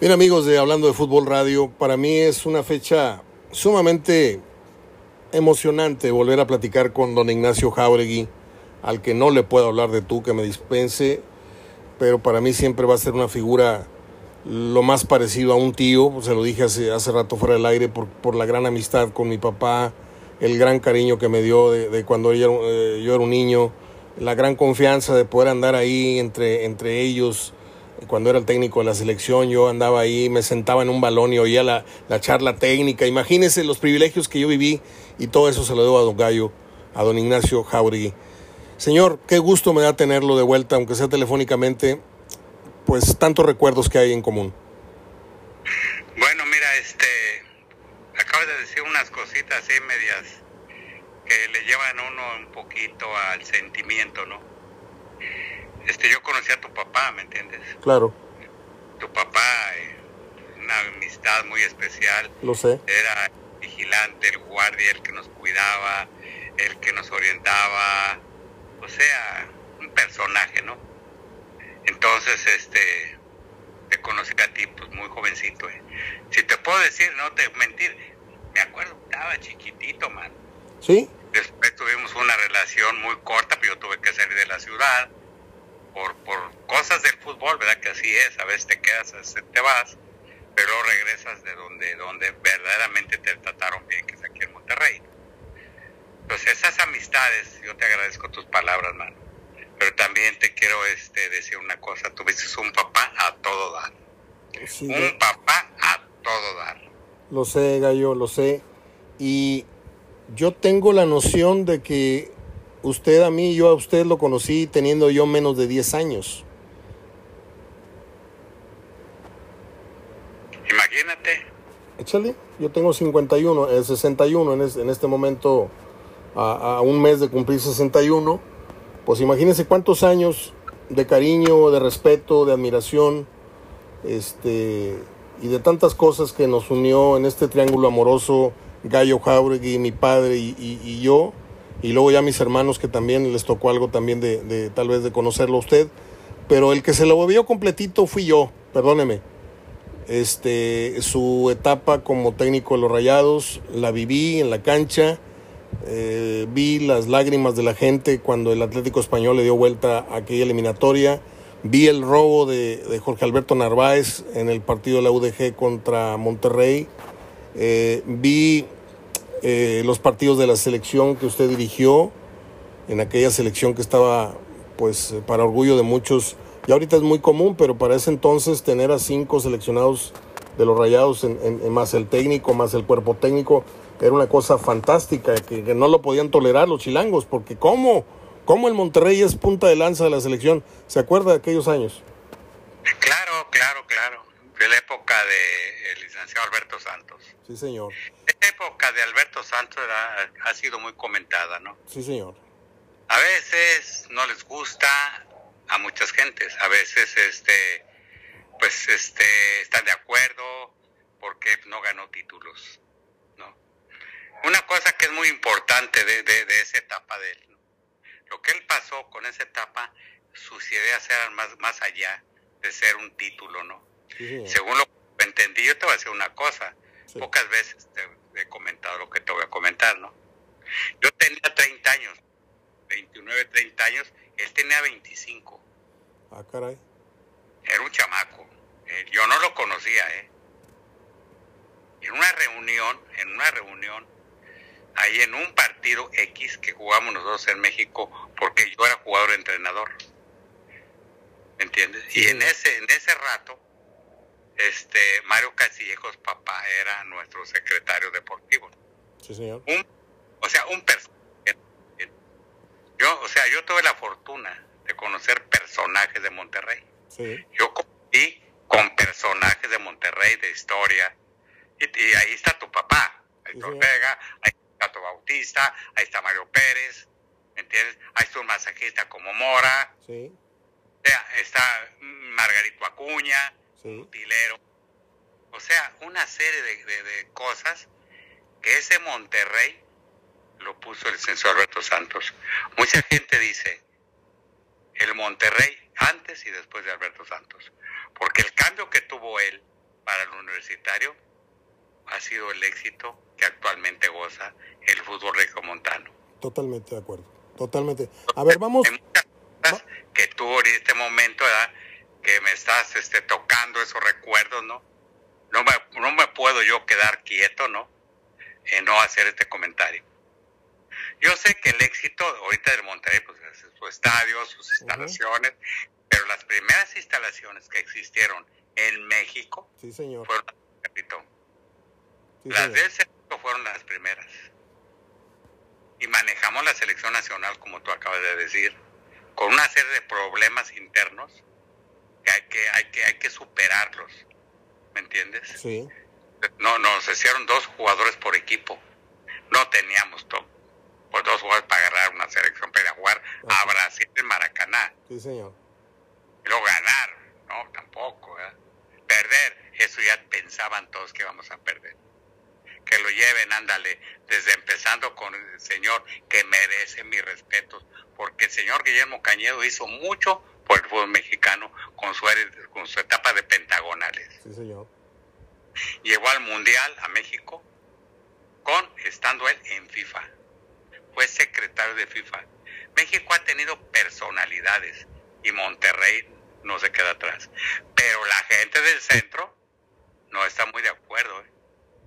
Bien, amigos de Hablando de Fútbol Radio, para mí es una fecha sumamente emocionante volver a platicar con don Ignacio Jáuregui, al que no le puedo hablar de tú, que me dispense, pero para mí siempre va a ser una figura lo más parecido a un tío. Se lo dije hace rato fuera del aire, por la gran amistad con mi papá, el gran cariño que me dio de cuando yo era un niño, la gran confianza de poder andar ahí entre ellos. Cuando era el técnico de la selección, yo andaba ahí, me sentaba en un balón y oía la charla técnica. Imagínense los privilegios que yo viví, y todo eso se lo debo a don Gallo, a don Ignacio Jáuregui. Señor, qué gusto me da tenerlo de vuelta, aunque sea telefónicamente, pues tantos recuerdos que hay en común. Bueno, mira, acabas de decir unas cositas así medias que le llevan a uno un poquito al sentimiento, ¿no? Yo conocí a tu papá, ¿me entiendes? Claro. Tu papá, una amistad muy especial. Lo sé. Era el vigilante, el guardia, el que nos cuidaba, el que nos orientaba. O sea, un personaje, ¿no? Entonces, te conocí a ti, pues, muy jovencito, Si te puedo decir, no te mentir, me acuerdo que estaba chiquitito, man. ¿Sí? Después tuvimos una relación muy corta, pero yo tuve que salir de la ciudad por cosas del fútbol, ¿verdad? Que así es, a veces te quedas, a veces te vas, pero luego regresas de donde verdaderamente te trataron bien, que es aquí en Monterrey. Entonces, esas amistades, yo te agradezco tus palabras, mano. Pero también te quiero decir una cosa, tuviste un papá a todo dar. Sí, un papá a todo dar. Lo sé, Gallo, lo sé. Y yo tengo la noción de que usted a mí, yo a usted lo conocí teniendo yo menos de 10 años. Imagínate. Échale, yo tengo 61 en este momento, a un mes de cumplir 61. Pues imagínense cuántos años de cariño, de respeto, de admiración, y de tantas cosas que nos unió en este triángulo amoroso, Gallo Jáuregui, mi padre y yo, y luego ya mis hermanos, que también les tocó algo también de tal vez de conocerlo a usted, pero el que se lo vio completito fui yo, perdóneme. Su etapa como técnico de los Rayados la viví en la cancha. Vi las lágrimas de la gente cuando el Atlético Español le dio vuelta a aquella eliminatoria. Vi el robo de Jorge Alberto Narváez en el partido de la UDG contra Monterrey. Vi los partidos de la selección que usted dirigió, en aquella selección que estaba, pues, para orgullo de muchos. Y ahorita es muy común, pero para ese entonces tener a 5 seleccionados de los Rayados, más el técnico, más el cuerpo técnico, era una cosa fantástica, que no lo podían tolerar los chilangos, porque ¿cómo el Monterrey es punta de lanza de la selección? ¿Se acuerda de aquellos años? Claro. De la época del licenciado Alberto Santos. Sí, señor. Esta época de Alberto Santos ha sido muy comentada, ¿no? Sí, señor. A veces no les gusta a muchas gentes, a veces están de acuerdo porque no ganó títulos, ¿no? Una cosa que es muy importante de esa etapa de él, ¿no? Lo que él pasó con esa etapa, sus ideas eran más allá de ser un título, ¿no? Sí. Según lo que entendí, yo te voy a decir una cosa, sí. Pocas veces te he comentado lo que te voy a comentar, ¿no? Yo tenía 30 años, 29, 30 años, él tenía 25. Ah, caray. Era un chamaco, yo no lo conocía, En una reunión, ahí en un partido X que jugamos nosotros en México, porque yo era jugador-entrenador, ¿entiendes? Sí. Y en ese rato, Mario Castillejos, papá, era nuestro secretario deportivo. Sí, señor. Un personaje. Yo tuve la fortuna de conocer personajes de Monterrey. Sí. Yo conocí con personajes de Monterrey, de historia, y ahí está tu papá, Héctor sí, Vega, ahí está tu Bautista, ahí está Mario Pérez, ¿me entiendes? Ahí está un masajista como Mora, sí. Está Margarito Acuña, sí. Utilero, o sea, una serie de cosas que ese Monterrey lo puso el licenciado Alberto Santos. Mucha gente dice el Monterrey antes y después de Alberto Santos, porque el cambio que tuvo él universitario ha sido el éxito que actualmente goza el fútbol regiomontano. Totalmente de acuerdo, totalmente. A ver, vamos. Hay muchas cosas que tú en este momento, ¿verdad?, que me estás tocando esos recuerdos, ¿no? No me puedo yo quedar quieto, ¿no?, en no hacer este comentario. Yo sé que el éxito ahorita del Monterrey, pues es su estadio, sus instalaciones, pero las primeras instalaciones que existieron en México, sí, señor, fueron las del Cerrito fueron las primeras. Y manejamos la selección nacional, como tú acabas de decir, con una serie de problemas internos que hay que superarlos. ¿Me entiendes? Sí. No, nos hicieron 2 jugadores por equipo. No teníamos pues 2 jugadores para agarrar una selección para ir a jugar a Brasil en Maracaná. Sí, señor. Y luego ganar, no, tampoco, ¿verdad? Perder, eso ya pensaban todos que íbamos a perder. Que lo lleven, ándale, desde empezando con el señor que merece mis respetos, porque el señor Guillermo Cañedo hizo mucho por el fútbol mexicano con su etapa de pentagonales. Sí, señor. Llegó al Mundial a México estando él en FIFA. Fue secretario de FIFA. México ha tenido personalidades y Monterrey no se queda atrás. Pero la gente del centro no está muy de acuerdo, ¿eh?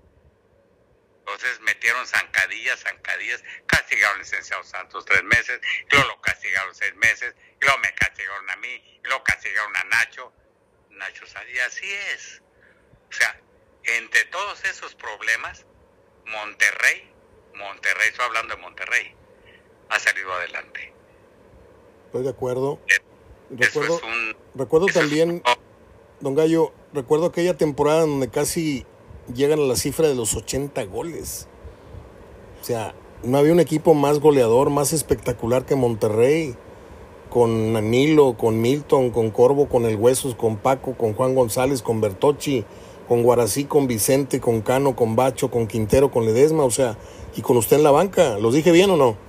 Entonces metieron zancadillas, castigaron al licenciado Santos 3 meses, y luego lo castigaron 6 meses, y luego me castigaron a mí, y luego castigaron a Nacho y así es. O sea, entre todos esos problemas, Monterrey, estoy hablando de Monterrey, ha salido adelante. Estoy de acuerdo. Recuerdo también, don Gallo, recuerdo aquella temporada donde casi llegan a la cifra de los 80 goles. O sea, no había un equipo más goleador, más espectacular que Monterrey. Con Anilo, con Milton, con Corvo, con El Huesos, con Paco, con Juan González, con Bertocci, con Guarací, con Vicente, con Cano, con Bacho, con Quintero, con Ledesma, o sea, y con usted en la banca. ¿Los dije bien o no?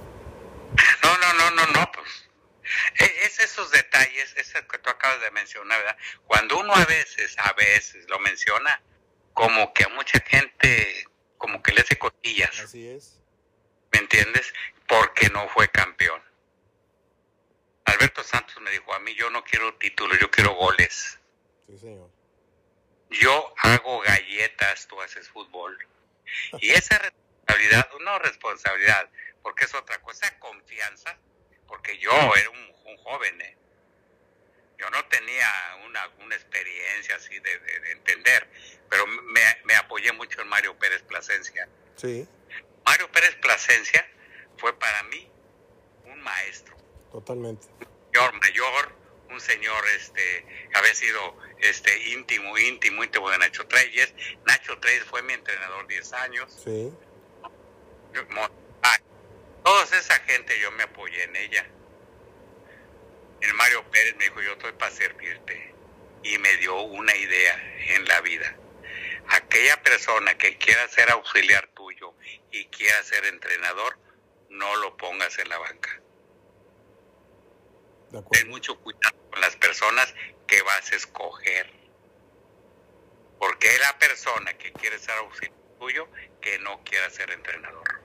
No, pues es esos detalles, eso que tú acabas de mencionar, ¿verdad? Cuando uno a veces lo menciona, como que a mucha gente como que le hace cosquillas. Así es. ¿Me entiendes? Porque no fue campeón. Alberto Santos me dijo a mí, yo no quiero títulos, yo quiero goles. Sí, señor. Yo hago galletas, tú haces fútbol. Y esa responsabilidad, porque es otra cosa, confianza, porque yo era un joven, ¿eh? Yo no tenía una experiencia así de entender, pero me apoyé mucho en Mario Pérez Plasencia. Sí. Mario Pérez Plasencia fue para mí un maestro. Totalmente. Un señor mayor, un señor había sido íntimo de Nacho Treyes. Nacho Treyes fue mi entrenador 10 años. Sí. Toda esa gente yo me apoyé en ella. El Mario Pérez me dijo, yo estoy para servirte. Y me dio una idea en la vida. Aquella persona que quiera ser auxiliar tuyo y quiera ser entrenador, no lo pongas en la banca. Ten mucho cuidado con las personas que vas a escoger. Porque es la persona que quiere ser auxiliar tuyo que no quiera ser entrenador.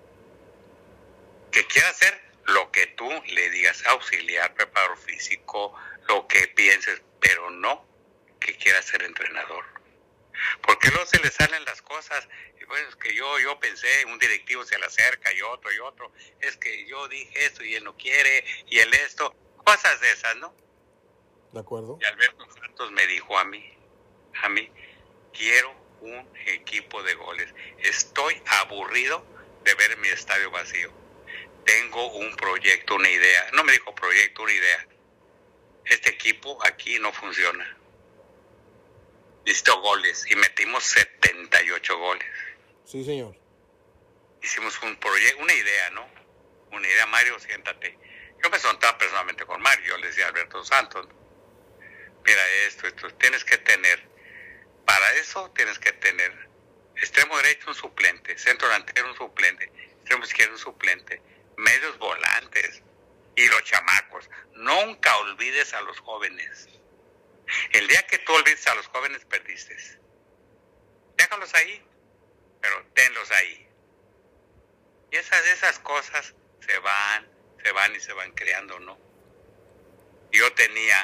Que quiera hacer lo que tú le digas, auxiliar, preparador físico, lo que pienses, pero no que quiera ser entrenador. Porque luego se le salen las cosas. Bueno, es que yo pensé, un directivo se le acerca y otro, es que yo dije esto y él no quiere, y él esto, cosas de esas, ¿no? De acuerdo. Y Alberto Santos me dijo a mí, quiero un equipo de goles. Estoy aburrido de ver mi estadio vacío. Tengo un proyecto, una idea. No me dijo proyecto, una idea. Este equipo aquí no funciona. Necesito goles. Y metimos 78 goles. Sí, señor. Hicimos un proyecto, una idea, ¿no? Una idea, Mario, siéntate. Yo me sentaba personalmente con Mario. Yo le decía a Alberto Santos, mira esto. Tienes que tener, para eso tienes que tener extremo derecho un suplente, centro delantero un suplente, extremo izquierdo un suplente, medios volantes y los chamacos. Nunca olvides a los jóvenes. El día que tú olvides a los jóvenes, perdiste. déjalos ahí, pero tenlos ahí. Y esas cosas se van y se van creando, ¿no? Yo tenía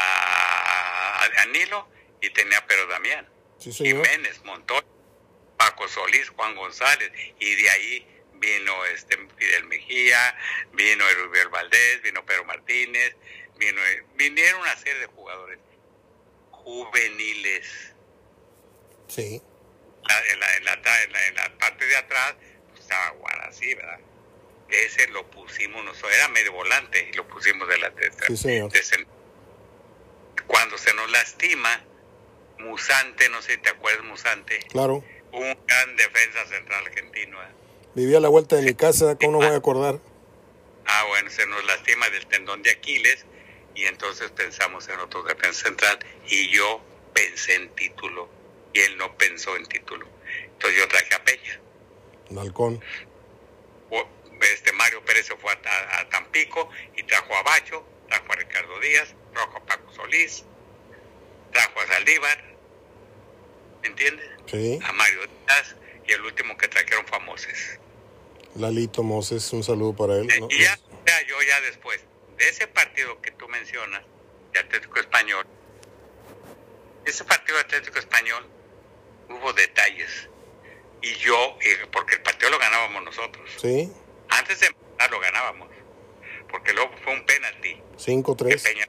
a Nilo y tenía a Pedro Damián, sí, Jiménez, Montoya, Paco Solís, Juan González, y de ahí vino Fidel Mejía, vino Erubiel Valdés, vino Pedro Martínez, vinieron una serie de jugadores juveniles. Sí. En la parte de atrás pues, estaba Guarací, ¿verdad? Ese lo pusimos nosotros, era medio volante y lo pusimos de la tercera. Sí, señor. Cuando se nos lastima, Musante, no sé si te acuerdas, Musante. Claro. Un gran defensa central argentino. Vivía a la vuelta de mi casa, ¿cómo no me voy a acordar? Ah, bueno, se nos lastima del tendón de Aquiles y entonces pensamos en otro defensa central y yo pensé en título y él no pensó en título. Entonces yo traje a Peña. Halcón. Mario Pérez se fue a Tampico y trajo a Bacho, trajo a Ricardo Díaz, trajo a Paco Solís, trajo a Saldívar, ¿me entiendes? Sí. A Mario Díaz y el último que trajeron fue a Moses. Lalito Moses, un saludo para él. Y ya después de ese partido que tú mencionas, de Atlético Español, ese partido de Atlético Español hubo detalles. Y yo, porque el partido lo ganábamos nosotros. Sí. Antes de empezar lo ganábamos. Porque luego fue un penalti. 5-3.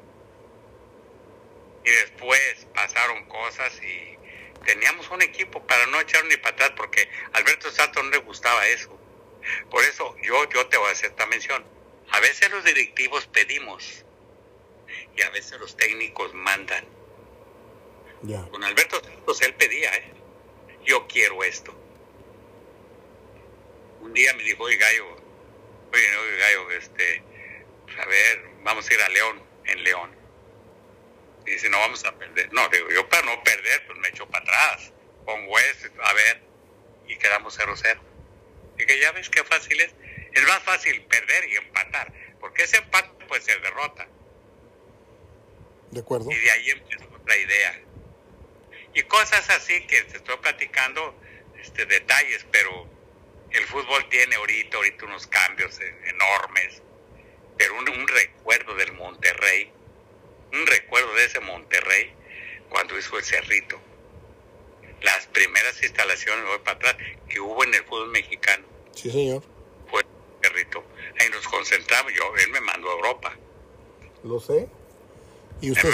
Y después pasaron cosas y teníamos un equipo para no echar ni para atrás, porque a Alberto Santos no le gustaba eso. Por eso yo te voy a hacer esta mención. A veces los directivos pedimos y a veces los técnicos mandan. Ya. Con Alberto Santos él pedía, yo quiero esto. Un día me dijo, oye Gallo, a ver, vamos a ir a León, en León. Y dice, no vamos a perder. No, digo, yo para no perder, pues me echo para atrás. Pongo esto, a ver, y quedamos 0-0. Dije, ya ves qué fácil es. Es más fácil perder y empatar, porque ese empate puede ser derrota. De acuerdo. Y de ahí empieza otra idea. Y cosas así que te estoy platicando, detalles, pero el fútbol tiene ahorita unos cambios enormes. Pero un recuerdo del Monterrey, un recuerdo de ese Monterrey cuando hizo el Cerrito. Las primeras instalaciones, voy para atrás, que hubo en el fútbol mexicano. Sí, señor. Fue el Cerrito. Ahí nos concentramos, él me mandó a Europa. Lo sé. Y usted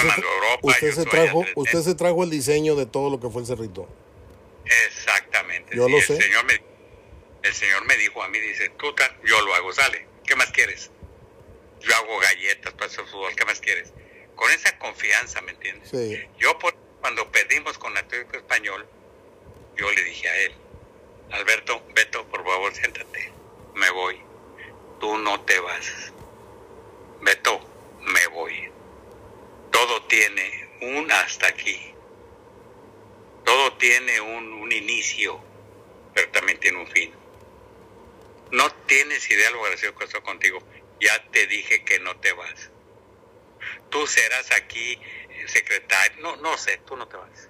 se trajo el diseño de todo lo que fue el Cerrito. Exactamente. Yo lo sé. El señor me dijo a mí, dice, yo lo hago, sale. ¿Qué más quieres? Yo hago galletas para hacer fútbol, ¿qué más quieres? Con esa confianza, ¿me entiendes? Sí. Yo cuando perdimos con Atlético Español, yo le dije a él, Beto, por favor, siéntate. Me voy. Tú no te vas. Beto, me voy. Todo tiene un hasta aquí. Todo tiene un inicio, pero también tiene un fin. No tienes idea lo agradecido que estoy contigo. Ya te dije que no te vas. Tú serás aquí secretario. No sé, tú no te vas.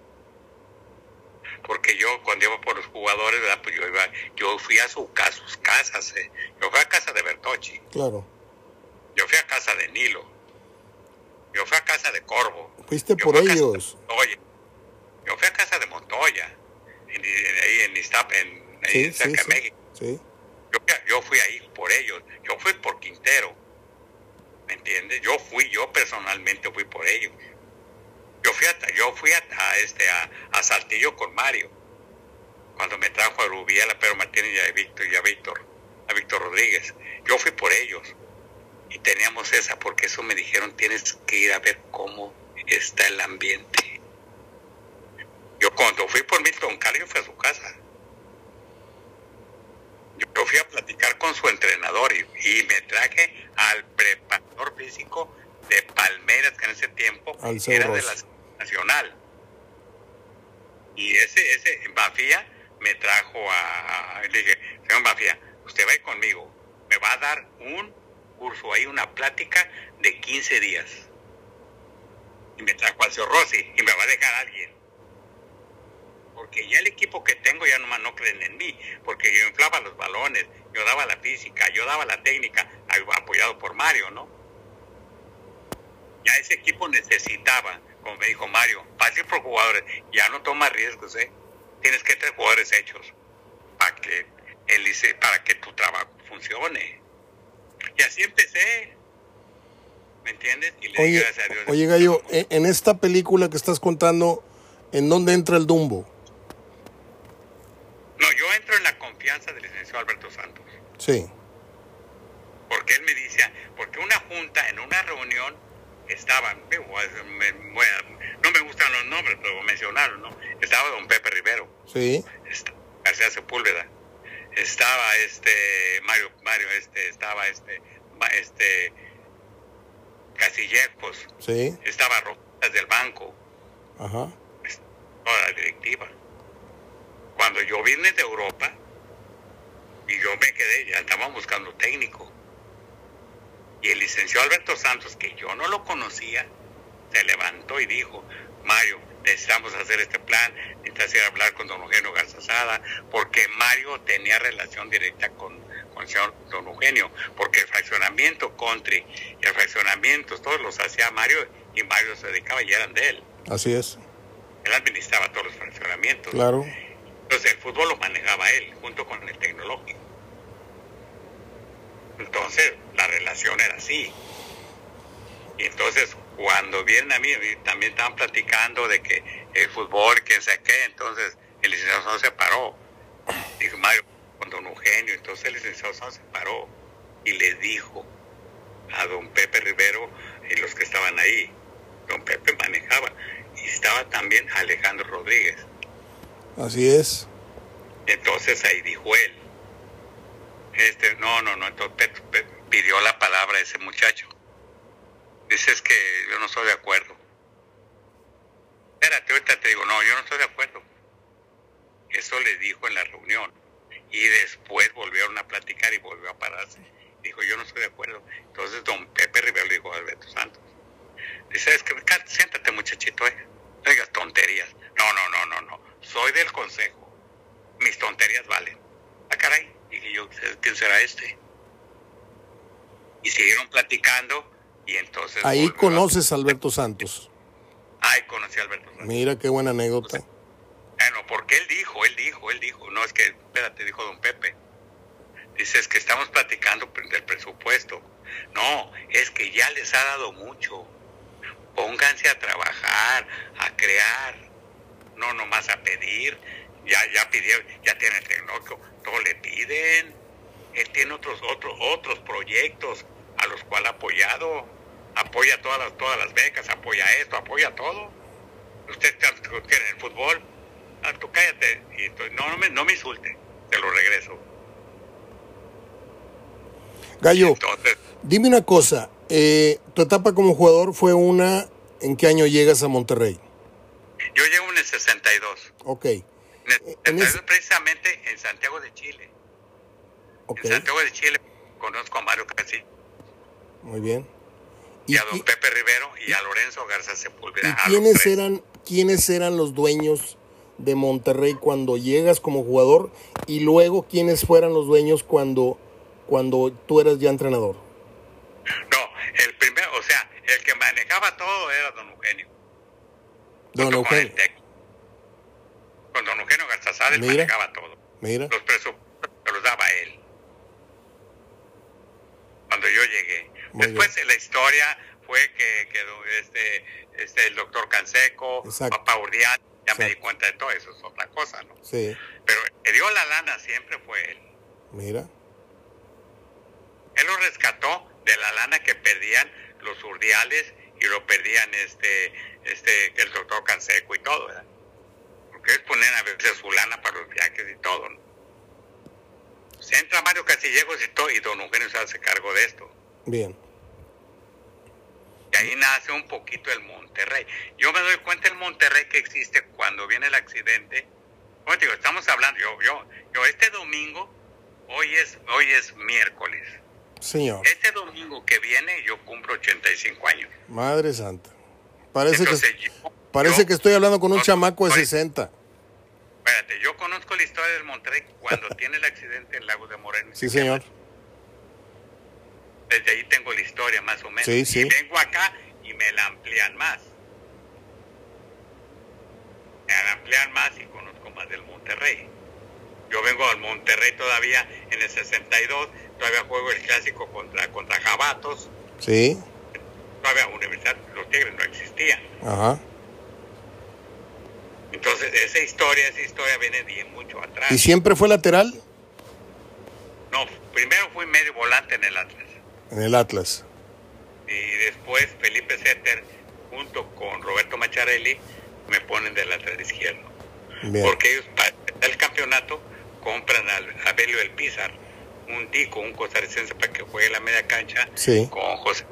Porque yo cuando iba por los jugadores, ¿verdad? Pues yo fui a sus casas. Yo fui a casa de Bertocci. Claro. Yo fui a casa de Nilo. Yo fui a casa de Corvo. Fuiste por ellos. Oye, yo fui a casa de Montoya, ahí en Iztapa, cerca de México. Sí. Yo fui ahí por ellos. Yo fui por Quintero. ¿Me entiendes? Yo personalmente fui por ellos. Yo fui a Saltillo con Mario. Cuando me trajo a Rubiel, a Pedro Martínez y a Víctor Rodríguez. Yo fui por ellos. Y teníamos esa, porque eso me dijeron, tienes que ir a ver cómo está el ambiente. Yo cuando fui por Milton Carlos, fui a su casa. Yo fui a platicar con su entrenador y me traje al preparador físico de Palmeiras, que en ese tiempo era de la Nacional. Y ese Bafía me trajo le dije, señor Bafía, usted va a ir conmigo, me va a dar un curso ahí, una plática de 15 días. Y me trajo al señor Rossi y me va a dejar a alguien. porque ya el equipo que tengo ya nomás no creen en mí, porque yo inflaba los balones, yo daba la física, yo daba la técnica, apoyado por Mario, ¿no? Ya ese equipo necesitaba, como me dijo Mario, fácil por jugadores, ya no toma riesgos, tienes que tener jugadores hechos para que tu trabajo funcione. Y así empecé, ¿me entiendes? Y le dije, gracias a Dios. Oye, Gallo, en esta película que estás contando, ¿en dónde entra el Dumbo? No, yo entro en la confianza del licenciado Alberto Santos. Sí. Porque él me decía, porque una junta, en una reunión, estaban, no me gustan los nombres, pero mencionaron, ¿no? Estaba don Pepe Rivero. Sí. García Sepúlveda. Estaba Mario, estaba Casillejos. Sí. Estaba Rojas del Banco. Ajá. Toda la directiva. Cuando yo vine de Europa y yo me quedé, ya estaban buscando técnico. Y el licenciado Alberto Santos, que yo no lo conocía, se levantó y dijo, Mario, necesitamos hacer este plan, necesitas ir a hablar con don Eugenio Garzazada, porque Mario tenía relación directa con el señor don Eugenio, porque el fraccionamiento country y el fraccionamiento, todos los hacía Mario, y Mario se dedicaba y eran de él. Así es. Él administraba todos los fraccionamientos. Claro. Entonces el fútbol lo manejaba él, junto con el tecnológico. Entonces la relación era así. Y entonces cuando vienen a mí, también estaban platicando de que el fútbol, quién sabe qué, entonces el licenciado Santos se paró. Dijo Mario, con don Eugenio, entonces el licenciado Santos se paró y le dijo a don Pepe Rivero y los que estaban ahí, don Pepe manejaba, y estaba también Alejandro Rodríguez. Así es. Entonces ahí dijo él, no, entonces pidió la palabra a ese muchacho. Dice, es que yo no estoy de acuerdo. Espérate, ahorita te digo, no, yo no estoy de acuerdo. Eso le dijo en la reunión. Y después volvieron a platicar y volvió a pararse. Dijo, yo no estoy de acuerdo. Entonces don Pepe Rivero le dijo a Alberto Santos. Dice, es que siéntate muchachito, no digas tonterías. No. Soy del consejo. Mis tonterías valen. Ah, caray. Dije yo, ¿quién será este? Y siguieron platicando. Y entonces ahí conoces a Alberto Santos. Ahí conocí a Alberto Santos. Mira qué buena anécdota. Bueno, porque él dijo, no es que, espérate, dijo don Pepe. Dice, es que estamos platicando del presupuesto. No, es que ya les ha dado mucho. Pónganse a trabajar, a crear, no nomás a pedir. Ya pidieron, ya tienen tecnológico, todo le piden. Él tiene otros proyectos a los cuales ha apoyado, apoya todas las becas, apoya esto, apoya todo. Usted quiere el fútbol, tú cállate, y entonces, no me insulte, te lo regreso. Gallo, entonces, dime una cosa, tu etapa como jugador fue ¿en qué año llegas a Monterrey? Yo llego en el 62. Ok. Precisamente en Santiago de Chile. Okay. En Santiago de Chile conozco a Mario Castillo. Muy bien. Y a don Pepe Rivero y a Lorenzo Garza Sepúlveda. ¿Y quiénes eran los dueños de Monterrey cuando llegas como jugador? Y luego, ¿quiénes fueran los dueños cuando tú eras ya entrenador? No, el primero, el que manejaba todo era don Eugenio. Don Eugenio. Con don Eugenio Garzazada manejaba todo. Mira. Los presupuestos los daba él. Cuando yo llegué. Muy Después bien. La historia fue que el doctor Canseco, Exacto. papá Urdián, ya Exacto. me di cuenta de todo eso, es otra cosa, ¿no? Sí. Pero el que dio la lana siempre fue él. Mira. Él lo rescató de la lana que perdían los urdiales y lo perdían el doctor Canseco y todo, ¿verdad? Porque ellos ponen a veces su lana para los viajes y todo, ¿no? Se entra Mario Castillejos y todo, y don Eugenio se hace cargo de esto. Bien. Y ahí nace un poquito el Monterrey. Yo me doy cuenta del Monterrey que existe cuando viene el accidente. Como te digo, estamos hablando, yo este domingo, hoy es miércoles. Señor. Este domingo que viene yo cumplo 85 años. Madre santa. Parece Entonces, que estoy hablando con un chamaco de 60. conozco la historia del Monterrey cuando tiene el accidente en Lagos de Moreno. Sí, señor. Desde ahí tengo la historia más o menos. Sí, sí. Y vengo acá y me la amplían más. Me la amplían más y conozco más del Monterrey. Yo vengo al Monterrey todavía en el 62, todavía juego el clásico contra Jabatos. Sí. Todavía Universidad, los Tigres no existían. Ajá. Entonces esa historia viene de mucho atrás. ¿Y siempre fue lateral? No, primero fui medio volante en el Atlas. En el Atlas. Y después Felipe Setter junto con Roberto Macharelli me ponen de lateral izquierdo. Bien. Porque ellos para el campeonato compran a Abelio El Pizar, un tico, un costarricense para que juegue la media cancha, sí, con José.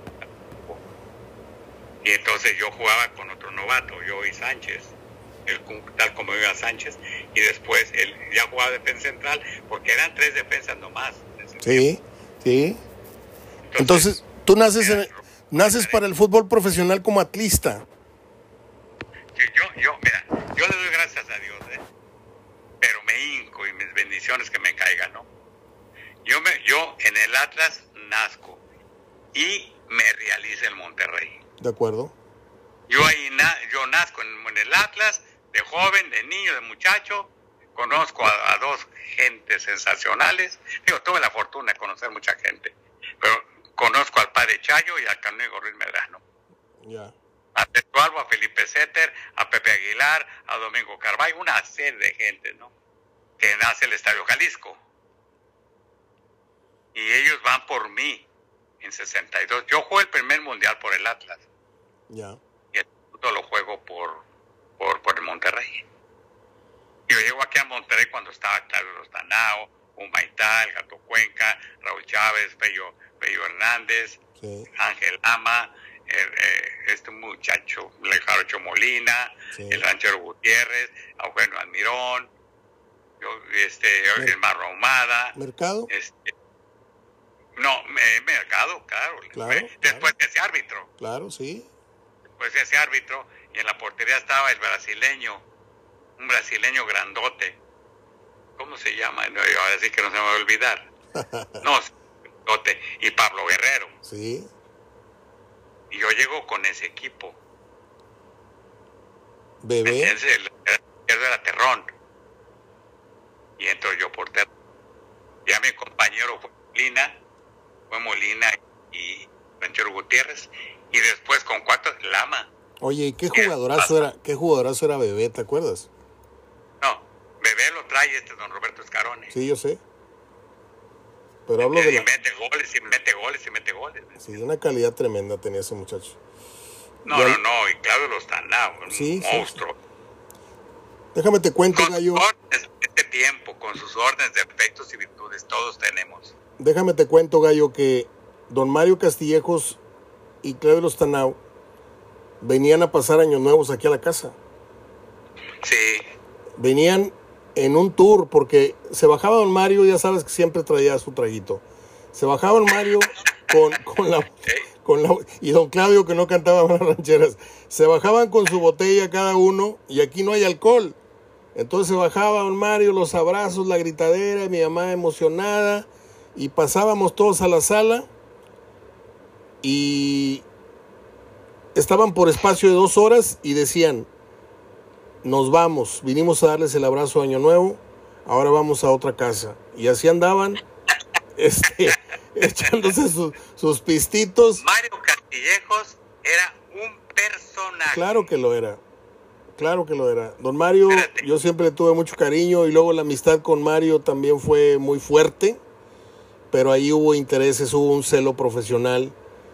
Y entonces yo jugaba con otro novato, yo y Sánchez, tal como iba Sánchez, y después él ya jugaba defensa central, porque eran 3 defensas nomás. Sí, sí. Entonces tú naces para el fútbol profesional como atlista. Mira, yo le doy gracias a Dios, pero me hinco y mis bendiciones que me caigan, ¿no? Yo en el Atlas nazco y me realiza el Monterrey. De acuerdo. Yo nazco en el Atlas, de joven, de niño, de muchacho. Conozco a 2 gentes sensacionales. Tuve la fortuna de conocer mucha gente, pero conozco al padre Chayo y al canónigo Ruiz Medrano. Ya. A Pedro Albo, a Felipe Setter, a Pepe Aguilar, a Domingo Carvalho, una serie de gente, ¿no? Que nace el Estadio Jalisco. Y ellos van por mí en 62. Yo jugué el primer mundial por el Atlas. Ya. Y el segundo lo juego por el Monterrey. Yo llego aquí a Monterrey cuando estaba Claudio Lostanao, Humaital, Gato Cuenca, Raúl Chávez, Pello Hernández, sí, Ángel Ama, este muchacho, el Jarocho Molina, sí, el ranchero Gutiérrez, Eugenio Almirón, el Marro Ahumada. ¿Mercado? Mercado, claro. Después de ese árbitro. Claro, sí. Después de ese árbitro, y en la portería estaba el brasileño, un brasileño grandote. ¿Cómo se llama? No, ahora sí que no se me va a olvidar. No, grandote. Y Pablo Guerrero. Sí. Y yo llego con ese equipo. Bebé. El izquierdo era Terrón. Y entro yo por Terrón. Ya mi compañero fue Molina y Ranchero Gutiérrez. Y después con 4, Lama. Oye, ¿y qué jugadorazo era Bebé, te acuerdas? No, Bebé lo trae don Roberto Escarone. Sí, yo sé. Pero hablo de mete goles, y mete goles. Sí, una calidad tremenda tenía ese muchacho. No, y Claudio Lostanao, un monstruo. Sí. Déjame te cuento, Gallo. Este tiempo, con sus órdenes, defectos y virtudes, todos tenemos. Déjame te cuento, Gallo, que don Mario Castillejos y Claudio Lostanao venían a pasar años nuevos aquí a la casa. Sí. Venían en un tour, porque se bajaba don Mario, ya sabes que siempre traía su traguito. Se bajaba don Mario con la y don Claudio, que no cantaba las rancheras, se bajaban con su botella cada uno, y aquí no hay alcohol. Entonces se bajaba don Mario, los abrazos, la gritadera, mi mamá emocionada, y pasábamos todos a la sala, y estaban por espacio de 2 horas y decían: nos vamos, vinimos a darles el abrazo de Año Nuevo, ahora vamos a otra casa. Y así andaban, echándose sus pistitos. Mario Castillejos era un personaje. Claro que lo era. Don Mario, yo siempre le tuve mucho cariño, y luego la amistad con Mario también fue muy fuerte, pero ahí hubo intereses, hubo un celo profesional.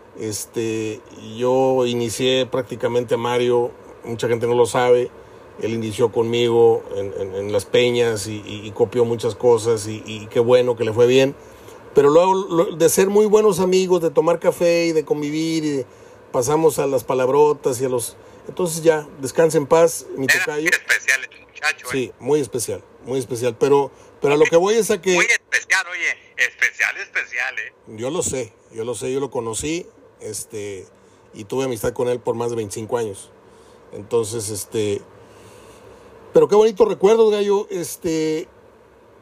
Yo inicié prácticamente a Mario, mucha gente no lo sabe. Él inició conmigo en las peñas y copió muchas cosas, y qué bueno que le fue bien. Pero luego de ser muy buenos amigos, de tomar café y de convivir, y pasamos a las palabrotas y a los... Entonces ya, descansa en paz, mi tocayo. Muy especial este muchacho. Sí, muy especial. Pero a lo que voy es a que... Muy especial, especial. Yo lo sé, yo lo conocí, y tuve amistad con él por más de 25 años. Entonces, pero qué bonito recuerdo, Gallo.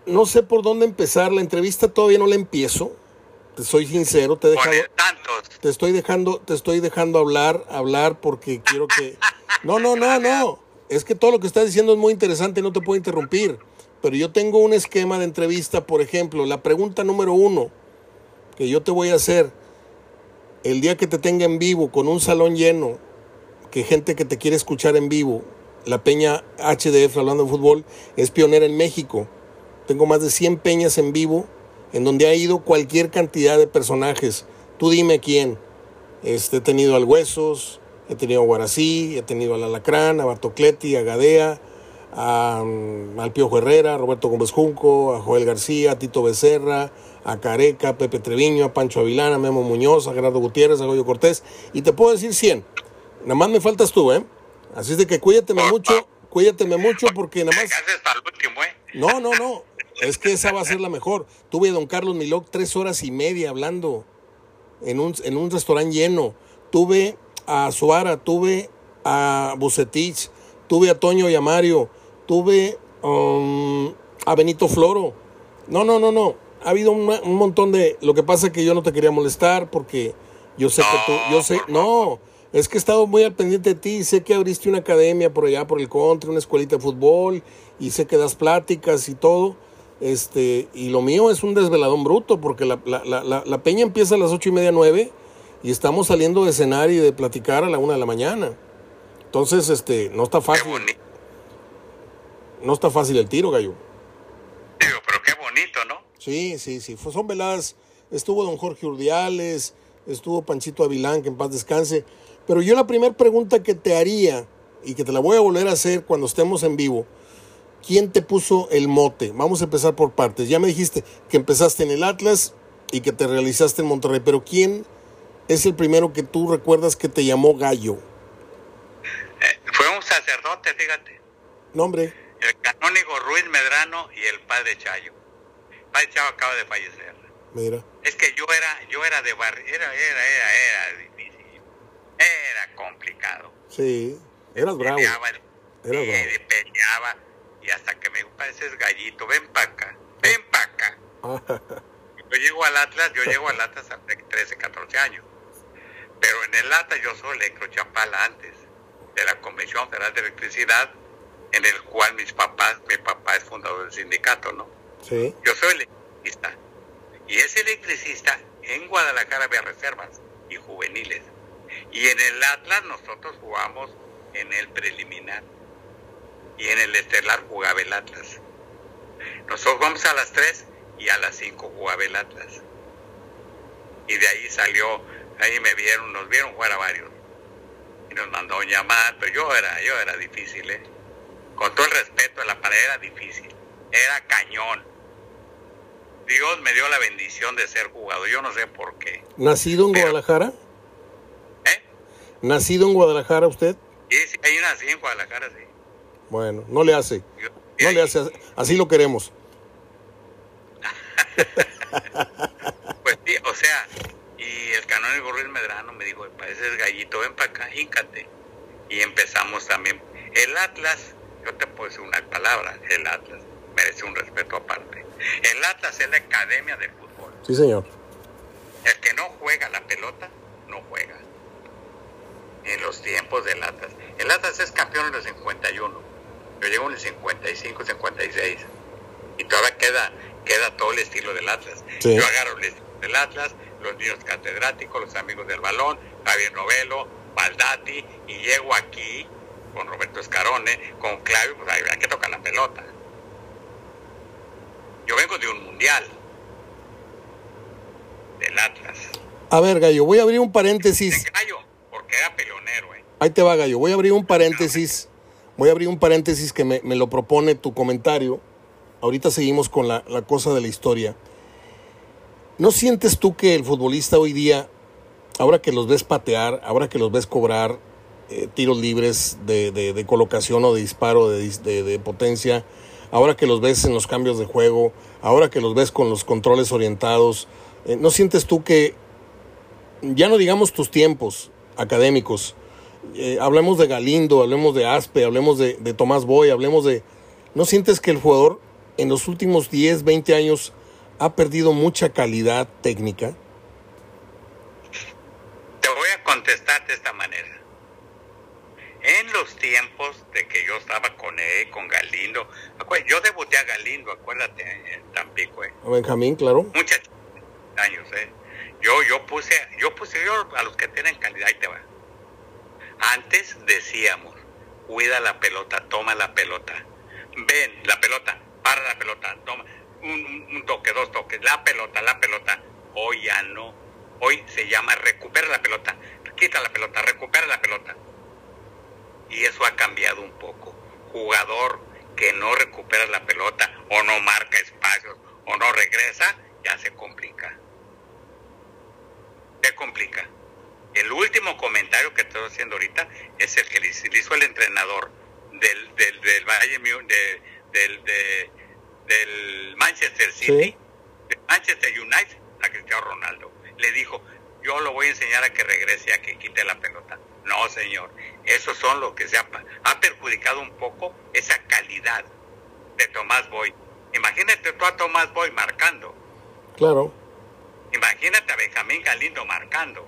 no sé por dónde empezar. La entrevista todavía no la empiezo. Te soy sincero, te estoy dejando hablar porque quiero que... No. Es que todo lo que estás diciendo es muy interesante, no te puedo interrumpir. Pero yo tengo un esquema de entrevista, por ejemplo, la pregunta número 1 que yo te voy a hacer, el día que te tenga en vivo, con un salón lleno, que gente que te quiere escuchar en vivo, la Peña HDF, hablando de fútbol, es pionera en México. Tengo más de 100 peñas en vivo, en donde ha ido cualquier cantidad de personajes. Tú dime quién. He tenido al Huesos, he tenido a Guarací, he tenido al Alacrán, a Bartocletti, a Gadea, al Piojo Herrera, a Roberto Gómez Junco, a Joel García, a Tito Becerra, a Careca, a Pepe Treviño, a Pancho Avilán, a Memo Muñoz, a Gerardo Gutiérrez, a Goyo Cortés. Y te puedo decir 100. Nada más me faltas tú, ¿eh? Así es de que cuídateme mucho porque nada más... No. Es que esa va a ser la mejor. Tuve a don Carlos Milok 3 horas y media hablando en un restaurante lleno. Tuve a Suara, tuve a Bucetich, tuve a Toño y a Mario, tuve a Benito Floro. No. Ha habido un montón de... Lo que pasa es que yo no te quería molestar porque yo sé que tú... No, es que he estado muy al pendiente de ti. Sé que abriste una academia por allá, por el country, una escuelita de fútbol, y sé que das pláticas y todo. Y lo mío es un desveladón bruto porque la peña empieza a las 8:30, 9 y estamos saliendo de cenar y de platicar a la 1 de la mañana. Entonces, no está fácil. No está fácil el tiro, gallo. Digo, pero qué bonito, ¿no? Sí. Son veladas. Estuvo don Jorge Urdiales, estuvo Panchito Avilán, que en paz descanse. Pero yo la primera pregunta que te haría, y que te la voy a volver a hacer cuando estemos en vivo, ¿quién te puso el mote? Vamos a empezar por partes. Ya me dijiste que empezaste en el Atlas y que te realizaste en Monterrey, pero ¿quién es el primero que tú recuerdas que te llamó gallo? Fue un sacerdote, fíjate. ¿Nombre? El canónigo Ruiz Medrano y el padre Chayo. El padre Chayo acaba de fallecer. Mira. Es que yo era de barrio, era difícil, era complicado. Sí, eras bravo. Peleaba. Y hasta que me pareces gallito, ven para acá. Yo llego al Atlas hace 13, 14 años. Pero en el Atlas yo soy electrochapala antes de la Convención Federal de Electricidad, en el cual mi papá es fundador del sindicato, ¿no? Sí. Yo soy electricista. Y ese electricista en Guadalajara había reservas y juveniles. Y en el Atlas nosotros jugamos en el preliminar. Y en el estelar jugaba el Atlas. Nosotros vamos a las 3 y a las 5 jugaba el Atlas. Y de ahí nos vieron jugar a varios. Y nos mandó a llamar, pero yo era difícil, ¿eh? Con todo el respeto de la pared, era difícil. Era cañón. Dios me dio la bendición de ser jugador, yo no sé por qué. ¿Nacido en Guadalajara? ¿Nacido en Guadalajara usted? Sí, ahí nací en Guadalajara, sí. Bueno, no le hace, así lo queremos. Pues sí, o sea, y el canónigo Ruiz Medrano me dijo, pareces gallito, ven para acá, híncate. Y empezamos también. El Atlas, yo te puedo decir una palabra, el Atlas merece un respeto aparte. El Atlas es la academia del fútbol. Sí, señor. El que no juega la pelota, no juega. En los tiempos del Atlas. El Atlas es campeón en el 51. Yo llego en el 55, 56. Y todavía queda todo el estilo del Atlas. Sí. Yo agarro el estilo del Atlas, los niños catedráticos, los amigos del balón, Javier Novelo, Baldati, y llego aquí con Roberto Escarone, con Claudio, pues hay que tocar la pelota. Yo vengo de un mundial del Atlas. A ver, gallo, voy a abrir un paréntesis. De gallo, porque era peleonero, Ahí te va, gallo. Voy a abrir un paréntesis que me lo propone tu comentario. Ahorita seguimos con la cosa de la historia. ¿No sientes tú que el futbolista hoy día, ahora que los ves patear, ahora que los ves cobrar tiros libres de colocación o de disparo de potencia, ahora que los ves en los cambios de juego, ahora que los ves con los controles orientados, ¿no sientes tú que, ya no digamos tus tiempos académicos, hablemos de Galindo, hablemos de Aspe, hablemos de Tomás Boy, hablemos de... ¿No sientes que el jugador en los últimos 10, 20 años ha perdido mucha calidad técnica? Te voy a contestar de esta manera. En los tiempos de que yo estaba con él, con Galindo, yo debuté a Galindo, acuérdate, en Tampico. Benjamín, claro. Muchos años, Yo puse a los que tienen calidad, ahí te va. Antes decíamos, cuida la pelota, toma la pelota. Ven, la pelota, para la pelota, toma. Un toque, 2 toques, la pelota. Hoy ya no. Hoy se llama recupera la pelota, quita la pelota, recupera la pelota. Y eso ha cambiado un poco. Jugador que no recupera la pelota, o no marca espacios, o no regresa, ya se complica. El último comentario que estoy haciendo ahorita es el que le hizo el entrenador del Bayern del Manchester City, sí, de Manchester United, a Cristiano Ronaldo. Le dijo, yo lo voy a enseñar a que regrese, a que quite la pelota. No, señor, esos son los que ha perjudicado un poco esa calidad de Tomás Boy. Imagínate tú a Tomás Boy marcando. Claro. Imagínate a Benjamín Galindo marcando.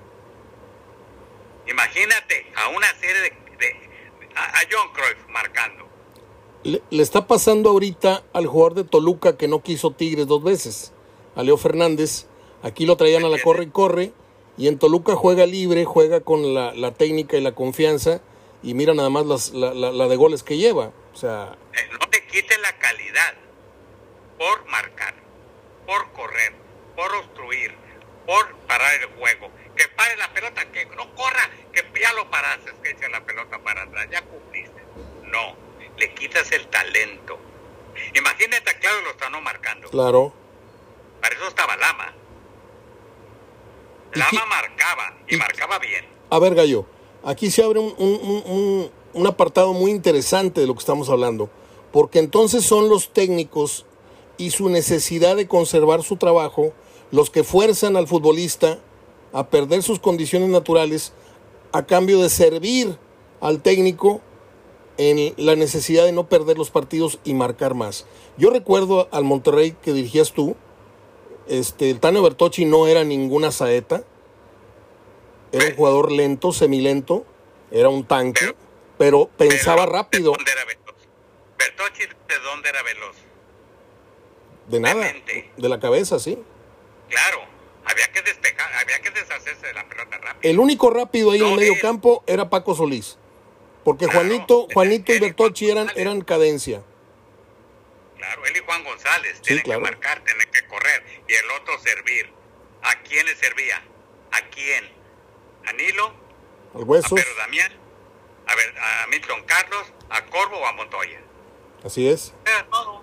Imagínate a una serie a John Cruyff marcando. Le está pasando ahorita al jugador de Toluca que no quiso Tigres 2 veces, a Leo Fernández. Aquí lo traían a la corre y corre, y en Toluca juega libre, juega con la técnica y la confianza, y mira nada más la de goles que lleva. O sea, no te quite la calidad por marcar, por correr, por obstruir, por parar el juego. Que pare la pelota, que no corra, que ya lo paraste, que eche la pelota para atrás, ya cumpliste. No, le quitas el talento. Imagínate a Claudio Lozano marcando. Claro. Para eso estaba Lama. Lama marcaba, y marcaba bien. A ver, Gallo, aquí se abre un apartado muy interesante de lo que estamos hablando, porque entonces son los técnicos y su necesidad de conservar su trabajo los que fuerzan al futbolista a perder sus condiciones naturales a cambio de servir al técnico en la necesidad de no perder los partidos y marcar más. Yo recuerdo al Monterrey que dirigías tú, el Tano Bertocci no era ninguna saeta, era un jugador lento, semilento, era un tanque, pero pensaba rápido. ¿De dónde era veloz? ¿Bertocci de dónde era veloz? De nada, de la cabeza, sí. Claro, había que despejar, había que deshacerse de la pelota rápido. El único rápido ahí en el medio campo era Paco Solís, porque claro, Juanito y Bertocci eran cadencia. Claro, él y Juan González tienen que marcar, tienen que correr, y el otro servir. ¿A quién le servía? ¿A quién? ¿A Nilo? Al Huesos. ¿A Pedro Damián? ¿A Milton Carlos? ¿A Corvo o a Montoya? Así es. Era todo.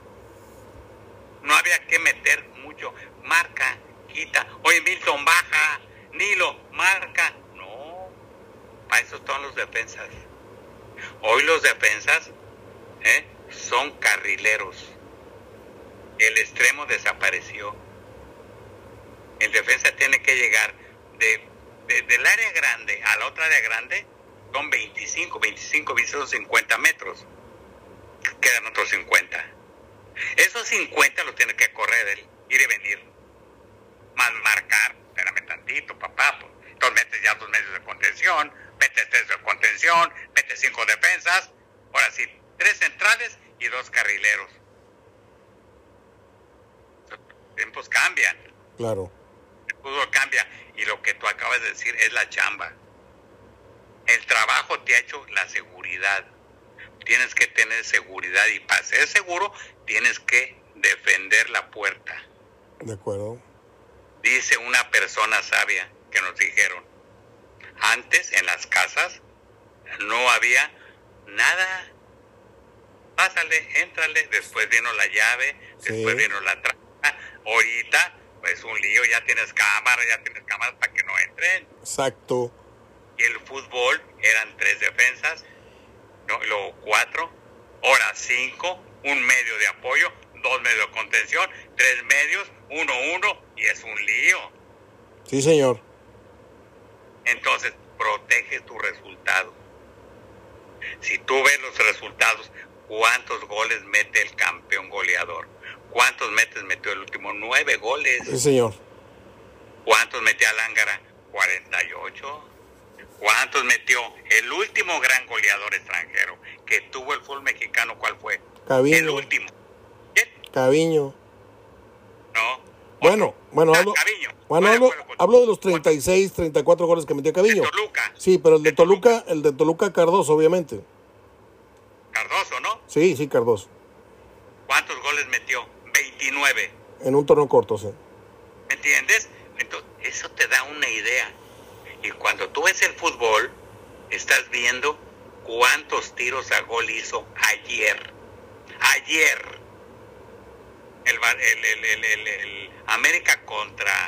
No había que meter mucho. Marca, quita. Oye, Milton, baja. Nilo, marca. No. Para eso están los defensas. Hoy los defensas son carrileros. El extremo desapareció. El defensa tiene que llegar del área grande a la otra área grande. Son 25, 50 metros. Quedan otros 50. Esos 50 los tiene que correr él, ir y venir. Más marcar. Espérame tantito, papá. Pues. Entonces metes ya 2 medios de contención, metes 3 de contención, metes 5 defensas. Ahora sí, 3 centrales y 2 carrileros. Los tiempos cambian. Claro. El fútbol cambia. Y lo que tú acabas de decir es la chamba. El trabajo te ha hecho la seguridad. Tienes que tener seguridad, y para ser seguro tienes que defender la puerta. De acuerdo. Dice una persona sabia que nos dijeron, antes en las casas no había nada. Pásale, éntrale, después vino la llave, después vino la trama. Ahorita, pues un lío, ya tienes cámaras para que no entren. Exacto. Y el fútbol eran 3 defensas, luego 4, ahora 5, un medio de apoyo, 2 medios de contención, 3 medios, 1, y es un lío. Sí, señor. Entonces, protege tu resultado. Si tú ves los resultados, ¿cuántos goles mete el campeón goleador? ¿Cuántos metió el último? 9 goles. Sí, señor. ¿Cuántos metió Alángara? 48. ¿Cuántos metió el último gran goleador extranjero que tuvo el fútbol mexicano? ¿Cuál fue? Caviño. El último. ¿Quién? Caviño. No. Bueno, Caviño. Bueno, hablo de los 36, 34 goles que metió Caviño. De Toluca. Sí, pero el de Toluca Cardoso, obviamente. Cardoso, ¿no? Sí, Cardoso. ¿Cuántos goles metió? 29. En un torneo corto, sí. ¿Me entiendes? Entonces, eso te da una idea. Y cuando tú ves el fútbol, estás viendo cuántos tiros a gol hizo ayer. El América contra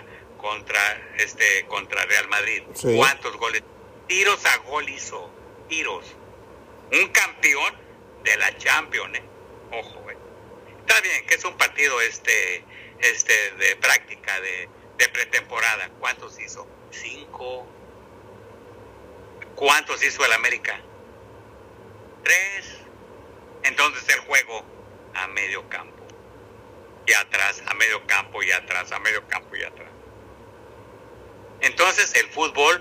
Real Madrid. Sí. ¿Cuántos goles? Tiros a gol hizo. Tiros. Un campeón de la Champions, Ojo, Está bien que es un partido de práctica, de pretemporada. ¿Cuántos hizo? 5. ¿Cuántos hizo el América? 3. Entonces el juego a medio campo. Y atrás, a medio campo y atrás, a medio campo y atrás. Entonces el fútbol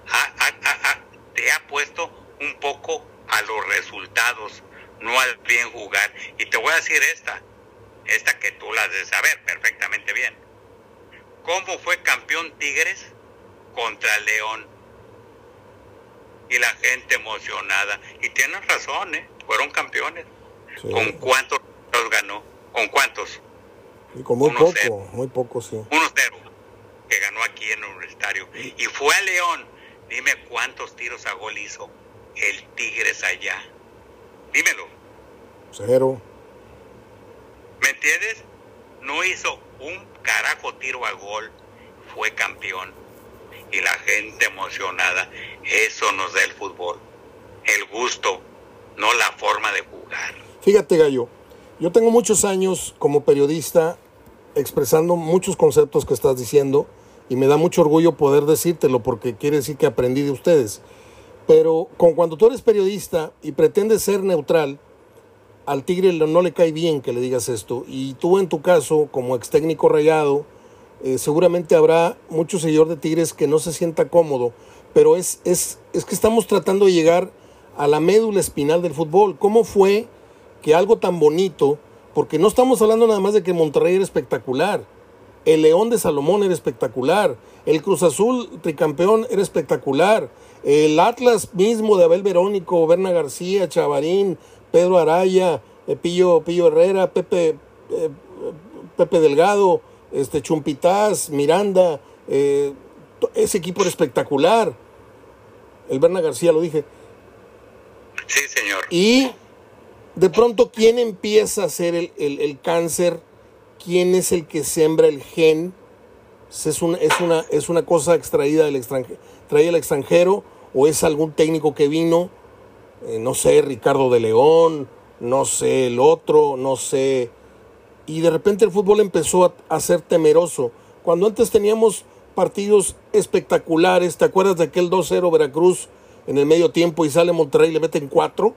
te ha puesto un poco a los resultados, no al bien jugar. Y te voy a decir esta que tú la has de saber perfectamente bien. ¿Cómo fue campeón Tigres contra León? Y la gente emocionada. Y tienen razón, fueron campeones. Sí. ¿Con cuántos los ganó? ¿Con cuántos? Y con muy poco, sí. 1-0, que ganó aquí en el Universitario. Y fue a León. Dime cuántos tiros a gol hizo el Tigres allá. Dímelo. 0. ¿Me entiendes? No hizo un carajo tiro a gol. Fue campeón. Y la gente emocionada. Eso nos da el fútbol. El gusto, no la forma de jugar. Fíjate, Gallo. Yo tengo muchos años como periodista expresando muchos conceptos que estás diciendo y me da mucho orgullo poder decírtelo porque quiere decir que aprendí de ustedes. Pero cuando tú eres periodista y pretendes ser neutral, al Tigre no le cae bien que le digas esto. Y tú en tu caso, como ex técnico Rayado, seguramente habrá mucho seguidor de Tigres que no se sienta cómodo. Pero es que estamos tratando de llegar a la médula espinal del fútbol. ¿Cómo fue que algo tan bonito, porque no estamos hablando nada más de que Monterrey era espectacular, el León de Salomón era espectacular, el Cruz Azul tricampeón era espectacular, el Atlas mismo de Abel Verónico, Berna García, Chavarín, Pedro Araya, Pillo Herrera, Pepe Delgado, Chumpitaz, Miranda, ese equipo era espectacular. El Berna García, lo dije. Sí, señor. Y de pronto, ¿quién empieza a hacer el cáncer? ¿Quién es el que sembra el gen? ¿Es una cosa extraída del extranjero? ¿O es algún técnico que vino? No sé, Ricardo de León, no sé, el otro, no sé. Y de repente el fútbol empezó a ser temeroso. Cuando antes teníamos partidos espectaculares, ¿te acuerdas de aquel 2-0 Veracruz en el medio tiempo y sale Monterrey y le meten 4?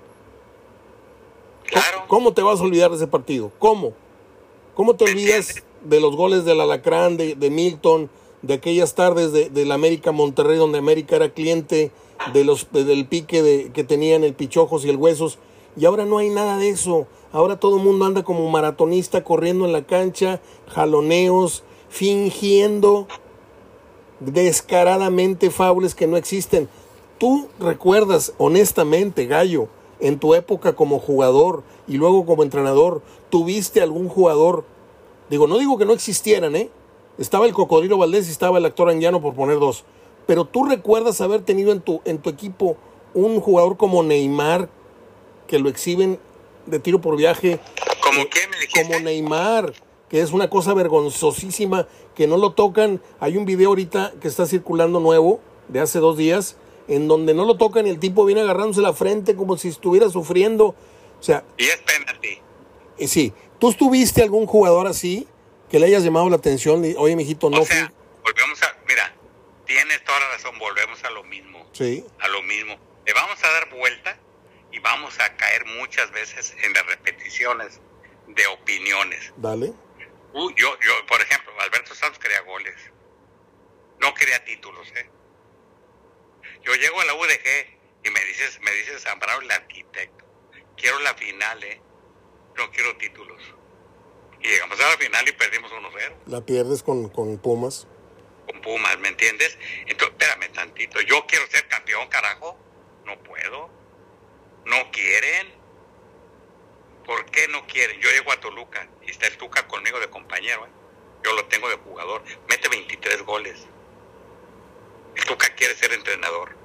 Claro. ¿Cómo te vas a olvidar de ese partido? ¿Cómo te olvidas de los goles del Alacrán, de Milton, de aquellas tardes del América Monterrey, donde América era cliente del pique que tenían el Pichojos y el Huesos? Y ahora no hay nada de eso. Ahora todo el mundo anda como maratonista corriendo en la cancha, jaloneos, fingiendo descaradamente faules que no existen. ¿Tú recuerdas honestamente, Gallo, en tu época como jugador y luego como entrenador, tuviste algún jugador? No digo que no existieran, Estaba el Cocodrilo Valdés y estaba el actor Anguiano, por poner 2. Pero ¿tú recuerdas haber tenido en tu equipo un jugador como Neymar, que lo exhiben de tiro por viaje? ¿Cómo quién me dijiste? Como Neymar, que es una cosa vergonzosísima, que no lo tocan. Hay un video ahorita que está circulando nuevo, de hace 2 días, en donde no lo tocan y el tipo viene agarrándose la frente como si estuviera sufriendo. O sea, y es penalti. Sí. ¿Tú tuviste algún jugador así que le hayas llamado la atención? Oye, mijito, no. Mira, tienes toda la razón, volvemos a lo mismo. Sí. A lo mismo. Le vamos a dar vuelta y vamos a caer muchas veces en las repeticiones de opiniones. Dale. Yo, por ejemplo, Alberto Santos quería goles, no quería títulos, Yo llego a la UDG y me dice Zambrano, el arquitecto, quiero la final, no quiero títulos. Y llegamos a la final y perdimos 1-0. La pierdes con Pumas. Con Pumas, ¿me entiendes? Entonces, espérame tantito, yo quiero ser campeón, carajo. No puedo. No quieren. ¿Por qué no quieren? Yo llego a Toluca y está el Tuca conmigo de compañero, Yo lo tengo de jugador. Mete 23 goles. El Tuca quiere ser entrenador.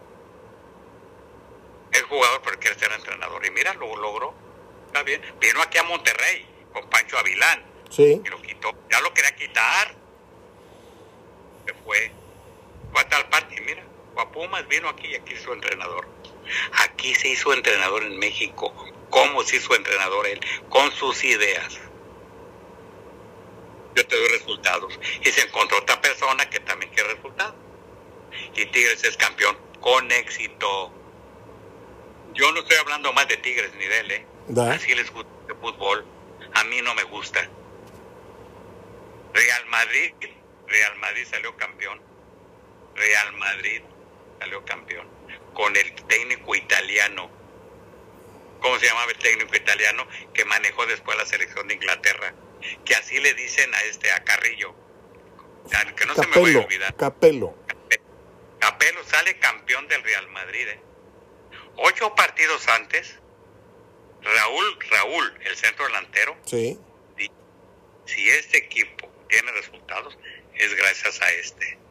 Es jugador, pero quiere ser entrenador. Y mira, lo logró. Está bien. Vino aquí a Monterrey con Pancho Avilán. Sí. Y lo quitó. Ya lo quería quitar. Se fue. Fue a tal parte. Y mira, fue a Pumas, vino aquí y aquí hizo entrenador. Aquí se hizo entrenador en México. ¿Cómo se hizo entrenador él? Con sus ideas. Yo te doy resultados. Y se encontró otra persona que también quiere resultados. Y Tigres es campeón con éxito. Yo no estoy hablando más de Tigres ni de él, Así les gusta el fútbol. A mí no me gusta. Real Madrid salió campeón. Real Madrid salió campeón. Con el técnico italiano. ¿Cómo se llamaba el técnico italiano que manejó después la selección de Inglaterra? Que así le dicen a Carrillo. Que no Capello, se me voy a olvidar. Capello Sale campeón del Real Madrid. 8 partidos antes, Raúl, el centro delantero, sí. Si este equipo tiene resultados, es gracias a este.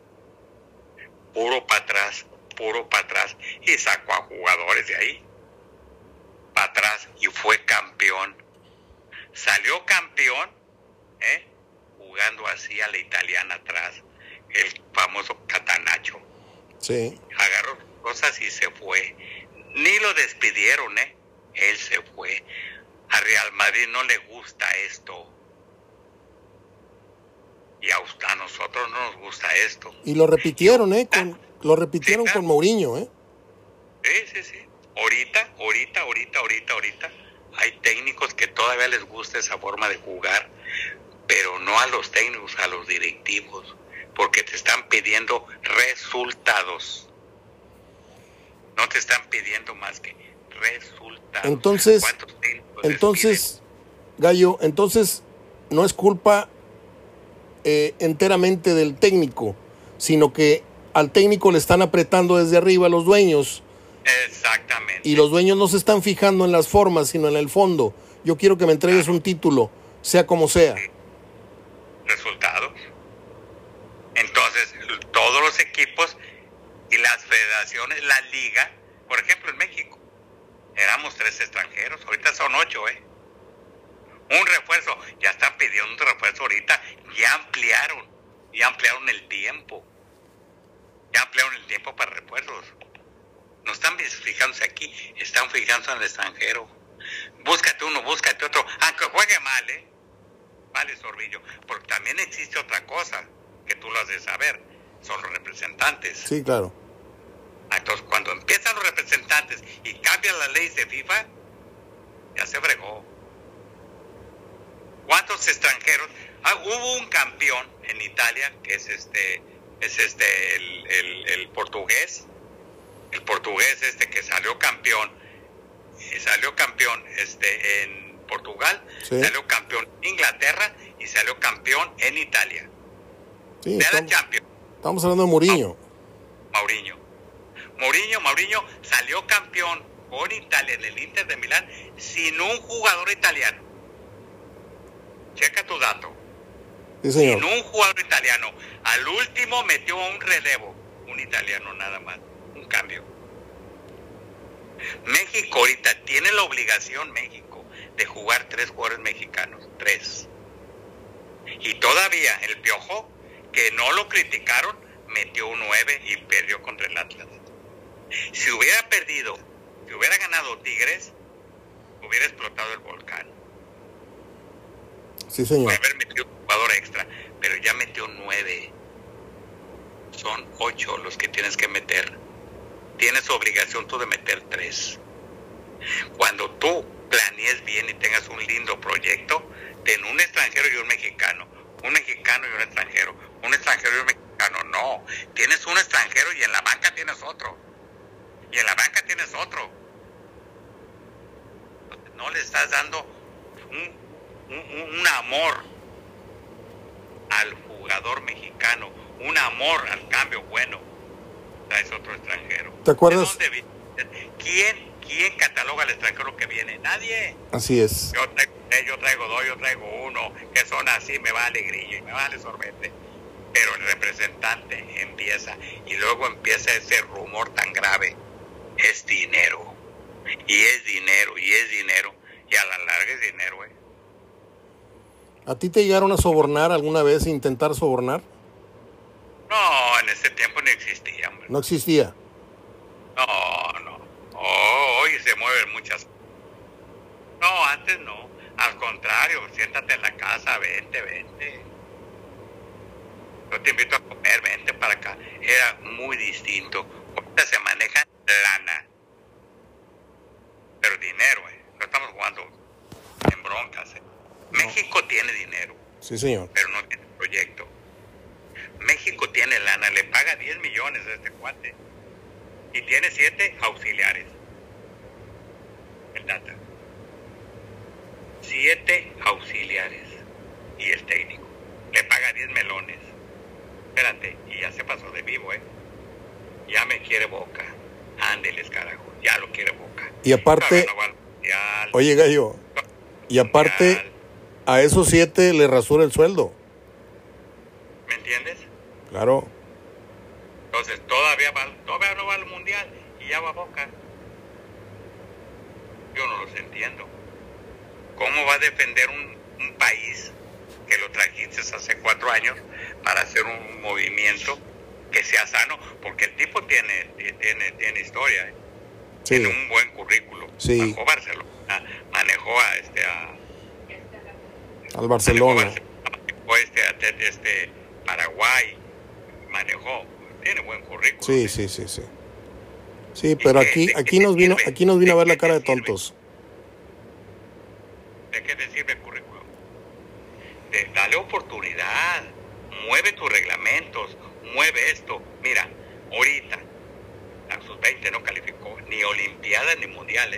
Puro para atrás, y sacó a jugadores de ahí, para atrás, y fue campeón. Salió campeón, jugando así a la italiana atrás, el famoso Catanacho. Sí. Agarró cosas y se fue. Ni lo despidieron, Él se fue. A Real Madrid no le gusta esto. Y a nosotros no nos gusta esto. Y lo repitieron, lo repitieron con Mourinho, Sí. Ahorita, hay técnicos que todavía les gusta esa forma de jugar, pero no a los técnicos, a los directivos, porque te están pidiendo resultados. No te están pidiendo más que resultados. Entonces, Gallo, no es culpa enteramente del técnico, sino que al técnico le están apretando desde arriba los dueños. Exactamente. Y los dueños no se están fijando en las formas, sino en el fondo. Yo quiero que me entregues un título, sea como sea. Resultados. Entonces, todos los equipos y las federaciones, la liga, por ejemplo en México, éramos 3 extranjeros, ahorita son 8, Un refuerzo, ya están pidiendo un refuerzo ahorita, ya ampliaron el tiempo. Ya ampliaron el tiempo para refuerzos. No están fijándose aquí, están fijándose en el extranjero. Búscate uno, búscate otro, aunque juegue mal, Vale, Sorbillo, porque también existe otra cosa que tú lo has de saber, son los representantes. Sí, claro. Entonces, cuando empiezan los representantes y cambian las leyes de FIFA, ya se fregó. ¿Cuántos extranjeros? Hubo un campeón en Italia que es el portugués. El portugués que salió campeón en Portugal, sí. Salió campeón en Inglaterra y salió campeón en Italia. Sí, estamos hablando de Mourinho. Mourinho salió campeón con Italia en el Inter de Milán sin un jugador italiano. Checa tu dato. Sí, señor. Sin un jugador italiano. Al último metió un relevo, un italiano nada más, un cambio. México ahorita tiene la obligación, México, de jugar 3 jugadores mexicanos, 3. Y todavía el Piojo, que no lo criticaron, metió un 9 y perdió contra el Atlas. Si hubiera perdido, si hubiera ganado Tigres, hubiera explotado el volcán. Sí, señor. Puede haber metido un jugador extra, pero ya metió 9. Son 8 los que tienes que meter. Tienes obligación tú de meter 3. Cuando tú planees bien y tengas un lindo proyecto, ten un extranjero y un mexicano y un extranjero, un extranjero y un mexicano. No, tienes un extranjero y en la banca tienes otro. No le estás dando un amor al jugador mexicano, un amor al cambio bueno. Es otro extranjero. ¿Te acuerdas? ¿De dónde viene? ¿Quién cataloga al extranjero que viene? Nadie. Así es. Yo traigo dos, yo traigo uno, que son así, me vale grillo y me vale sorbete. Pero el representante empieza, y luego empieza ese rumor tan grave. Es dinero. Y es dinero, y es dinero. Y a la larga es dinero, ¿A ti te llegaron a sobornar alguna vez, intentar sobornar? No, en ese tiempo no existía, hombre. ¿No existía? No. Hoy se mueven muchas. No, antes no. Al contrario, siéntate en la casa, vente. Yo te invito a comer, vente para acá. Era muy distinto. Ahorita se maneja lana. Pero dinero, no estamos jugando en broncas. No. México tiene dinero. Sí, señor. Pero no tiene proyecto. México tiene lana, le paga 10 millones a este cuate. Y tiene 7 auxiliares. El Tata. 7 auxiliares. Y el técnico. Le paga 10 melones. Espérate, y ya se pasó de vivo, Ya me quiere Boca. Ándeles, carajo. Ya lo quiere Boca. Y aparte... Oye, Gallo. Y aparte, a esos 7 le rasura el sueldo. ¿Me entiendes? Claro. Entonces todavía no va al mundial y ya va a Boca. Yo no los entiendo. ¿Cómo va a defender un país que lo trajiste hace 4 años para hacer un movimiento que sea sano? Porque el tipo tiene historia, Sí. Tiene un buen currículo. Sí. Manejó Barcelona, manejó al Barcelona. Manejó Paraguay, tiene buen currículum. Sí. Sí, pero aquí nos vino a ver la cara de tontos. ¿De qué te sirve el currículum? Dale oportunidad, mueve tus reglamentos, mueve esto. Mira, ahorita la sub-20 no calificó ni olimpiadas ni mundiales.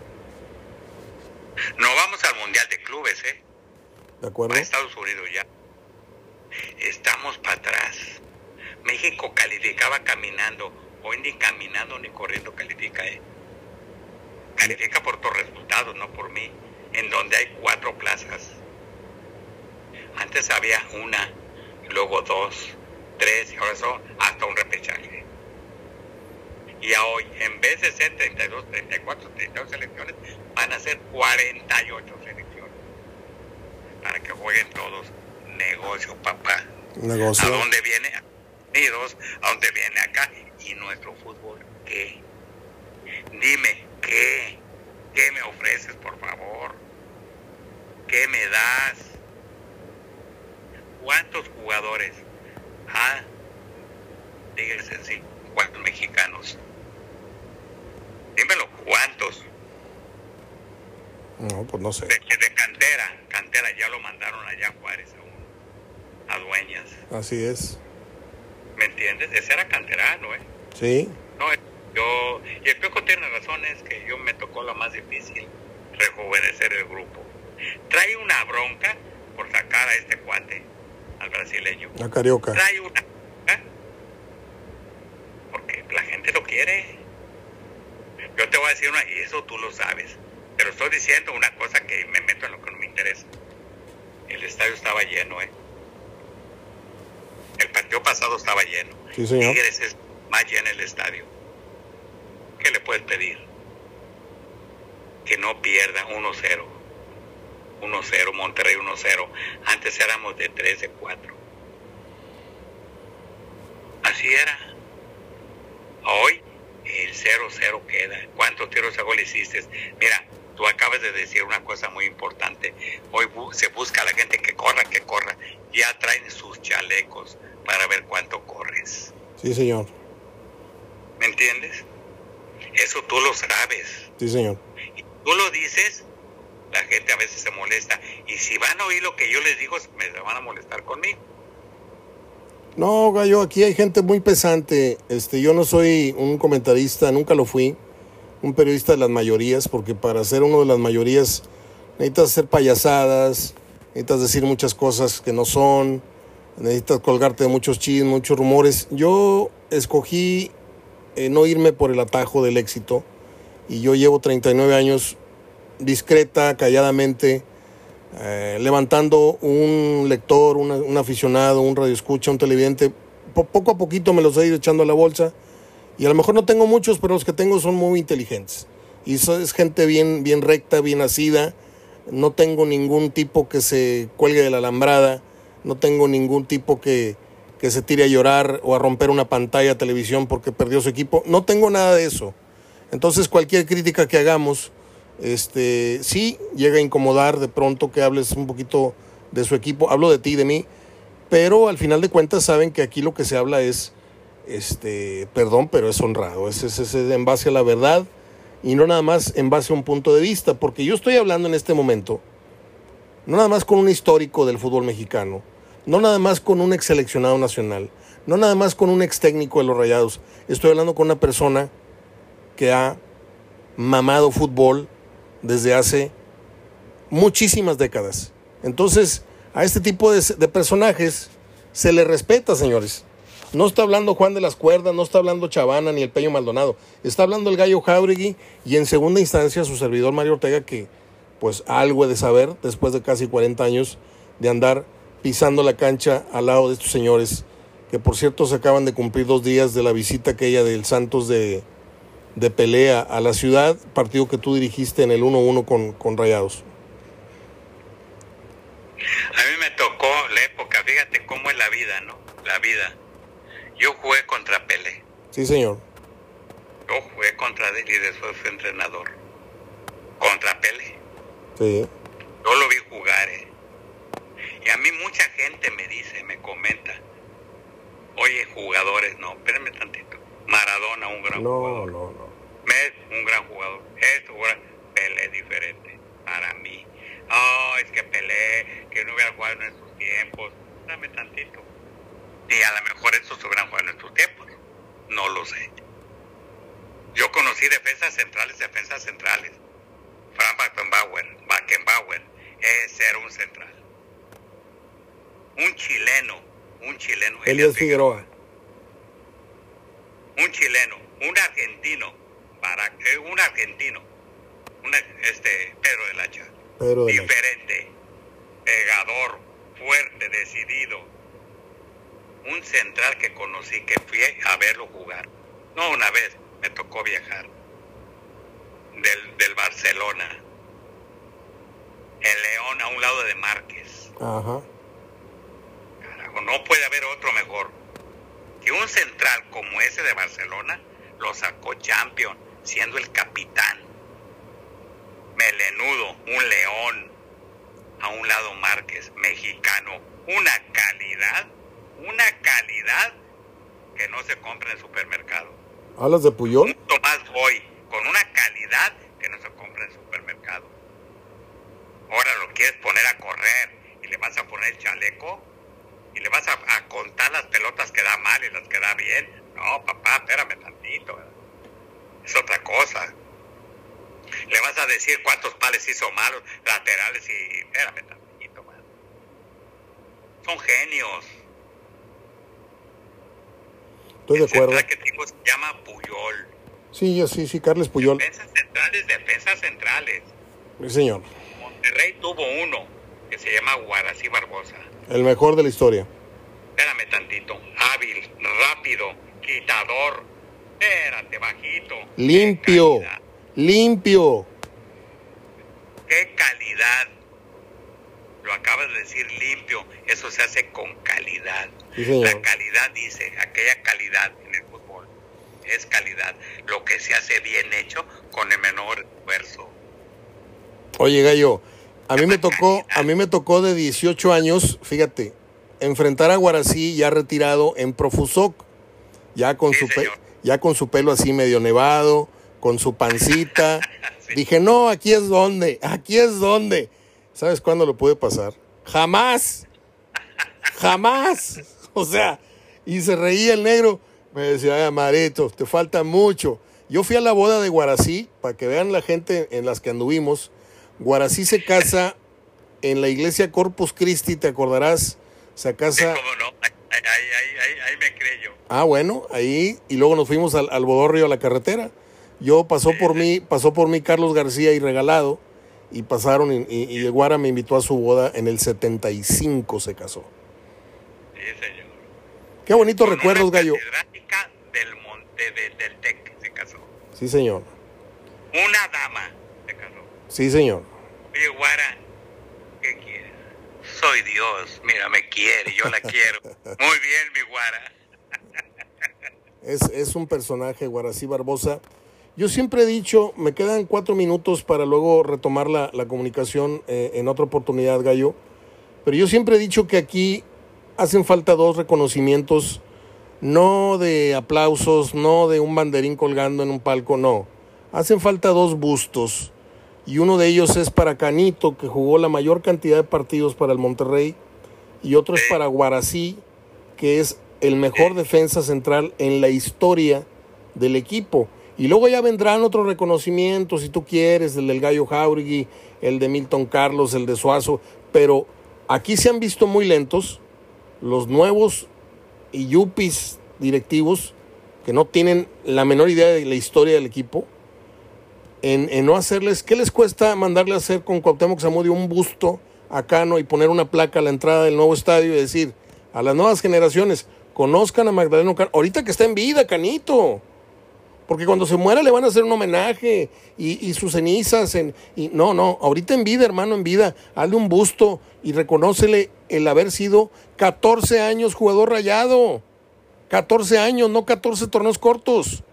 No vamos al mundial de clubes, De acuerdo. Para Estados Unidos ya. Estamos para atrás. México calificaba caminando, hoy ni caminando ni corriendo califica, Califica por tus resultados, no por mí, en donde hay 4 plazas. Antes había 1, luego 2, 3, y ahora son hasta un repechaje. Y a hoy, en vez de ser 32, 34, 32 selecciones, van a ser 48 selecciones. Para que jueguen todos. Negocio, papá. Negocio. ¿A dónde viene? Unidos, ¿a dónde viene acá? ¿Y nuestro fútbol qué? Dime, ¿qué? ¿Qué me ofreces, por favor? ¿Qué me das? ¿Cuántos jugadores? Dígase así, ¿cuántos mexicanos? Dímelo, ¿cuántos? No, pues no sé. De cantera, ya lo mandaron allá a Juárez, a Dueñas. Así es. ¿Me entiendes? Ese era canterano, Sí. No, y el Piojo tiene razón, es que yo me tocó lo más difícil, rejuvenecer el grupo. Trae una bronca por sacar a este cuate, al brasileño. La Carioca. Trae una bronca porque la gente lo quiere. Yo te voy a decir una, y eso tú lo sabes, pero estoy diciendo una cosa que me meto en lo que no me interesa. El estadio estaba lleno, El partido pasado estaba lleno. Sí, señor. Tigres es más lleno el estadio. ¿Qué le puedes pedir? Que no pierda 1-0. 1-0, Monterrey 1-0. Antes éramos de 3, de 4. Así era. Hoy el 0-0 queda. ¿Cuántos tiros a gol hiciste? Mira, tú acabas de decir una cosa muy importante. Hoy se busca a la gente que corra. Ya traen sus chalecos para ver cuánto corres. Sí, señor. ¿Me entiendes? Eso tú lo sabes. Sí, señor. tú lo dices, la gente a veces se molesta. Y si van a oír lo que yo les digo, me van a molestar conmigo. No, Gallo, aquí hay gente muy pesante. Yo no soy un comentarista, nunca lo fui. Un periodista de las mayorías, porque para ser uno de las mayorías necesitas hacer payasadas, necesitas decir muchas cosas que no son, necesitas colgarte de muchos chismes, muchos rumores. Yo escogí no irme por el atajo del éxito, y yo llevo 39 años discreta, calladamente, levantando un lector, un aficionado, un radioescucha, un televidente. Poco a poquito me los he ido echando a la bolsa, y a lo mejor no tengo muchos, pero los que tengo son muy inteligentes, y eso es gente bien recta, bien nacida. No tengo ningún tipo que se cuelgue de la alambrada, no tengo ningún tipo que se tire a llorar o a romper una pantalla de televisión porque perdió su equipo. No tengo nada de eso. Entonces cualquier crítica que hagamos, sí llega a incomodar de pronto que hables un poquito de su equipo. Hablo de ti, de mí, pero al final de cuentas saben que aquí lo que se habla es, perdón, pero es honrado, es en base a la verdad, y no nada más en base a un punto de vista, porque yo estoy hablando en este momento no nada más con un histórico del fútbol mexicano, no nada más con un ex seleccionado nacional, no nada más con un ex técnico de los Rayados. Estoy hablando con una persona que ha mamado fútbol desde hace muchísimas décadas. Entonces, a este tipo de personajes se le respeta, señores. No está hablando Juan de las Cuerdas, no está hablando Chavana ni el Peño Maldonado. Está hablando el Gallo Jáuregui, y en segunda instancia su servidor Mario Ortega, que pues algo he de saber después de casi 40 años de andar pisando la cancha al lado de estos señores, que por cierto se acaban de cumplir 2 días de la visita aquella del Santos de Pelea a la ciudad, partido que tú dirigiste en el 1-1 con Rayados. A mí me tocó la época, fíjate cómo es la vida, ¿no? La vida. Yo jugué contra Pelé. Sí, señor. Yo jugué contra él y después fui entrenador. Contra Pelé. Sí. Yo lo vi jugar, Y a mí mucha gente me dice, me comenta, oye, jugadores, no, espérame tantito. Maradona, un gran jugador. No. Messi, un gran jugador. Pelé diferente, para mí. Es que Pelé, que no hubiera jugado en estos tiempos. Dame tantito. Y a lo mejor estos hubieran jugado en estos tiempos. No lo sé. Yo conocí defensas centrales. Frank Beckenbauer, ese era un central. Un chileno. Elías Figueroa. Un chileno, un argentino, Pedro del Hacha. Diferente, pegador, fuerte, decidido. Un central que conocí, que fui a verlo jugar. No una vez, me tocó viajar. Del Barcelona. El León a un lado de Márquez. Ajá. Carajo, no puede haber otro mejor. Que un central como ese de Barcelona lo sacó Champions, siendo el capitán. Melenudo, un León. A un lado Márquez, mexicano. Una calidad que no se compra en el supermercado. ¿Hablas de Puyol? Mucho más voy, con una calidad que no se compra en el supermercado. Ahora lo quieres poner a correr y le vas a poner el chaleco y le vas a contar las pelotas que da mal y las que da bien. No, papá, espérame tantito. Es otra cosa. Le vas a decir cuántos pales hizo malos, laterales, y espérame tantito, man. Son genios. Estoy de acuerdo. El que tipo se llama Puyol. Sí, Carles Puyol. Defensas centrales. Sí, señor. Monterrey tuvo uno que se llama Guarací Barbosa. El mejor de la historia. Espérame tantito. Hábil, rápido, quitador. Espérate, bajito. Limpio. ¡Qué calidad! Lo acabas de decir, limpio. Eso se hace con calidad. Sí, señor. La calidad, dice, aquella calidad en el fútbol es calidad. Lo que se hace bien hecho con el menor esfuerzo. Oye, Gallo, a mí me tocó de 18 años, fíjate, enfrentar a Guarací ya retirado en Profusoc, ya con su pelo así medio nevado, con su pancita, Dije, no, aquí es donde. ¿Sabes cuándo lo pude pasar? Jamás. O sea, y se reía el negro. Me decía, ay, Amarito, te falta mucho. Yo fui a la boda de Guarací, para que vean la gente en las que anduvimos. Guarací se casa en la iglesia Corpus Christi, ¿te acordarás? Se casa... Sí, cómo no, ahí me creo. Ah, bueno, ahí, y luego nos fuimos al Bodorrio, a la carretera. Pasó por mí Carlos García y Regalado, y pasaron, y el Guara me invitó a su boda en el 75, se casó. Sí, señor. Qué bonitos recuerdos, Gallo. Del TEC se casó. Sí, señor. Una dama se casó. Sí, señor. Oye, Guara, ¿qué quieres? Soy Dios, mira, me quiere, yo la quiero. Muy bien, mi Guara. Es un personaje, Guarací Barbosa. Yo siempre he dicho, me quedan 4 minutos para luego retomar la comunicación en otra oportunidad, Gallo. Pero yo siempre he dicho que aquí hacen falta 2 reconocimientos, no de aplausos, no de un banderín colgando en un palco, no. Hacen falta 2 bustos. Y uno de ellos es para Canito, que jugó la mayor cantidad de partidos para el Monterrey. Y otro es para Guarací, que es el mejor defensa central en la historia del equipo. Y luego ya vendrán otros reconocimientos, si tú quieres, el del Gallo Jáuregui, el de Milton Carlos, el de Suazo. Pero aquí se han visto muy lentos los nuevos y yuppies directivos que no tienen la menor idea de la historia del equipo, en no hacerles. ¿Qué les cuesta mandarle a hacer con Cuauhtémoc Zamudio un busto a Cano y poner una placa a la entrada del nuevo estadio y decir a las nuevas generaciones, conozcan a Magdaleno Cano, ahorita que está en vida, Canito, porque cuando se muera le van a hacer un homenaje y sus cenizas, no, ahorita en vida, hermano, en vida, hazle un busto y reconócele el haber sido 14 años jugador Rayado, 14 años, no 14 torneos cortos.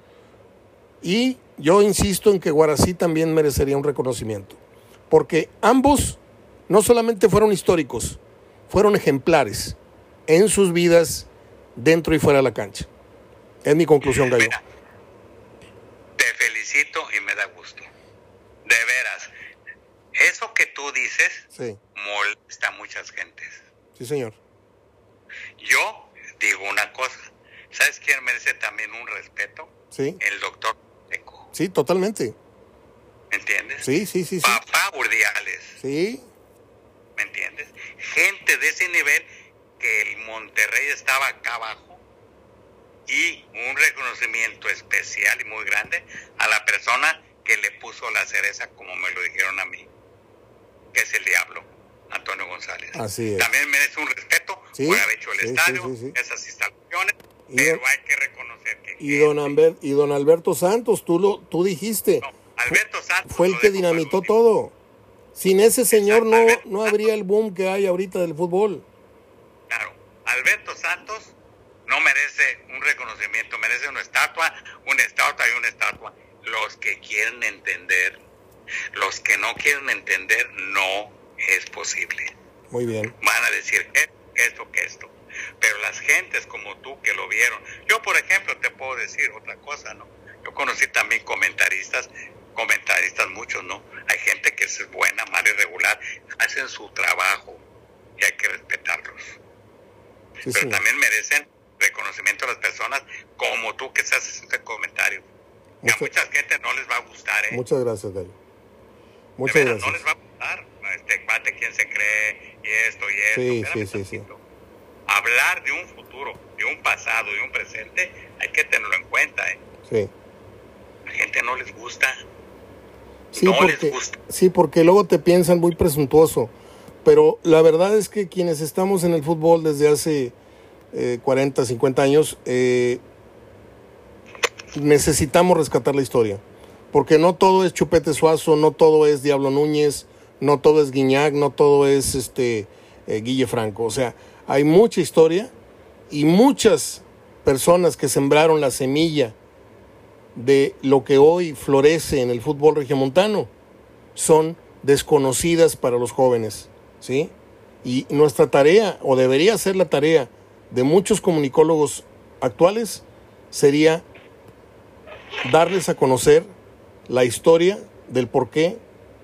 Y yo insisto en que Guarací también merecería un reconocimiento, porque ambos no solamente fueron históricos, fueron ejemplares en sus vidas dentro y fuera de la cancha. Es mi conclusión, Gallo. Mira, te felicito y me da gusto. De veras, eso que tú dices molesta a muchas gentes. Sí, señor. Yo digo una cosa. ¿Sabes quién merece también un respeto? Sí. El doctor Eco. Sí, totalmente. ¿Me entiendes? Sí. Papá Urdiales. Sí. ¿Me entiendes? Gente de ese nivel que el Monterrey estaba acá abajo, y un reconocimiento especial y muy grande a la persona que le puso la cereza, como me lo dijeron a mí, que es el Diablo, Antonio González. Así es. También merece un respeto por haber hecho el estadio, esas instalaciones, pero hay que reconocer que... Y don Alberto Santos, tú dijiste, no, Alberto Santos fue el que dinamitó todo. Sin ese señor no habría el boom que hay ahorita del fútbol. Claro, Alberto Santos no merece un reconocimiento, merece una estatua y una estatua. Los que quieren entender, los que no quieren entender, no es posible. Muy bien. Van a decir que esto. Pero las gentes como tú que lo vieron, yo por ejemplo te puedo decir otra cosa, ¿no? Yo conocí también comentaristas muchos, ¿no? Hay gente que es buena, mala y regular, hacen su trabajo y hay que respetarlos. Sí, pero también merecen reconocimiento a las personas como tú que haces este comentario. Que a mucha gente no les va a gustar, ¿eh? Muchas gracias, Gallo. Muchas gracias. No les va a gustar. Cuate, quién se cree y esto. Sí. Hablar de un futuro, de un pasado, de un presente, hay que tenerlo en cuenta, ¿eh? Sí. A la gente no les gusta. Les gusta. Sí, porque luego te piensan muy presuntuoso. Pero la verdad es que quienes estamos en el fútbol desde hace 40, 50 años, necesitamos rescatar la historia. Porque no todo es Chupete Suazo, no todo es Diablo Núñez, no todo es Guiñac, no todo es Guille Franco. O sea, hay mucha historia y muchas personas que sembraron la semilla de lo que hoy florece en el fútbol regiomontano son desconocidas para los jóvenes, ¿sí? Y nuestra tarea, o debería ser la tarea de muchos comunicólogos actuales, sería darles a conocer la historia del por qué.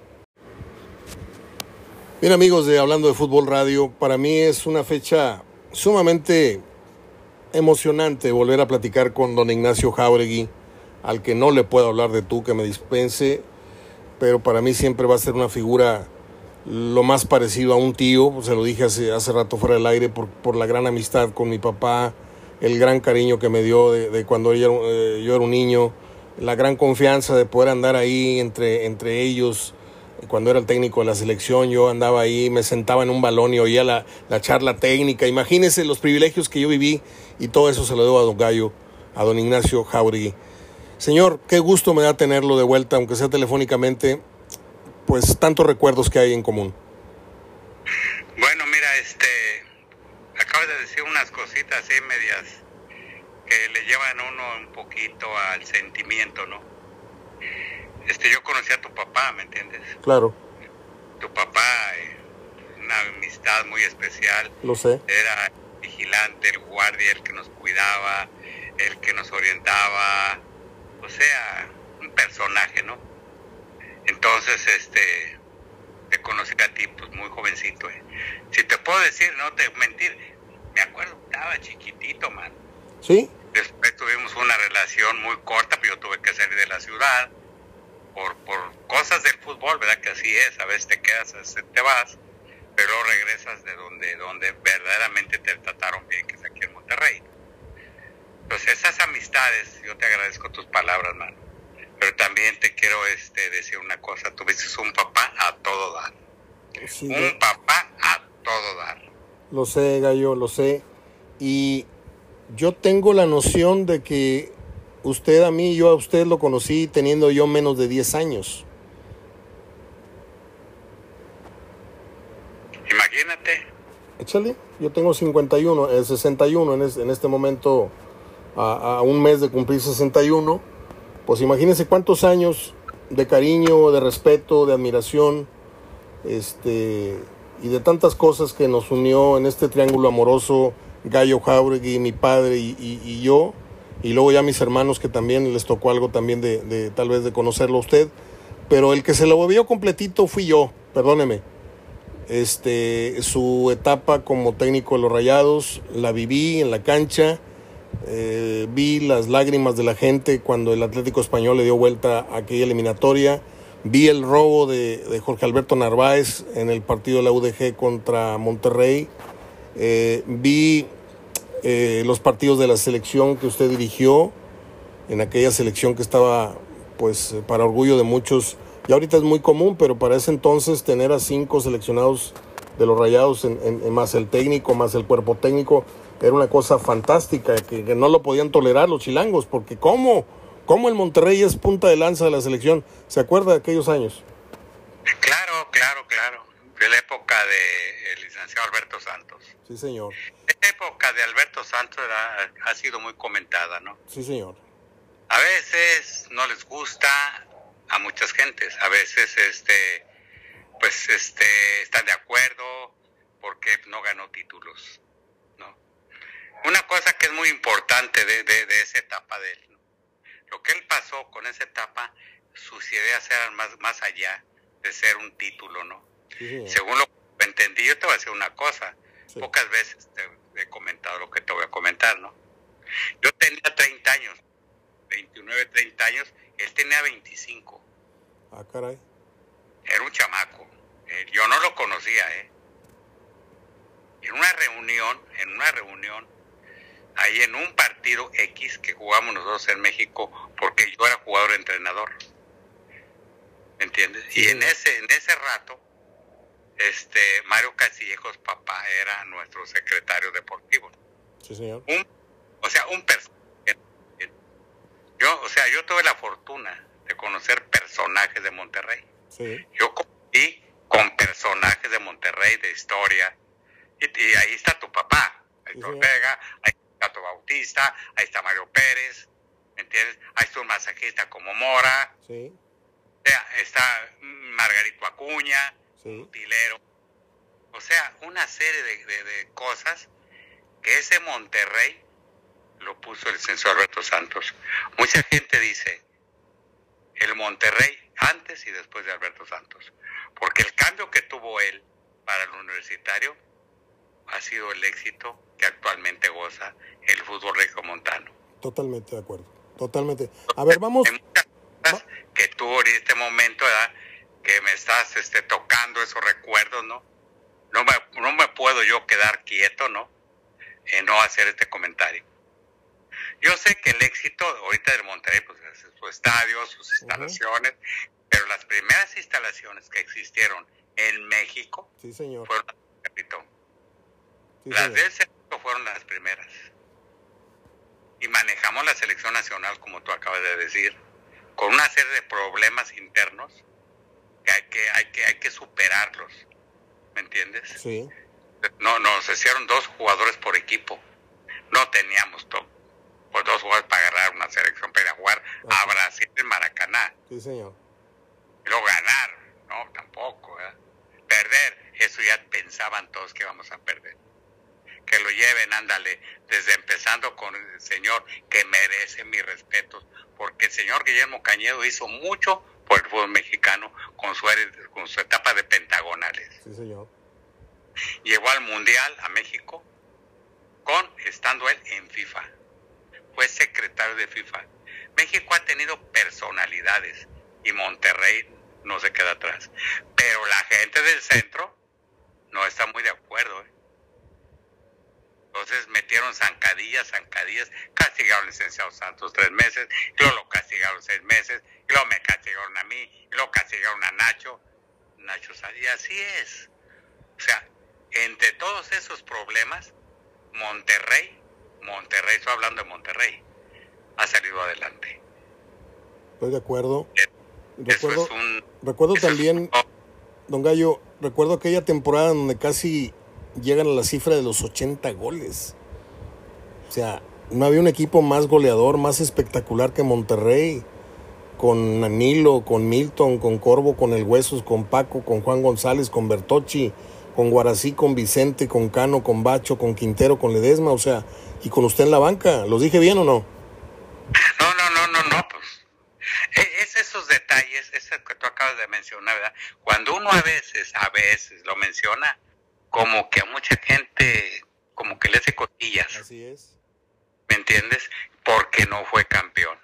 Bien, amigos de Hablando de Fútbol Radio, para mí es una fecha sumamente emocionante volver a platicar con don Ignacio Jáuregui, al que no le puedo hablar de tú, que me dispense, pero para mí siempre va a ser una figura lo más parecido a un tío. Se lo dije hace rato fuera del aire, por la gran amistad con mi papá, el gran cariño que me dio de cuando yo era un niño, la gran confianza de poder andar ahí entre ellos. Cuando era el técnico de la selección, yo andaba ahí, me sentaba en un balón y oía la charla técnica. Imagínense los privilegios que yo viví, y todo eso se lo debo a don Gallo, a don Ignacio Jáuregui. Señor, qué gusto me da tenerlo de vuelta, aunque sea telefónicamente, pues tantos recuerdos que hay en común. Bueno, mira, acabas de decir unas cositas así medias que le llevan a uno un poquito al sentimiento, ¿no? Yo conocí a tu papá, ¿me entiendes? Claro. Tu papá, una amistad muy especial. Lo sé. Era el vigilante, el guardia, el que nos cuidaba, el que nos orientaba, o sea, un personaje, ¿no? Entonces, te conocí a ti, pues, muy jovencito, Si te puedo decir, no te mentir, me acuerdo, estaba chiquitito, man. ¿Sí? Después tuvimos una relación muy corta, pero yo tuve que salir de la ciudad por cosas del fútbol, ¿verdad? Que así es, a veces te quedas, a veces te vas, pero luego regresas de donde verdaderamente te trataron bien, que es aquí en Monterrey. Entonces, esas amistades, yo te agradezco tus palabras, mano. Pero también te quiero decir una cosa, tuviste un papá a todo dar. Sí, un papá a todo dar. Lo sé, Gallo, lo sé. Y yo tengo la noción de que usted a mí, yo a usted lo conocí teniendo yo menos de 10 años. Imagínate. Échale, yo tengo 61 en este momento, a un mes de cumplir 61. Pues imagínense cuántos años de cariño, de respeto, de admiración, y de tantas cosas que nos unió en este triángulo amoroso, Gallo Jáuregui, mi padre y yo. Y luego ya mis hermanos, que también les tocó algo también de tal vez de conocerlo a usted. Pero el que se lo vio completito fui yo, perdóneme. Su etapa como técnico de los Rayados la viví en la cancha. Vi las lágrimas de la gente cuando el Atlético Español le dio vuelta a aquella eliminatoria. Vi el robo de Jorge Alberto Narváez en el partido de la UDG contra Monterrey. Vi los partidos de la selección que usted dirigió, en aquella selección que estaba, pues, para orgullo de muchos. Y ahorita es muy común, pero para ese entonces tener a 5 seleccionados de los Rayados, más el técnico, más el cuerpo técnico, era una cosa fantástica, que no lo podían tolerar los chilangos, porque ¿cómo el Monterrey es punta de lanza de la selección? ¿Se acuerda de aquellos años? Claro. De la época del licenciado Alberto Santos. Sí, señor. Esta época de Alberto Santos ha sido muy comentada, ¿no? Sí, señor. A veces no les gusta a muchas gentes, a veces están de acuerdo porque no ganó títulos, ¿no? Una cosa que es muy importante de esa etapa de él, ¿no? Lo que él pasó con esa etapa, sus ideas eran más allá de ser un título, ¿no? Sí. Según lo que entendí, yo te voy a decir una cosa. Sí. Pocas veces te he comentado lo que te voy a comentar, ¿no? Yo tenía 30 años, 29, 30 años, él tenía 25. Ah, caray. Era un chamaco. Yo no lo conocía, En una reunión, ahí en un partido X que jugamos nosotros en México, porque yo era jugador-entrenador. ¿Me entiendes? Sí. Y en ese rato, Mario Castillejos, papá, era nuestro secretario deportivo. Sí, señor. Un personaje. Yo tuve la fortuna de conocer personajes de Monterrey. Sí. Yo conocí con personajes de Monterrey, de historia, y ahí está tu papá, ahí está Ortega, ahí está tu Bautista, ahí está Mario Pérez, ¿me entiendes? Ahí está un masajista como Mora. Sí. O sea, está Margarito Acuña, sí. Utilero. O sea, una serie de cosas que ese Monterrey lo puso el licenciado Alberto Santos. Mucha gente dice, el Monterrey antes y después de Alberto Santos. Porque el cambio que tuvo él para el Universitario ha sido el éxito que actualmente goza el fútbol regiomontano. Totalmente de acuerdo, totalmente. A ver, vamos. Hay muchas cosas que tú en este momento, ¿verdad?, que me estás tocando esos recuerdos, ¿no? No me puedo yo quedar quieto, ¿no?, en no hacer este comentario. Yo sé que el éxito ahorita del Monterrey, pues es su estadio, sus instalaciones, pero las primeras instalaciones que existieron en México, sí, señor, fueron las del Cerrito, fueron las primeras. Y manejamos la selección nacional, como tú acabas de decir, con una serie de problemas internos que hay que superarlos, ¿me entiendes? Sí. No, nos hicieron 2 jugadores por equipo. No teníamos pues 2 jugadores para agarrar una selección para ir a jugar a Brasil en Maracaná. Sí, señor. Y luego ganar, no, tampoco, ¿verdad? Perder, eso ya pensaban todos que íbamos a perder. Que lo lleven, ándale, desde empezando con el señor que merece mis respetos, porque el señor Guillermo Cañedo hizo mucho por el fútbol mexicano con su etapa de pentagonales. Sí, señor. Llegó al Mundial a México estando él en FIFA. Fue secretario de FIFA. México ha tenido personalidades y Monterrey no se queda atrás. Pero la gente del centro no está muy de acuerdo, Entonces metieron zancadillas, castigaron al licenciado Santos 3 meses, y luego lo castigaron 6 meses, y luego me castigaron a mí, y luego castigaron a Nacho y así es. O sea, entre todos esos problemas, Monterrey, estoy hablando de Monterrey, ha salido adelante. Estoy de acuerdo. Recuerdo también, don Gallo, recuerdo aquella temporada donde casi llegan a la cifra de los 80 goles. O sea, no había un equipo más goleador, más espectacular que Monterrey. Con Anilo, con Milton, con Corvo, con El Huesos, con Paco, con Juan González, con Bertocci, con Guarací, con Vicente, con Cano, con Bacho, con Quintero, con Ledesma, o sea, y con usted en la banca. ¿Los dije bien o no? No, pues es esos detalles, eso que tú acabas de mencionar, ¿verdad? Cuando uno a veces lo menciona, como que a mucha gente como que le hace cosquillas. Así es. ¿Me entiendes? Porque no fue campeón.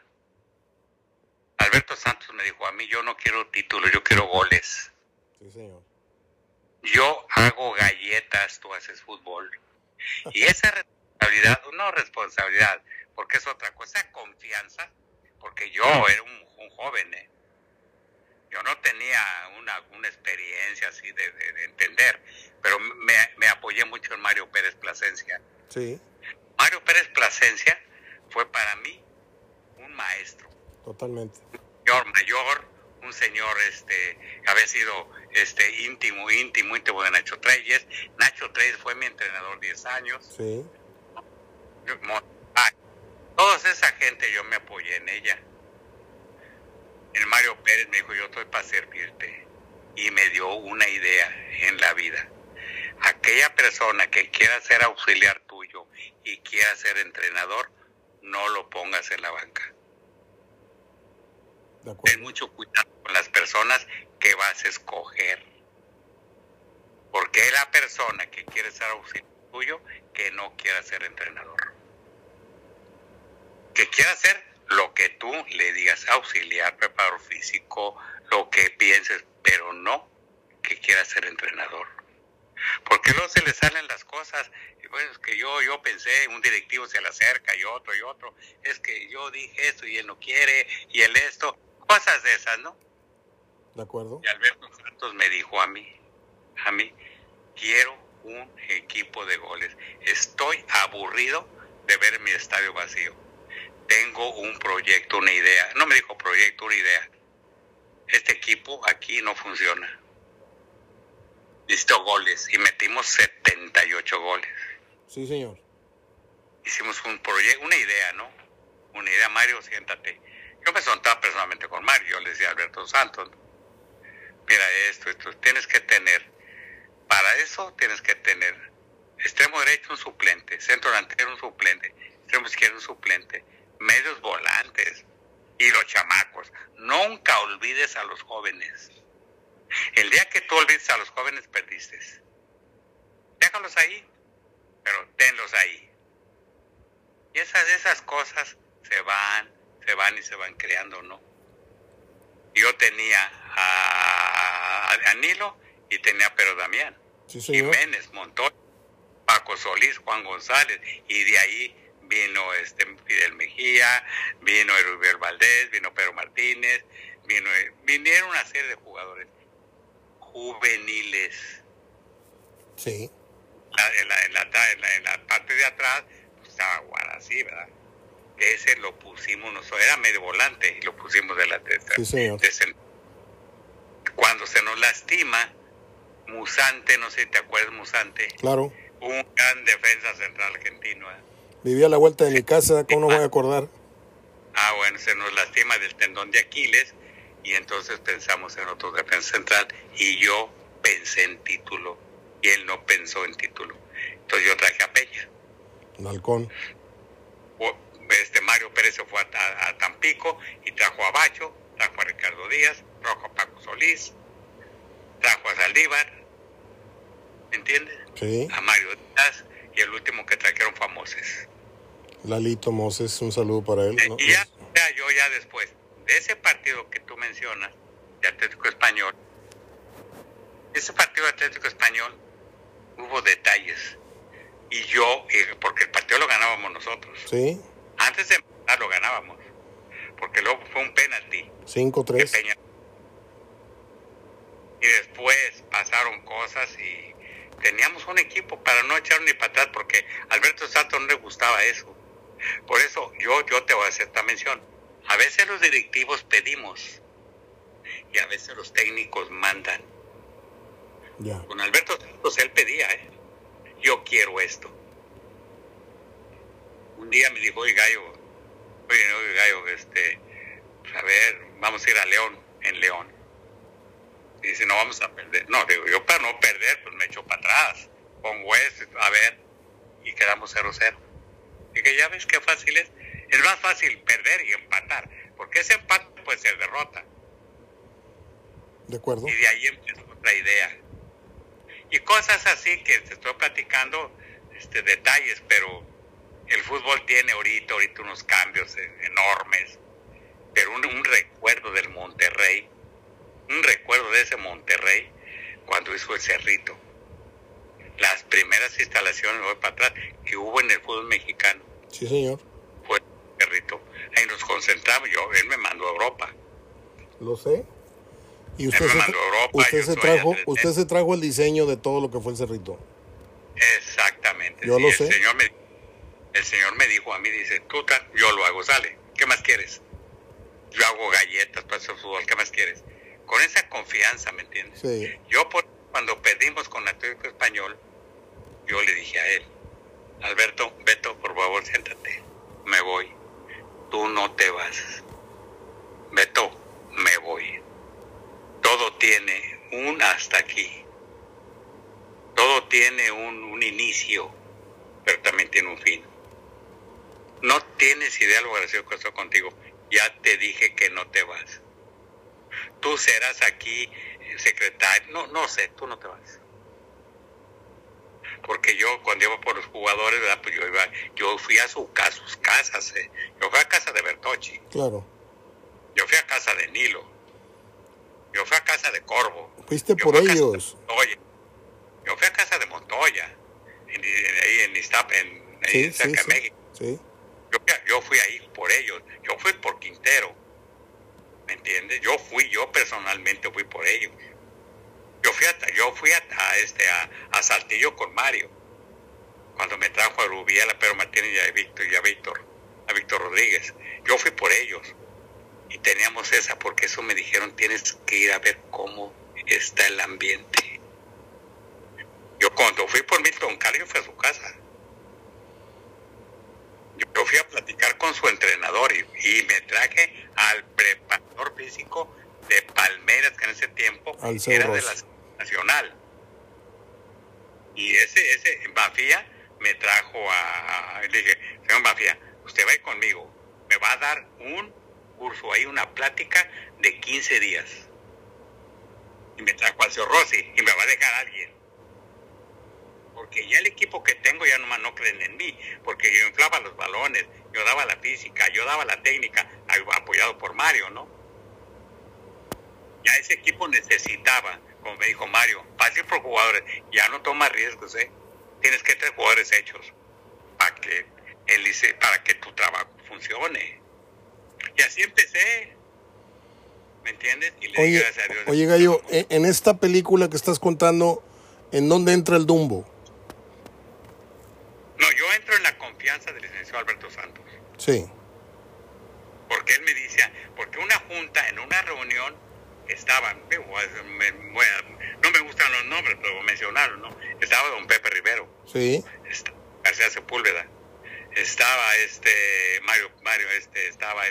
Alberto Santos me dijo a mí, yo no quiero títulos, yo quiero goles. Sí, señor. Yo hago galletas, tú haces fútbol. Y esa responsabilidad, porque es otra cosa, confianza, porque yo era un joven, Yo no tenía una experiencia así de entender, pero me apoyé mucho en Mario Pérez Plasencia. Sí. Mario Pérez Plasencia fue para mí un maestro. Totalmente. Un señor mayor, un señor que había sido íntimo de Nacho Treyes. Nacho Treyes fue mi entrenador 10 años. Sí. Toda esa gente yo me apoyé en ella. El Mario Pérez me dijo, yo estoy para servirte. Y me dio una idea en la vida. Aquella persona que quiera ser auxiliar tuyo y quiera ser entrenador, no lo pongas en la banca. Ten mucho cuidado con las personas que vas a escoger. Porque es la persona que quiere ser auxiliar tuyo que no quiera ser entrenador. Que quiera ser lo que tú le digas, auxiliar, preparador físico, lo que pienses, pero no que quiera ser entrenador. Porque luego se le salen las cosas. Bueno, es que yo pensé, un directivo se le acerca y otro, es que yo dije esto y él no quiere, y él esto, cosas de esas, ¿no? De acuerdo. Y Alberto Santos me dijo a mí, quiero un equipo de goles. Estoy aburrido de ver mi estadio vacío. Tengo un proyecto, una idea. No me dijo proyecto, una idea. Este equipo aquí no funciona. Necesito goles. Y metimos 78 goles. Sí, señor. Hicimos un proyecto, una idea, ¿no? Una idea, Mario, siéntate. Yo me sentaba personalmente con Mario. Yo le decía a Alberto Santos, mira esto. Tienes que tener, para eso tienes que tener extremo derecho un suplente, centro delantero un suplente, extremo izquierdo un suplente, medios volantes, Y los chamacos, nunca olvides a los jóvenes. El día que tú olvides a los jóvenes, perdiste. Déjalos ahí, pero tenlos ahí. Y esas cosas se van y se van creando, ¿no? Yo tenía a Nilo y tenía a Pedro Damián, sí, Jiménez, Montoya, Paco Solís, Juan González, y de ahí vino Fidel Mejía, vino Erubiel Valdés, vino Pedro Martínez, vinieron una serie de jugadores juveniles. Sí. En la parte de atrás pues, estaba Guarasí, ¿verdad? Ese lo pusimos nosotros, era medio volante y lo pusimos de la tercera. Sí, señor. Cuando se nos lastima, Musante, no sé si te acuerdas, Musante. Claro. Un gran defensa central argentino. Vivía a la vuelta de mi casa, ¿cómo no voy a acordar? Ah, bueno, se nos lastima del tendón de Aquiles y entonces pensamos en otro defensa central y yo pensé en título y él no pensó en título. Entonces yo traje a Peña. Un halcón. Mario Pérez se fue a Tampico y trajo a Bacho, trajo a Ricardo Díaz, trajo a Paco Solís, trajo a Saldívar, ¿me entiendes? Sí. A Mario Díaz y el último que trajeron fue a Moses. Lalito Moses, un saludo para él. Y ya después de ese partido que tú mencionas, de Atlético Español, ese partido de Atlético Español hubo detalles. Y yo, porque el partido lo ganábamos nosotros. Sí. Antes de empezar lo ganábamos. Porque luego fue un penalti. 5-3. Y después pasaron cosas y teníamos un equipo para no echar ni para atrás porque a Alberto Santos no le gustaba eso. Por eso yo te voy a hacer esta mención. A veces los directivos pedimos y a veces los técnicos mandan. Ya. Con Alberto Santos él pedía, yo quiero esto. Un día me dijo, oye Gallo, a ver, vamos a ir a León, en León. Y dice, no vamos a perder. No, digo, yo para no perder, pues me echo para atrás, pongo esto, a ver, y quedamos 0-0. Dije, ya ves qué fácil es. Es más fácil perder y empatar, porque ese empate puede ser derrota. De acuerdo. Y de ahí empezó otra idea. Y cosas así que te estoy platicando, detalles, pero el fútbol tiene ahorita unos cambios enormes. Pero un recuerdo del Monterrey, un recuerdo de ese Monterrey cuando hizo el Cerrito. Las primeras instalaciones, voy para atrás, que hubo en el fútbol mexicano. Sí, señor. Fue el Cerrito. Ahí nos concentramos, él me mandó a Europa. Lo sé. Y usted se trajo el diseño de todo lo que fue el Cerrito. Exactamente. Yo lo sé. El señor me dijo a mí, dice, yo lo hago, sale. ¿Qué más quieres? Yo hago galletas para hacer fútbol, ¿qué más quieres? Con esa confianza, ¿me entiendes? Sí. Yo cuando perdimos con Atlético Español, yo le dije a él, Beto, por favor, siéntate. Me voy. Tú no te vas. Beto, me voy. Todo tiene un hasta aquí. Todo tiene un inicio, pero también tiene un fin. No tienes idea lo gracioso que estoy contigo. Ya te dije que no te vas. Tú serás aquí secretario. No sé, tú no te vas. Porque yo cuando iba por los jugadores, ¿verdad? Pues yo fui a sus casas. Yo fui a casa de Bertocci. Claro. Yo fui a casa de Nilo. Yo fui a casa de Corvo. Fuiste por ellos. Yo fui a casa de Montoya, ahí en Iztapa, en cerca de México. Sí. Yo fui ahí por ellos. Yo fui por Quintero. ¿Me entiendes? Yo personalmente fui por ellos. Yo fui a Saltillo con Mario. Cuando me trajo a Rubiela, a Pedro Martínez y a Víctor Rodríguez. Yo fui por ellos. Y teníamos esa, porque eso me dijeron, tienes que ir a ver cómo está el ambiente. Yo cuando fui por Milton Carlos, fui a su casa. Yo fui a platicar con su entrenador y me traje al preparador físico de Palmeiras, que en ese tiempo era de la Nacional. Y ese Bafía me trajo le dije, señor Bafía, usted va a ir conmigo, me va a dar un curso ahí, una plática de 15 días. Y me trajo al señor Rossi y me va a dejar alguien. Porque ya el equipo que tengo ya nomás no creen en mí, porque yo inflaba los balones, yo daba la física, yo daba la técnica, apoyado por Mario, ¿no? Ya ese equipo necesitaba, como me dijo Mario, fácil por jugadores, ya no toma riesgos, tienes que tener jugadores hechos para que tu trabajo funcione. Y así empecé, ¿me entiendes? Y le di gracias a Dios. Oye, Gallo, en esta película que estás contando, ¿en dónde entra el Dumbo? No, yo entro en la confianza del licenciado Alberto Santos. Sí. Porque él me dice, porque una junta, en una reunión, estaban, no me gustan los nombres, pero mencionaron, ¿no? Estaba don Pepe Rivero. Sí. García Sepúlveda. Estaba Mario, estaba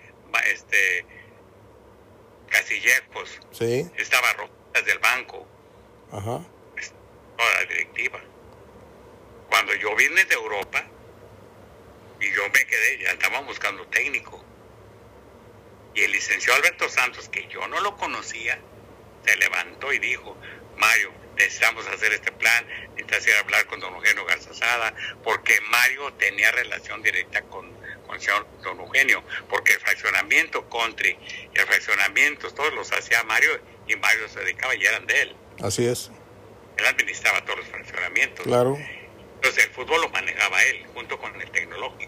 Casillejos. Sí. Estaba Rojas del Banco. Ajá. Toda la directiva. Cuando yo vine de Europa y yo me quedé, ya estaban buscando técnico. Y el licenciado Alberto Santos, que yo no lo conocía, se levantó y dijo, Mario, necesitamos hacer este plan, necesitas ir a hablar con don Eugenio Garzazada, porque Mario tenía relación directa con el señor don Eugenio, porque el fraccionamiento country y el fraccionamiento, todos los hacía Mario, y Mario se dedicaba y eran de él. Así es. Él administraba todos los fraccionamientos. Claro. Entonces el fútbol lo manejaba él, junto con el tecnológico.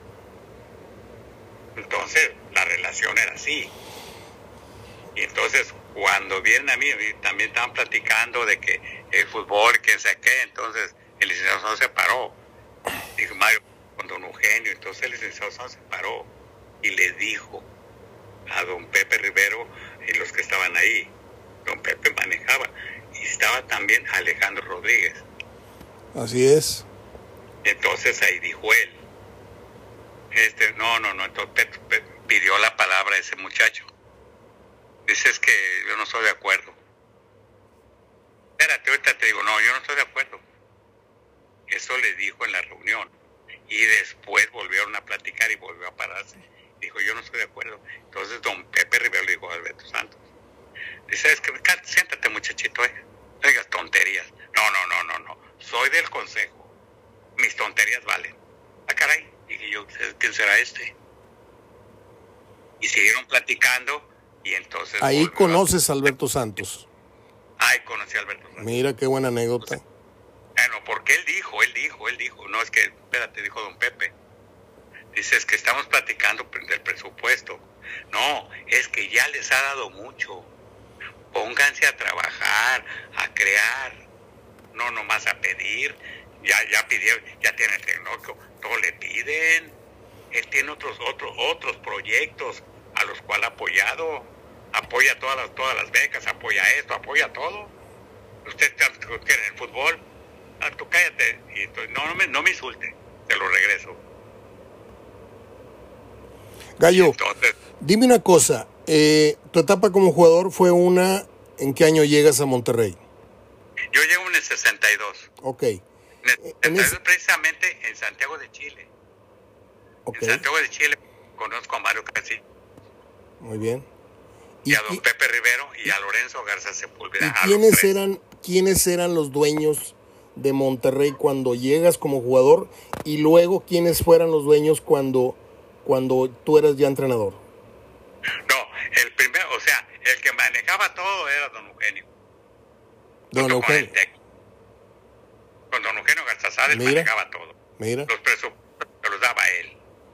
Entonces la relación era así. Y entonces cuando vienen a mí, también estaban platicando de que el fútbol, quién sabe qué, entonces el licenciado Santos se paró. Dijo Mario, con don Eugenio, entonces el licenciado Santos se paró y le dijo a don Pepe Rivero y los que estaban ahí, don Pepe manejaba, y estaba también Alejandro Rodríguez. Así es. Entonces ahí dijo él, no, entonces pidió la palabra a ese muchacho. Dice, es que yo no estoy de acuerdo. Espérate, ahorita te digo, no, yo no estoy de acuerdo. Eso le dijo en la reunión. Y después volvieron a platicar y volvió a pararse. Dijo, yo no estoy de acuerdo. Entonces don Pepe Rivero le dijo a Alberto Santos. Dice, es que siéntate muchachito, no digas tonterías. No. Soy del consejo. Mis tonterías valen. Ah, caray. Dije yo, ¿quién será este? Y siguieron platicando y entonces... Ahí conoces a Alberto Santos. Ahí conocí a Alberto Santos. Mira qué buena anécdota. Bueno, porque él dijo, no es que, espérate, dijo don Pepe. Dice, es que estamos platicando del presupuesto. No, es que ya les ha dado mucho. Pónganse a trabajar, a crear. No nomás a pedir, ya pidieron, ya tienen tecnológico, todo le piden. Él tiene otros proyectos a los cuales ha apoyado, apoya todas las becas, apoya esto, apoya todo. Usted tiene el fútbol, tú cállate, y entonces, no me insulte, te lo regreso. Gallo, entonces, dime una cosa, tu etapa como jugador fue ¿en qué año llegas a Monterrey? Yo llego en el 62. Ok. Precisamente en Santiago de Chile. Okay. En Santiago de Chile conozco a Mario Casí. Muy bien. Y a don Pepe Rivero y a Lorenzo Garza Sepúlveda. ¿Y quiénes eran los dueños de Monterrey cuando llegas como jugador? Y luego, ¿quiénes fueran los dueños cuando tú eras ya entrenador? No, el primero, o sea, el que manejaba todo era don Eugenio. Don Eugenio. Con don Eugenio Garzazada él manejaba todo. Mira. Los presupuestos los daba él.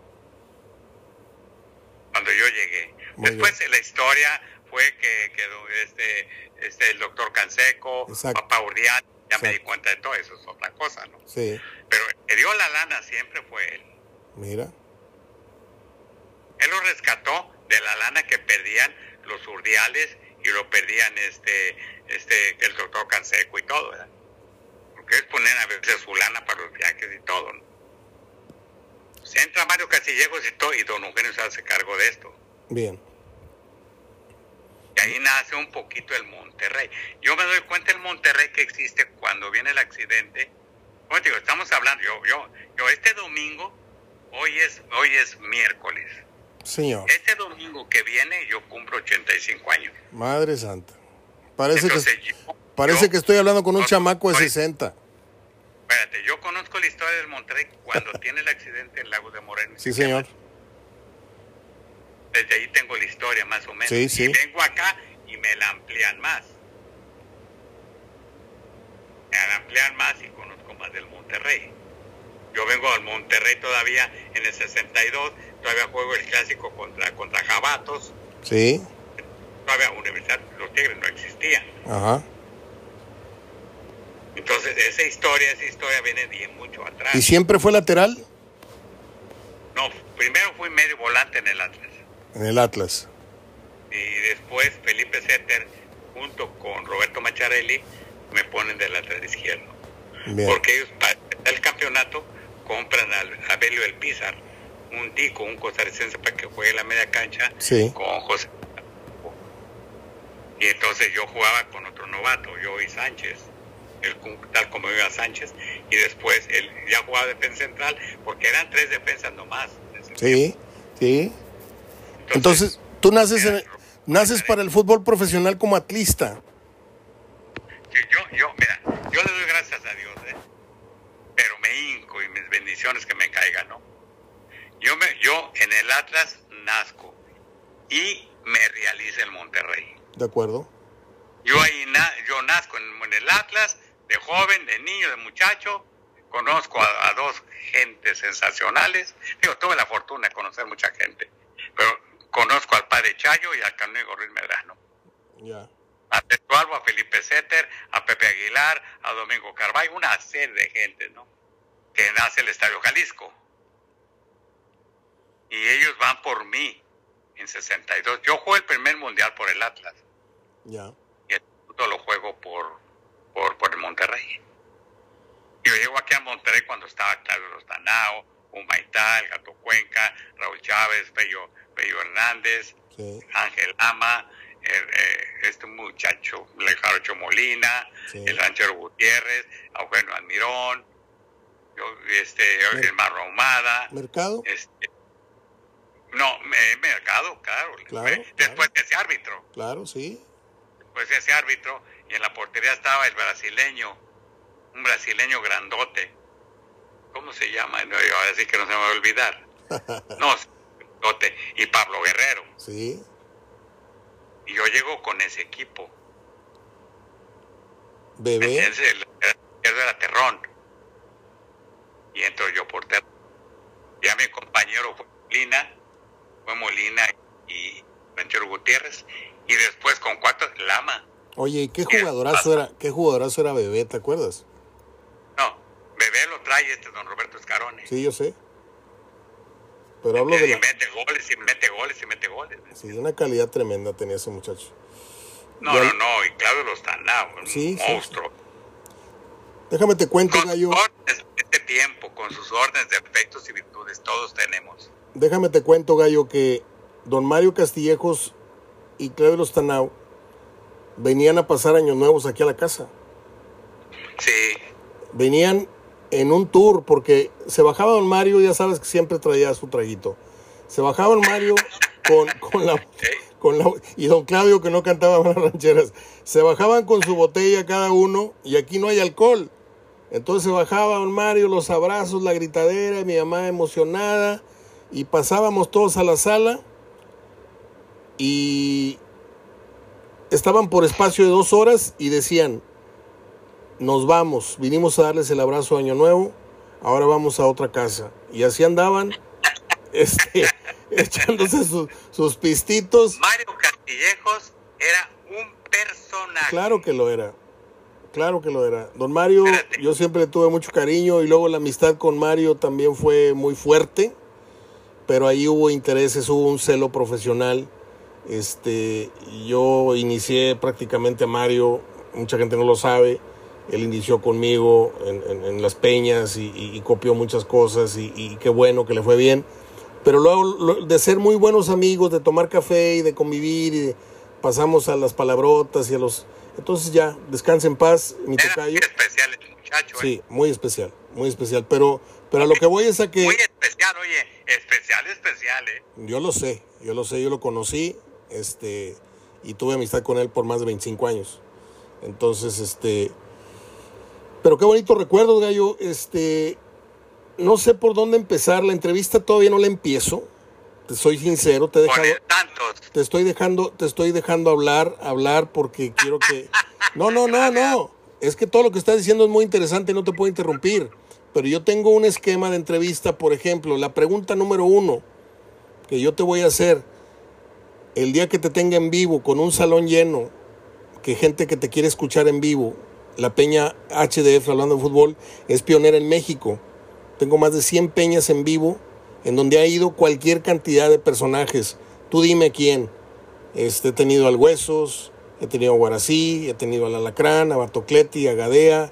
Cuando yo llegué. Muy Después bien. La historia fue que el doctor Canseco, Exacto. papá Urdián, ya Exacto. me di cuenta de todo eso, es otra cosa, ¿no? Sí. Pero el que dio la lana siempre fue él. Mira. Él lo rescató de la lana que perdían los urdiales y lo perdían el doctor Canseco y todo, ¿verdad? Porque ellos ponían a veces su lana para los viajes y todo, ¿no? Se entra Mario Casillejos y todo, y don Eugenio se hace cargo de esto. Bien. Y ahí nace un poquito el Monterrey. Yo me doy cuenta del Monterrey que existe cuando viene el accidente. Como te digo, estamos hablando, yo este domingo, hoy es miércoles. Señor. Este domingo que viene yo cumplo 85 años. Madre santa. Parece que estoy hablando con un chamaco de 60. Espérate, yo conozco la historia del Monterrey cuando tiene el accidente en Lagos de Moreno. Sí, señor. Desde ahí tengo la historia más o menos. Sí, sí. Y vengo acá y me la amplían más. Me la amplían más y conozco más del Monterrey. Yo vengo al Monterrey todavía en el 62, todavía juego el clásico contra Jabatos. Sí. Todavía Universidad, los Tigres no existían. Ajá. Entonces esa historia viene de mucho atrás. ¿Y siempre fue lateral? No, primero fui medio volante en el Atlas. En el Atlas. Y después Felipe Setter junto con Roberto Macharelli me ponen de lateral izquierdo. Bien. Porque ellos para el campeonato compran a Belio El Pizar, un tico, un costarricense para que juegue la media cancha, sí, con José. Y entonces yo jugaba con otro novato, yo y Sánchez, tal como iba Sánchez, y después él ya jugaba defensa central, porque eran 3 defensas nomás. Sí, sí. Entonces tú naces para el fútbol profesional como atlista. Mira, yo le doy gracias a Dios, pero me hinco y mis bendiciones que me caigan, ¿no? Yo en el Atlas nazco y me realiza el Monterrey. De acuerdo. Yo nazco en el Atlas, de joven, de niño, de muchacho. Conozco a 2 gentes sensacionales. Tuve la fortuna de conocer mucha gente, pero conozco al padre Chayo y al canónigo Ruiz Medrano. Ya. A Tetualbo, a Felipe Setter, a Pepe Aguilar, a Domingo Carvalho, una serie de gente, ¿no? Que nace el Estadio Jalisco. Y ellos van por mí en 62. Yo jugué el primer mundial por el Atlas. Ya. Y el segundo lo juego por el Monterrey. Yo llego aquí a Monterrey cuando estaba Claudio Lostanao, Humaytal, Gato Cuenca, Raúl Chávez, Pello Hernández, sí, Ángel Ama, este muchacho, Jarocho Molina, sí, el ranchero Gutiérrez, Eugenio Almirón, el Marro Ahumada. ¿Mercado? Mercado, claro. Después de ese árbitro. Claro, sí. Después de ese árbitro, y en la portería estaba el brasileño, un brasileño grandote. ¿Cómo se llama? No, ahora sí que no se me va a olvidar. No, grandote. Y Pablo Guerrero. Sí. Y yo llego con ese equipo. Bebé. El era Terrón. Y entro yo por Terrón. Ya mi compañero fue Molina y Ranchero Gutiérrez. Y después con 4, Lama. Oye, ¿y qué jugadorazo era Bebé, te acuerdas? No, Bebé lo trae don Roberto Escarone. Sí, yo sé. Pero hablo de mete goles. Sí, una calidad tremenda tenía ese muchacho. No, y Claudio Lostanao, un monstruo. Déjame te cuento, Gallo. Este tiempo, con sus órdenes, defectos y virtudes, todos tenemos. Déjame te cuento, Gallo, que don Mario Castillejos y Claudio Lostanao venían a pasar años nuevos aquí a la casa. Sí. Venían en un tour, porque se bajaba don Mario, ya sabes que siempre traía su traguito. Se bajaba don Mario y don Claudio, que no cantaba las rancheras, se bajaban con su botella cada uno, y aquí no hay alcohol. Entonces se bajaba don Mario, los abrazos, la gritadera, mi mamá emocionada, y pasábamos todos a la sala, y estaban por espacio de 2 horas, y decían: nos vamos, vinimos a darles el abrazo de Año Nuevo, ahora vamos a otra casa. Y así andaban, echándose sus pistitos. Mario Castillejos era un personaje. Claro que lo era. Don Mario, yo siempre le tuve mucho cariño, y luego la amistad con Mario también fue muy fuerte, pero ahí hubo intereses, hubo un celo profesional. Yo inicié prácticamente a Mario, mucha gente no lo sabe. Él inició conmigo en las peñas y copió muchas cosas, y qué bueno que le fue bien. Pero luego de ser muy buenos amigos, de tomar café y de convivir, pasamos a las palabrotas y a los... Entonces ya, descansa en paz, mi tocayo. Muy especial el muchacho. Sí, muy especial. Pero a lo que voy es a que... Muy especial, oye, especial, ¿eh? Yo lo conocí, y tuve amistad con él por más de 25 años. Entonces, pero qué bonito recuerdo, Gallo. No sé por dónde empezar. La entrevista todavía no la empiezo. Te soy sincero, te estoy dejando hablar porque quiero que... No. Es que todo lo que estás diciendo es muy interesante, no te puedo interrumpir. Pero yo tengo un esquema de entrevista, por ejemplo, la pregunta número 1 que yo te voy a hacer, el día que te tenga en vivo, con un salón lleno, que gente que te quiere escuchar en vivo, la Peña HDF, hablando de fútbol, es pionera en México. Tengo más de 100 peñas en vivo, en donde ha ido cualquier cantidad de personajes. Tú dime quién. He tenido al Huesos, he tenido a Guarací, he tenido al Alacrán, a Bartocletti, a Gadea,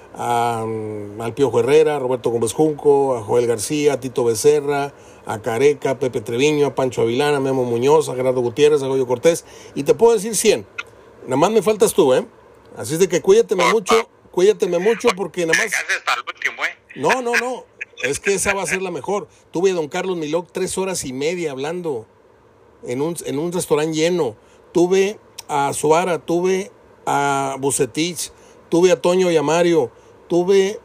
al Piojo Herrera, a Roberto Gómez Junco, a Joel García, a Tito Becerra, a Careca, a Pepe Treviño, a Pancho Avilán, a Memo Muñoz, a Gerardo Gutiérrez, a Goyo Cortés, y te puedo decir 100. Nada más me faltas tú, ¿eh? Así es de que cuídateme mucho porque nada más... Hasta el último, ¿eh? No, es que esa va a ser la mejor. Tuve a don Carlos Milok 3 horas y media hablando en un restaurante lleno. Tuve a Suara, tuve a Bucetich, tuve a Toño y a Mario, tuve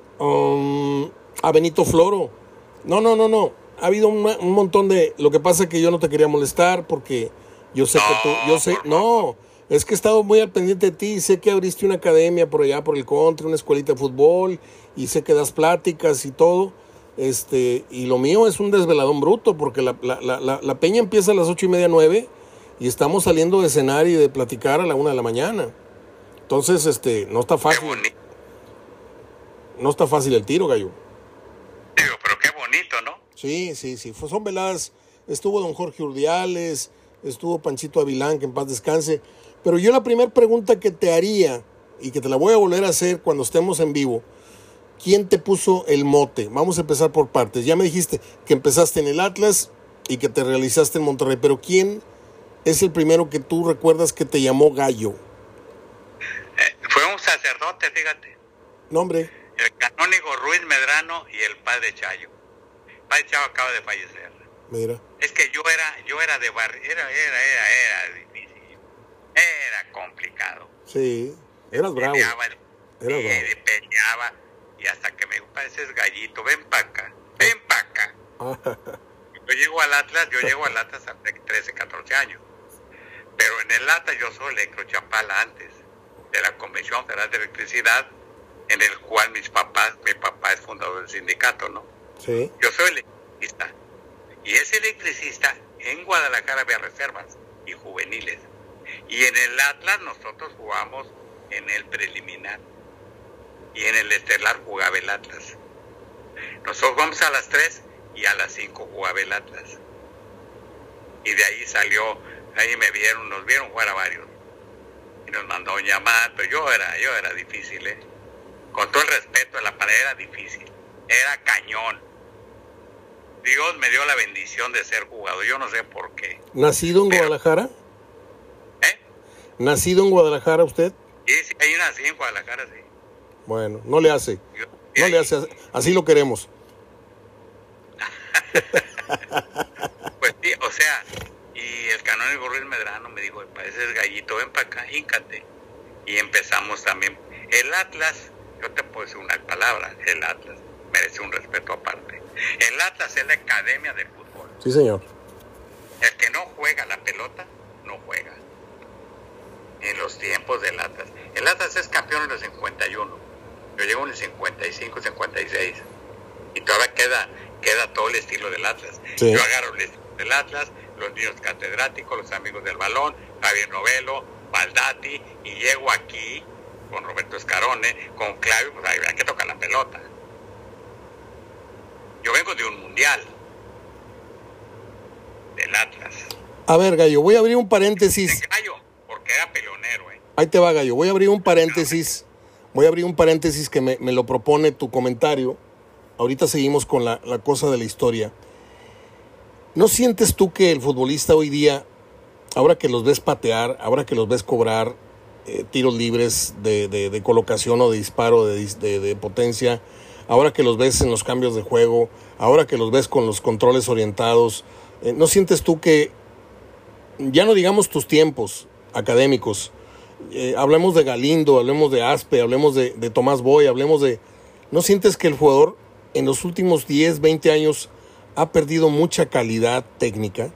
a Benito Floro. No. Ha habido un montón de... Lo que pasa es que yo no te quería molestar porque yo sé que tú... No, es que he estado muy al pendiente de ti. Sé que abriste una academia por allá, por el country, una escuelita de fútbol, y sé que das pláticas y todo. Y lo mío es un desveladón bruto porque la peña empieza a las 8:30, 9, y estamos saliendo de cenar y de platicar a la 1 de la mañana. Entonces, no está fácil. No está fácil el tiro, Gallo. Digo, pero qué bonito, ¿no? Sí. Son veladas. Estuvo don Jorge Urdiales, estuvo Panchito Avilán, que en paz descanse. Pero yo la primera pregunta que te haría, y que te la voy a volver a hacer cuando estemos en vivo, ¿quién te puso el mote? Vamos a empezar por partes. Ya me dijiste que empezaste en el Atlas y que te realizaste en Monterrey, pero ¿quién es el primero que tú recuerdas que te llamó Gallo? Fue un sacerdote, fíjate. ¿Nombre? El canónigo Ruiz Medrano y el padre Chayo. El padre Chayo acaba de fallecer. Mira. Es que yo era de barrio, era difícil, era complicado. Sí, eras bravo. Peleaba, y hasta que me dijo, pareces gallito, ven para acá. Yo llego al Atlas a 13, 14 años. Pero en el Atlas yo soy electrochapala antes de la Convención Federal de Electricidad, en el cual mi papá es fundador del sindicato, ¿no? Sí. Yo soy electricista. Y ese electricista, en Guadalajara había reservas y juveniles. Y en el Atlas nosotros jugamos en el preliminar. Y en el estelar jugaba el Atlas. Nosotros jugamos a las 3 y a las 5 jugaba el Atlas. Y de ahí nos vieron jugar a varios. Y nos mandó un llamado, pero yo era difícil, ¿eh? Con todo el respeto de la pared, era difícil. Era cañón. Dios me dio la bendición de ser jugador, yo no sé por qué. ¿Nacido en Guadalajara? ¿Nacido en Guadalajara usted? Sí, ahí nací en Guadalajara, sí. Bueno, no le hace, así lo queremos. Pues sí, o sea, y el canónigo Ruiz Medrano me dijo, pareces gallito, ven para acá, híncate. Y empezamos también. El Atlas, yo te puedo decir una palabra, el Atlas merece un respeto aparte. El Atlas es la academia del fútbol. Sí, señor. El que no juega la pelota, no juega. En los tiempos del Atlas. El Atlas es campeón en el 51. Yo llego en el 55, 56. Y todavía queda todo el estilo del Atlas. Sí. Yo agarro el estilo del Atlas, los niños catedráticos, los amigos del balón, Javier Novelo, Baldati, y llego aquí con Roberto Escarone, con Claudio, pues hay que tocar la pelota. Yo vengo de un mundial del Atlas. A ver, Gallo, voy a abrir un paréntesis. De Gallo, porque era peleonero, ¿eh? Ahí te va, Gallo. Voy a abrir un paréntesis que me lo propone tu comentario. Ahorita seguimos con la cosa de la historia. ¿No sientes tú que el futbolista hoy día, ahora que los ves patear, ahora que los ves cobrar tiros libres de colocación o de disparo de potencia, ahora que los ves en los cambios de juego, ahora que los ves con los controles orientados, ¿no sientes tú que, ya no digamos tus tiempos académicos, hablemos de Galindo, hablemos de Aspe, hablemos de Tomás Boy, hablemos de... ¿No sientes que el jugador en los últimos 10, 20 años ha perdido mucha calidad técnica?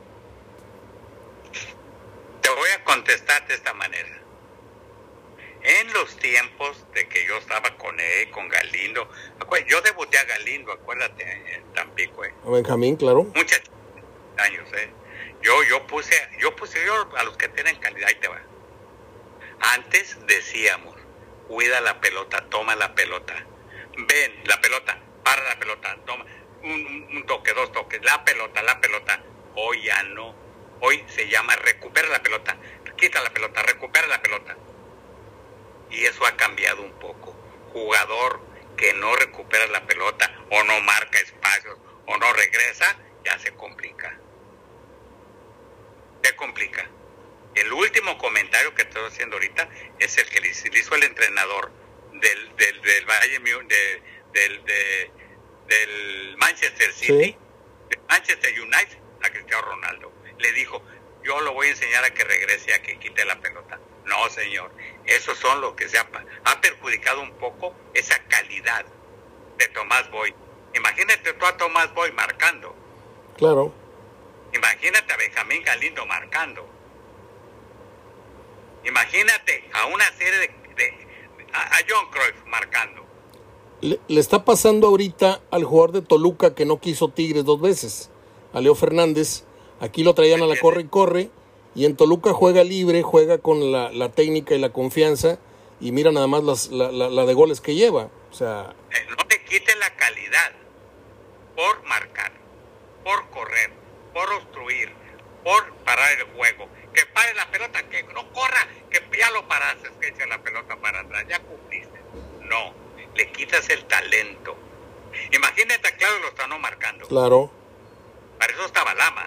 Te voy a contestar de esta manera. En los tiempos de que yo estaba con él, con Galindo, yo debuté a Galindo, acuérdate, en Tampico. A Benjamín, claro. Muchos años, Yo puse a los que tienen calidad, ahí te va. Antes decíamos, cuida la pelota, toma la pelota. Ven, la pelota, para la pelota, toma. Un toque, 2 toques, la pelota. Hoy ya no. Hoy se llama recupera la pelota, quita la pelota, recupera la pelota. Y eso ha cambiado un poco. Jugador que no recupera la pelota, o no marca espacios, o no regresa, ya se complica. El último comentario que estoy haciendo ahorita es el que le hizo el entrenador del Bayern del Manchester City, sí, del Manchester United, a Cristiano Ronaldo. Le dijo, yo lo voy a enseñar a que regrese y a que quite la pelota. No, señor, eso son lo que ha perjudicado un poco esa calidad de Tomás Boy. Imagínate tú a Tomás Boy marcando. Claro. Imagínate a Benjamín Galindo marcando. Imagínate a una serie a John Cruyff marcando. Le está pasando ahorita al jugador de Toluca que no quiso Tigres 2 veces, a Leo Fernández. Aquí lo traían a la corre y corre, y en Toluca juega libre, juega con la técnica y la confianza, y mira nada más la de goles que lleva. O sea, no te quiten la calidad por marcar, por correr, por obstruir, por parar el juego. Que pare la pelota, que no corra, que ya lo paraste, que eche la pelota para atrás, ya cumpliste. No, le quitas el talento. Imagínate a Claudio Lozano marcando. Claro. Para eso estaba Lama.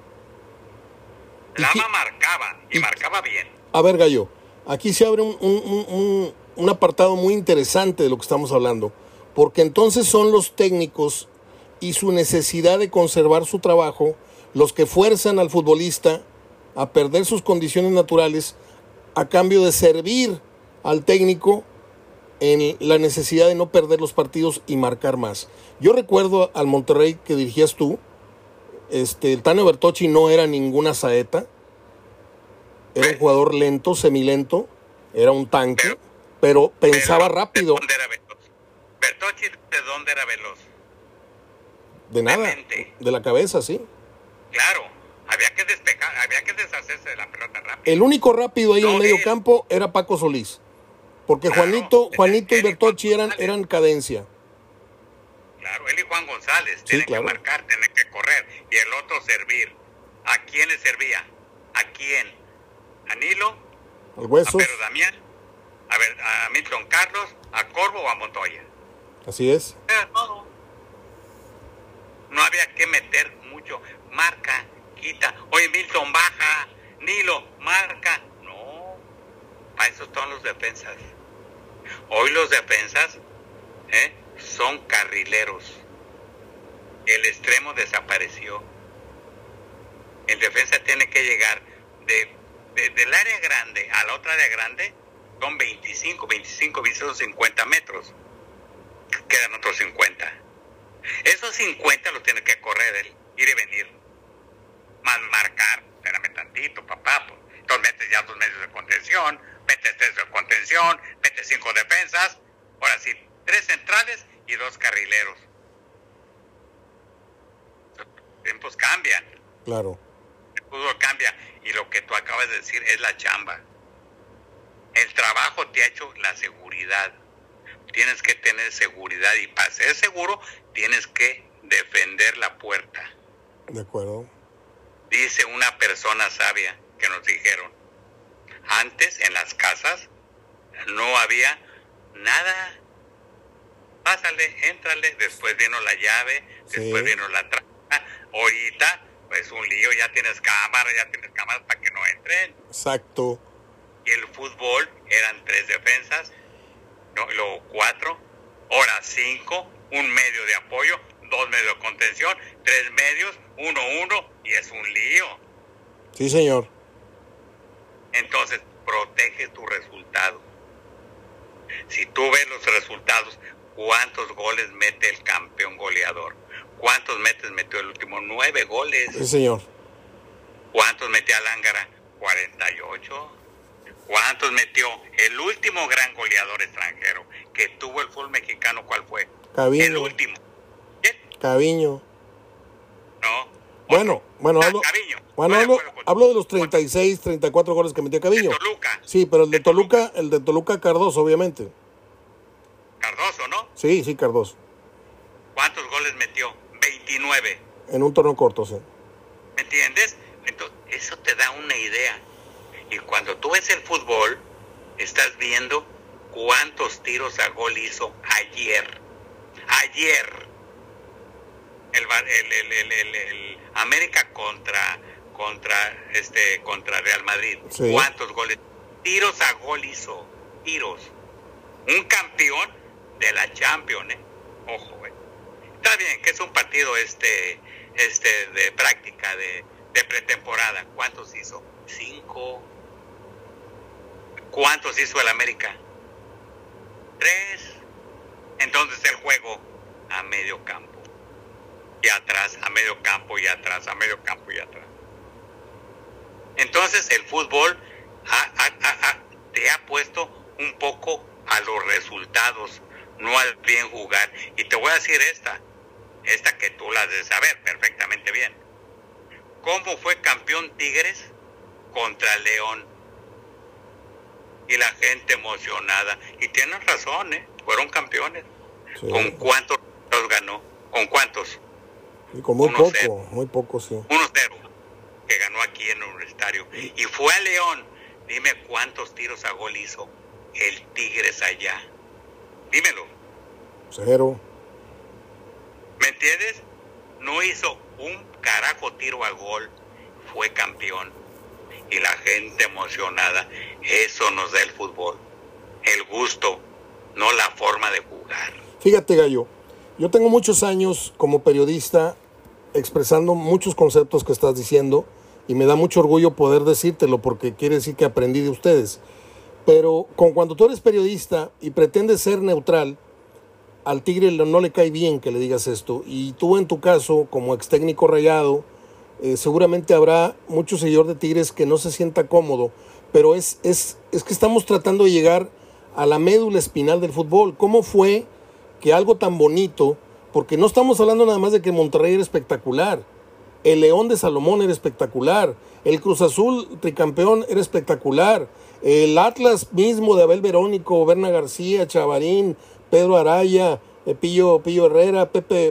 Lama marcaba, y marcaba bien. A ver, Gallo, aquí se abre un apartado muy interesante de lo que estamos hablando, porque entonces son los técnicos y su necesidad de conservar su trabajo los que fuerzan al futbolista a perder sus condiciones naturales a cambio de servir al técnico en la necesidad de no perder los partidos y marcar más. Yo recuerdo al Monterrey que dirigías tú, el Tano Bertocci no era ninguna saeta, era un jugador lento, semilento, era un tanque, pero pensaba rápido. ¿De dónde era veloz? Bertocci, ¿de dónde era veloz? De nada, de la cabeza, sí. Claro, había que despejar, había que deshacerse de la pelota rápido. El único rápido ahí en el medio campo era Paco Solís, porque claro, Juanito y Bertocci eran cadencia. Claro, él y Juan González tienen que marcar, tienen que correr, y el otro servir. ¿A quién le servía? ¿A quién? ¿A Nilo? Al Huesos. ¿A Pedro Damián? ¿A Milton Carlos? ¿A Corvo o a Montoya? Así es. Era todo. No había que meter mucho. Marca, quita. Oye, Milton, baja. Nilo, marca. No. Para eso están los defensas. Hoy los defensas son carrileros. El extremo desapareció. El defensa tiene que llegar del área grande a la otra área grande. Son 25, 50 metros. Quedan otros 50. Esos 50 los tiene que correr él, ir y venir. Más marcar. Espérame tantito, papá. Pues. Entonces metes ya 2 medios de contención, metes 3 de contención, metes 5 defensas. Ahora sí, 3 centrales y 2 carrileros. Los tiempos cambian. Claro. El fútbol cambia. Y lo que tú acabas de decir es la chamba. El trabajo te ha hecho la seguridad. Tienes que tener seguridad, y para ser seguro tienes que defender la puerta. De acuerdo. Dice una persona sabia que nos dijeron, antes en las casas no había nada. Pásale, éntrale, después vino la llave, después vino la trama. Ahorita, pues un lío, ya tienes cámaras para que no entren. Exacto. Y el fútbol eran 3 defensas, no, luego 4, Ahora 5, un medio de apoyo, 2 medios de contención, 3 medios, 1-1, y es un lío. Sí, señor. Entonces, protege tu resultado. Si tú ves los resultados, ¿cuántos goles mete el campeón goleador? ¿Cuántos metió el último? 9 goles. Sí, señor. ¿Cuántos metió Alángara? 48. ¿Cuántos metió el último gran goleador extranjero que tuvo el fútbol mexicano? ¿Cuál fue? Caviño. El último. ¿Quién? Caviño. No. Bueno, Caviño. Hablo de los 36, 34 goles que metió Caviño. De Toluca. Sí, pero el de Toluca Cardoso, obviamente. Cardoso, ¿no? Sí, Cardoso. ¿Cuántos goles metió? 29. En un torneo corto, sí. ¿Me entiendes? Entonces, eso te da una idea. Y cuando tú ves el fútbol, estás viendo cuántos tiros a gol hizo ayer. El América contra Real Madrid. Sí. ¿Cuántos goles? Tiros a gol hizo. Tiros. Un campeón de la Champions, Ojo, Está bien que es un partido de práctica, de pretemporada. ¿Cuántos hizo? 5. ¿Cuántos hizo el América? 3. Entonces el juego a medio campo. Y atrás, a medio campo y atrás, a medio campo y atrás. Entonces el fútbol te ha puesto un poco a los resultados, no al bien jugar. Y te voy a decir esta que tú la has de saber perfectamente bien. ¿Cómo fue campeón Tigres contra León? Y la gente emocionada. Y tienen razón, fueron campeones. Sí. ¿Con cuántos los ganó? ¿Con cuántos? Y con muy poco, sí. 1-0, que ganó aquí en el Universitario. Y fue a León. Dime cuántos tiros a gol hizo el Tigres allá. Dímelo. 0. ¿Me entiendes? No hizo un carajo tiro a gol. Fue campeón. Y la gente emocionada. Eso nos da el fútbol. El gusto, no la forma de jugar. Fíjate, Gallo. Yo tengo muchos años como periodista expresando muchos conceptos que estás diciendo y me da mucho orgullo poder decírtelo porque quiere decir que aprendí de ustedes. Pero cuando tú eres periodista y pretendes ser neutral, al Tigre no le cae bien que le digas esto. Y tú en tu caso, como ex técnico Rayado, seguramente habrá muchos seguidores de Tigres que no se sienta cómodo. Pero es que estamos tratando de llegar a la médula espinal del fútbol. ¿Cómo fue que algo tan bonito, porque no estamos hablando nada más de que Monterrey era espectacular, el León de Salomón era espectacular, el Cruz Azul tricampeón era espectacular, el Atlas mismo de Abel Verónico, Berna García, Chavarín, Pedro Araya, Pillo Herrera, Pepe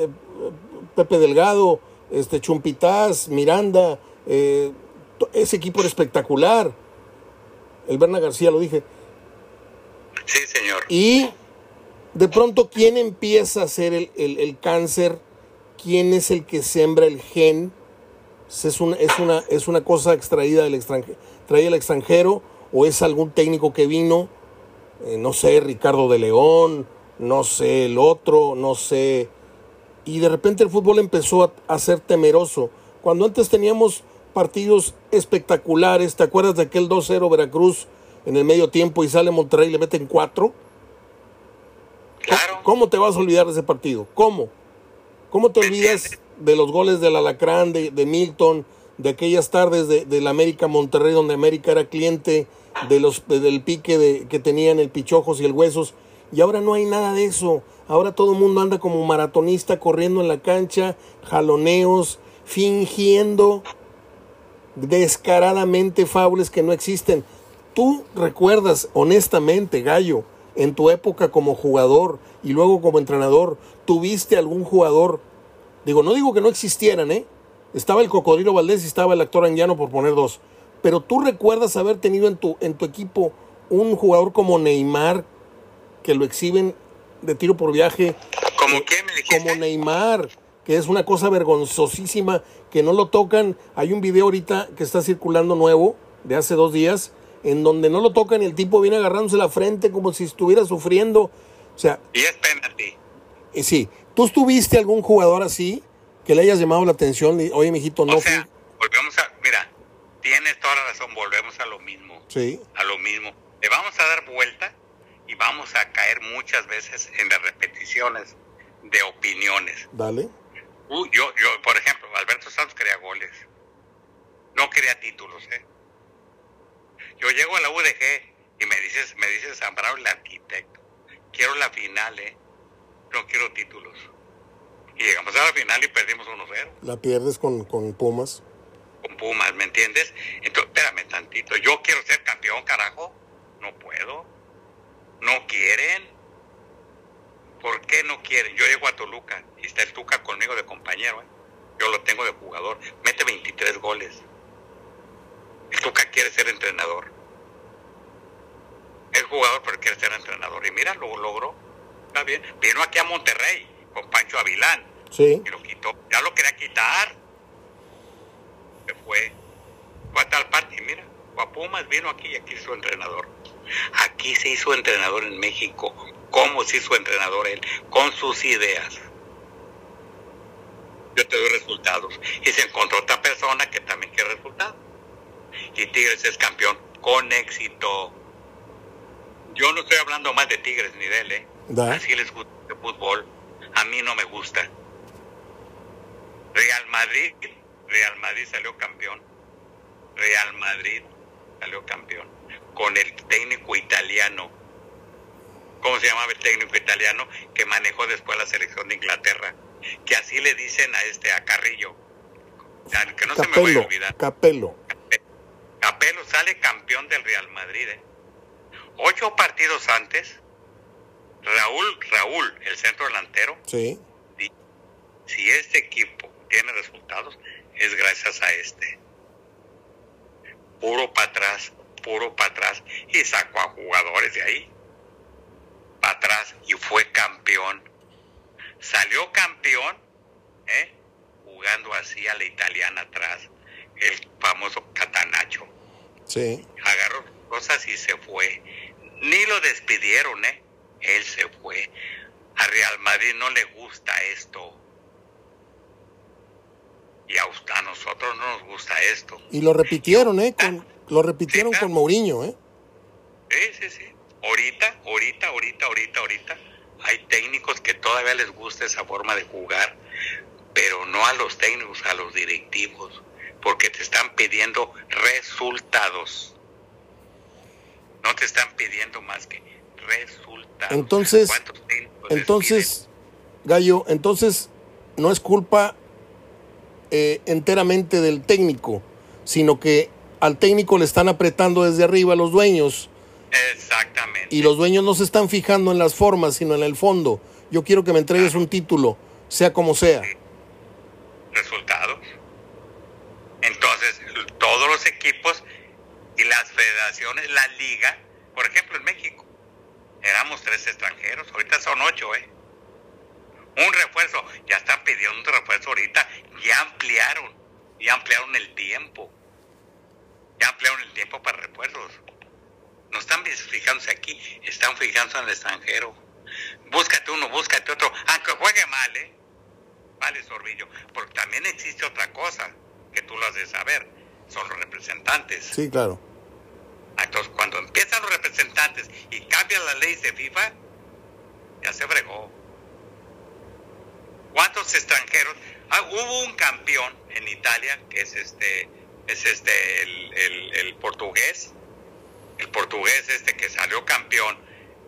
Delgado, Chumpitaz, Miranda, ese equipo era espectacular, el Berna García, lo dije. Sí, señor. Y de pronto, ¿quién empieza a hacer el cáncer? ¿Quién es el que sembra el gen? ¿Es una cosa extraída del extranjero? ¿O es algún técnico que vino? No sé, Ricardo de León, no sé, el otro, no sé. Y de repente el fútbol empezó a ser temeroso. Cuando antes teníamos partidos espectaculares, ¿te acuerdas de aquel 2-0 Veracruz en el medio tiempo y sale Monterrey y le meten 4? Claro. ¿Cómo te vas a olvidar de ese partido? ¿Cómo te olvidas de los goles del Alacrán, de Milton, de aquellas tardes del América Monterrey, donde América era cliente del pique que tenían el Pichojos y el Huesos? Y ahora no hay nada de eso. Ahora todo el mundo anda como maratonista corriendo en la cancha, jaloneos, fingiendo descaradamente faules que no existen. ¿Tú recuerdas honestamente, Gallo, en tu época como jugador y luego como entrenador, tuviste algún jugador? No digo que no existieran, Estaba el Cocodrilo Valdés y estaba el actor Anguiano, por poner 2. Pero tú recuerdas haber tenido en tu equipo un jugador como Neymar, que lo exhiben de tiro por viaje. ¿Cómo quién me dijiste? Como Neymar, que es una cosa vergonzosísima, que no lo tocan. Hay un video ahorita que está circulando nuevo, de hace 2 días, en donde no lo tocan y el tipo viene agarrándose la frente como si estuviera sufriendo. O sea, y es penalti. Sí. ¿Tú tuviste algún jugador así que le hayas llamado la atención? Oye, mijito, no. O sea, volvemos a... Mira, tienes toda la razón, volvemos a lo mismo. Sí. A lo mismo. Le vamos a dar vuelta y vamos a caer muchas veces en las repeticiones de opiniones. Dale. Yo, por ejemplo, Alberto Santos quería goles. No quería títulos, ¿eh? Yo llego a la UDG y me dices Zambrano, el arquitecto, quiero la final, no quiero títulos. Y llegamos a la final y perdimos 1-0. La pierdes con Pumas. Con Pumas, ¿me entiendes? Entonces, espérame tantito, yo quiero ser campeón, carajo. No puedo. No quieren. ¿Por qué no quieren? Yo llego a Toluca y está el Tuca conmigo de compañero, Yo lo tengo de jugador. Mete 23 goles. El Tuca quiere ser entrenador. Es jugador, pero quiere ser entrenador. Y mira, lo logró. Está bien. Vino aquí a Monterrey con Pancho Avilán. Sí. Y lo quitó. Ya lo quería quitar. Se fue. Fue a tal parte. Y mira, Pumas vino aquí y aquí hizo entrenador. Aquí se hizo entrenador en México. ¿Cómo se hizo entrenador él? Con sus ideas. Yo te doy resultados. Y se encontró otra persona que también quiere resultados. Y Tigres es campeón con éxito. Yo no estoy hablando más de Tigres ni de él, Así les gusta el fútbol. A mí no me gusta. Real Madrid salió campeón. Real Madrid salió campeón. Con el técnico italiano. ¿Cómo se llamaba el técnico italiano que manejó después la selección de Inglaterra? Que así le dicen a Carrillo. O sea, que no se me vaya a olvidar. Capello sale campeón del Real Madrid. 8 partidos antes, Raúl, el centro delantero, sí. Si este equipo tiene resultados, es gracias a este. Puro para atrás, y sacó a jugadores de ahí, para atrás, y fue campeón. Salió campeón, jugando así a la italiana atrás, el famoso Catanacho. Sí. Agarró cosas y se fue. Ni lo despidieron, él se fue. A Real Madrid no le gusta esto. Y a nosotros no nos gusta esto. Y lo repitieron, lo repitieron con Mourinho, Sí. Ahorita hay técnicos que todavía les gusta esa forma de jugar, pero no a los técnicos, a los directivos, porque te están pidiendo resultados. No te están pidiendo más que resultados. Entonces, Gallo, no es culpa enteramente del técnico, sino que al técnico le están apretando desde arriba los dueños. Exactamente. Y los dueños no se están fijando en las formas, sino en el fondo. Yo quiero que me entregues un título, sea como sea. Resultados. Entonces, todos los equipos y las federaciones, la liga, por ejemplo en México, éramos 3 extranjeros, ahorita son 8, Un refuerzo, ya están pidiendo un refuerzo ahorita, ya ampliaron el tiempo. Ya ampliaron el tiempo para refuerzos. No están fijándose aquí, están fijándose en el extranjero. Búscate uno, búscate otro, aunque juegue mal, Vale, Sorbillo, porque también existe otra cosa que tú lo has de saber, son los representantes. Sí, claro. Entonces, cuando empiezan los representantes y cambian las leyes de FIFA, ya se fregó. ¿Cuántos extranjeros? Hubo un campeón en Italia que es el portugués. El portugués que salió campeón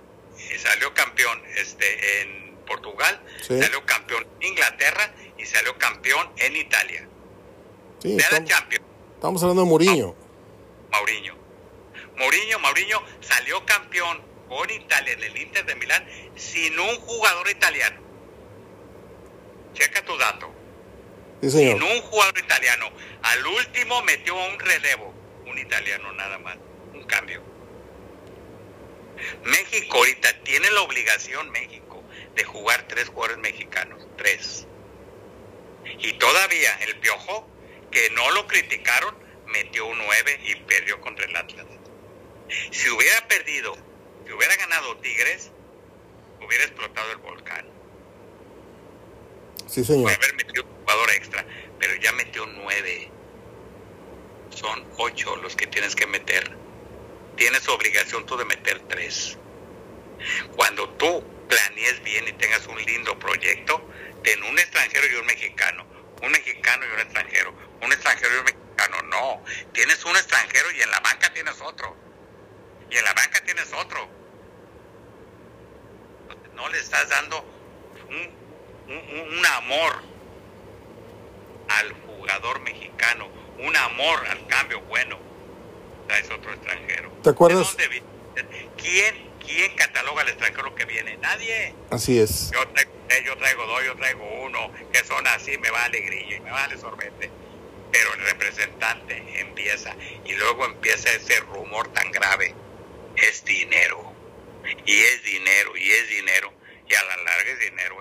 en Portugal, sí. Salió campeón en Inglaterra y salió campeón en Italia. Sí, estamos hablando de Mourinho. Mourinho salió campeón con Italia en el Inter de Milán sin un jugador italiano. Checa tu dato. Sí, señor. Sin un jugador italiano. Al último metió un relevo, un italiano nada más, un cambio. México ahorita tiene la obligación, de jugar 3 jugadores mexicanos, 3. Y todavía el Piojo, que no lo criticaron, metió un 9 y perdió contra el Atlas. Si hubiera ganado Tigres, hubiera explotado el volcán. Sí, señor. Puede haber metido un jugador extra, pero ya metió 9. Son 8 los que tienes que meter. Tienes obligación tú de meter 3. Cuando tú planees bien y tengas un lindo proyecto, ten un extranjero y un mexicano y un extranjero, un extranjero y un mexicano. No, tienes un extranjero y en la banca tienes otro. Y en la banca tienes otro. No le estás dando un amor al jugador mexicano, un amor al cambio bueno. Es otro extranjero. ¿Te acuerdas? ¿Quién cataloga al extranjero que viene? Nadie. Así es. Yo traigo 2, yo traigo 1, que son así, me vale grillo y me vale sorbete. Pero el representante empieza, y luego empieza ese rumor tan grave. Es dinero. Y es dinero, y es dinero. Y a la larga es dinero,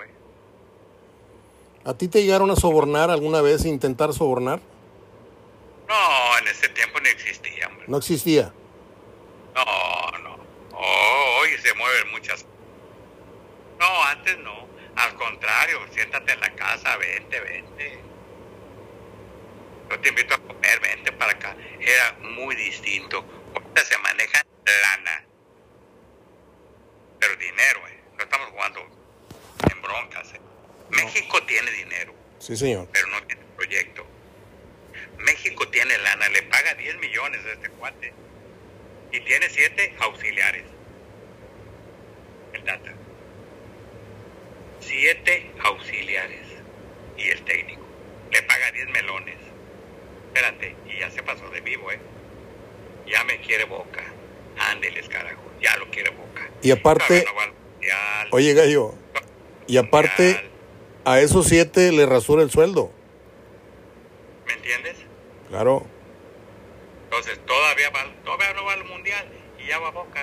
¿A ti te llegaron a sobornar alguna vez, intentar sobornar? No, en ese tiempo no existía, hombre. ¿No existía? No. Hoy se mueven muchas. No, antes no. Al contrario, siéntate en la casa, vente. Yo te invito a comer, vente para acá. Era muy distinto. Ahorita se maneja lana. Pero dinero, No estamos jugando en broncas, México tiene dinero. Sí, señor. Pero no tiene proyecto. México tiene lana, le paga 10 millones a este cuate. Y tiene 7 auxiliares. El Tata. 7 auxiliares. Y el técnico. Le paga 10 melones. Espérate, y ya se pasó de vivo, Ya me quiere Boca. Ándeles, carajo. Ya lo quiere Boca. Y aparte, oye, Gallo, y aparte, a esos 7 le rasura el sueldo. ¿Me entiendes? Claro. Entonces, todavía no va al Mundial y ya va a Boca.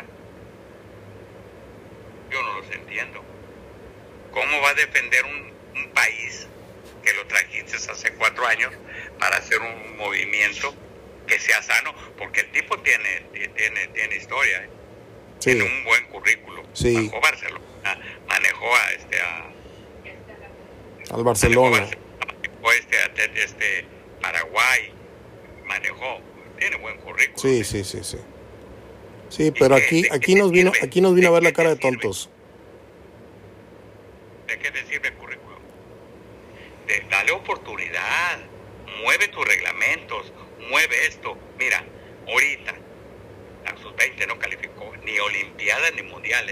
Yo no los entiendo. ¿Cómo va a defender un país que lo trajiste hace 4 años para hacer un movimiento que sea sano? Porque el tipo tiene historia, Sí. Tiene un buen currículo. Sí. Manejó Barcelona, manejó al Barcelona. Manejó Paraguay, tiene buen currículo. Sí. Sí, pero aquí nos vino a ver la cara de tontos. ¿De qué te sirve el currículum? Dale oportunidad, mueve tus reglamentos, mueve esto. Mira, ahorita la sub-20 no calificó ni Olimpiadas ni Mundiales.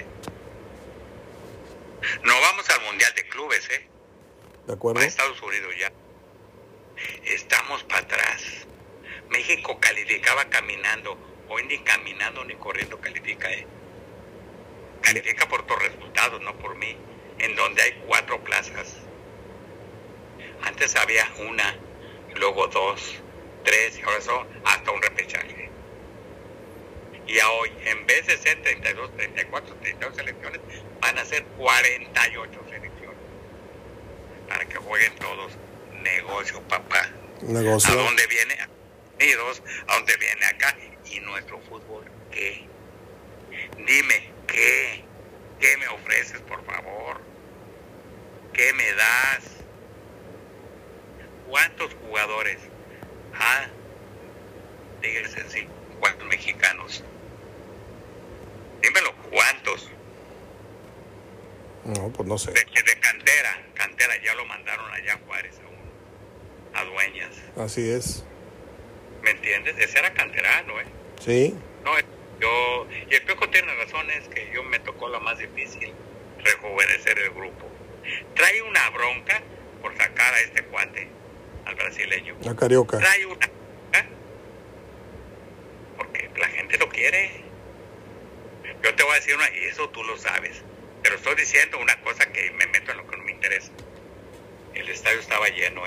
No vamos al Mundial de Clubes, De acuerdo. A Estados Unidos ya. Estamos para atrás. México calificaba caminando. Hoy ni caminando ni corriendo califica, Califica por tus resultados, no por mí. En donde hay 4 plazas. Antes había 1, luego 2, 3, y ahora son hasta un repechaje. Y a hoy, en vez de ser 32, 34, 32 selecciones, van a ser 48 selecciones. Para que jueguen todos. Negocio, papá. Negocio. ¿A dónde viene? Unidos, ¿a dónde viene acá? ¿Y nuestro fútbol qué? Dime, ¿qué? ¿Qué me ofreces, por favor? ¿Qué me das? ¿Cuántos jugadores? Díganse sí, ¿cuántos mexicanos? Dímelo, ¿cuántos? No, pues no sé. De cantera, ya lo mandaron allá a Juárez a Dueñas. Así es. ¿Me entiendes? Ese era canterano, Sí. No, y el Piojo tiene razón, es que yo me tocó lo más difícil, rejuvenecer el grupo. Trae una bronca por sacar a este cuate, al brasileño. A Carioca. Trae una, porque la gente lo quiere. Yo te voy a decir y eso tú lo sabes, pero estoy diciendo una cosa que me meto en lo que no me interesa. El estadio estaba lleno,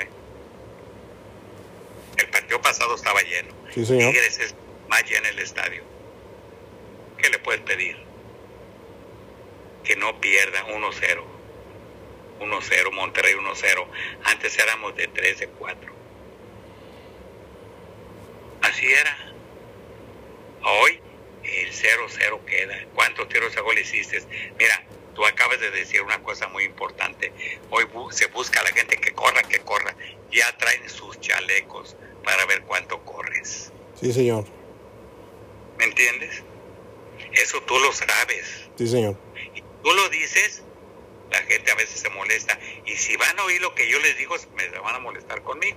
El partido pasado estaba lleno. Sí, señor. Tigres es más lleno el estadio. ¿Qué le puedes pedir? Que no pierda 1-0. 1-0, Monterrey 1-0. Antes éramos de 3, de 4. Así era. Hoy el 0-0 queda. ¿Cuántos tiros a gol hiciste? Mira, tú acabas de decir una cosa muy importante. Hoy se busca a la gente que corra. Ya traen sus chalecos para ver cuánto corres. Sí, señor. ¿Me entiendes? Eso tú lo sabes. Sí, señor. Y tú lo dices, la gente a veces se molesta. Y si van a oír lo que yo les digo, me van a molestar conmigo.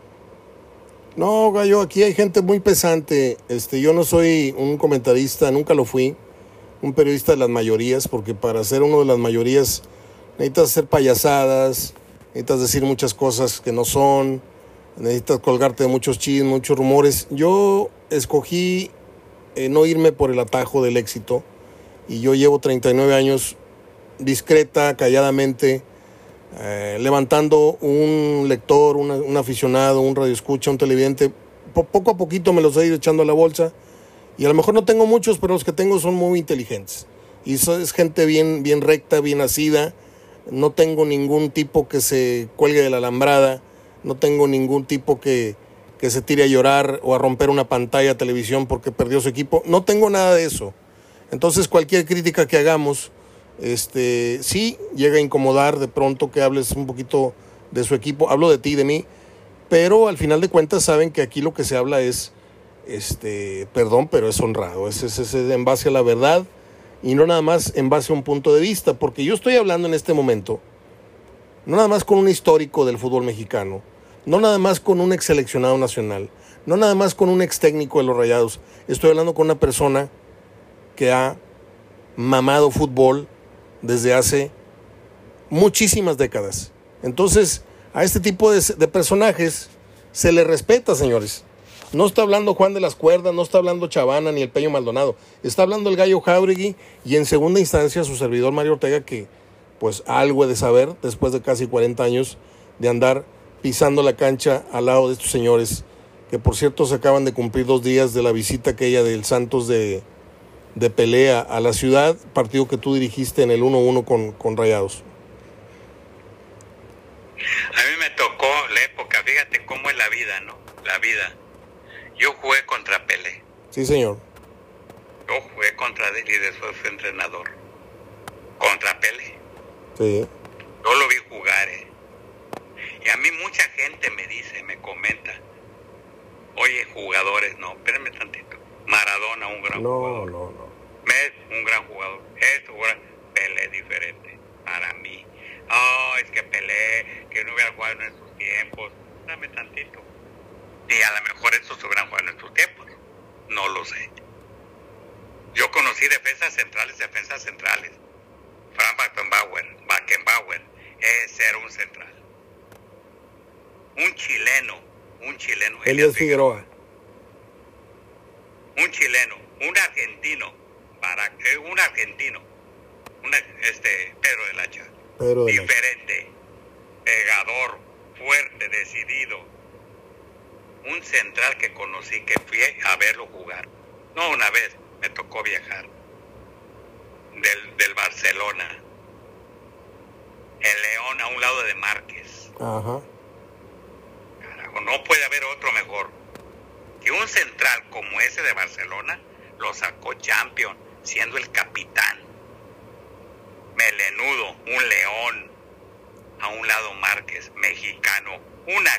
No, Gallo, aquí hay gente muy pesante. Yo no soy un comentarista, nunca lo fui. Un periodista de las mayorías, porque para ser uno de las mayorías necesitas hacer payasadas, necesitas decir muchas cosas que no son, necesitas colgarte de muchos chismes, muchos rumores. Yo escogí no irme por el atajo del éxito, y yo llevo 39 años discreta, calladamente, levantando un lector, un aficionado, un radioescucha, un televidente. Poco a poquito me los he ido echando a la bolsa, y a lo mejor no tengo muchos, pero los que tengo son muy inteligentes, y eso es gente bien recta, bien nacida. No tengo ningún tipo que se cuelgue de la alambrada, no tengo ningún tipo que se tire a llorar o a romper una pantalla de televisión porque perdió su equipo. No tengo nada de eso. Entonces cualquier crítica que hagamos, sí llega a incomodar de pronto que hables un poquito de su equipo. Hablo de ti, de mí, pero al final de cuentas saben que aquí lo que se habla es, perdón, pero es honrado, es en base a la verdad y no nada más en base a un punto de vista, porque yo estoy hablando en este momento no nada más con un histórico del fútbol mexicano, no nada más con un ex seleccionado nacional, no nada más con un ex técnico de los Rayados. Estoy hablando con una persona que ha mamado fútbol desde hace muchísimas décadas. Entonces, a este tipo de personajes se le respeta, señores. No está hablando Juan de las Cuerdas, no está hablando Chavana ni el Peño Maldonado. Está hablando el Gallo Jáuregui y en segunda instancia su servidor Mario Ortega, que pues algo he de saber después de casi 40 años de andar pisando la cancha al lado de estos señores, que por cierto se acaban de cumplir 2 días de la visita aquella del Santos de Pelea a la ciudad, partido que tú dirigiste en el 1-1 con Rayados. A mí me tocó la época, fíjate cómo es la vida, ¿no? La vida. Yo jugué contra Pelé. Sí, señor. Yo jugué contra él y después fui entrenador. Contra Pelé. Sí. Yo lo vi jugar, Y a mí mucha gente me dice, me comenta, oye, jugadores, no, espérame tantito. Maradona, un gran jugador. No. Messi, un gran jugador. Pelé diferente, para mí. Es que Pelé, que no hubiera jugado en estos tiempos. Dame tantito. Y a lo mejor estos hubieran jugado en estos tiempos. No lo sé. Yo conocí defensas centrales. Frank Beckenbauer, ese era un central. Un chileno. Elías Figueroa. Un chileno, un argentino, Pedro del Hacha. Diferente, pegador, fuerte, decidido. Un central que conocí, que fui a verlo jugar. No una vez, me tocó viajar. Del Barcelona. El León a un lado de Márquez. Ajá. Carajo, no puede haber otro mejor. Que un central como ese de Barcelona lo sacó Champions, siendo el capitán. Melenudo, un León, a un lado Márquez, mexicano. Una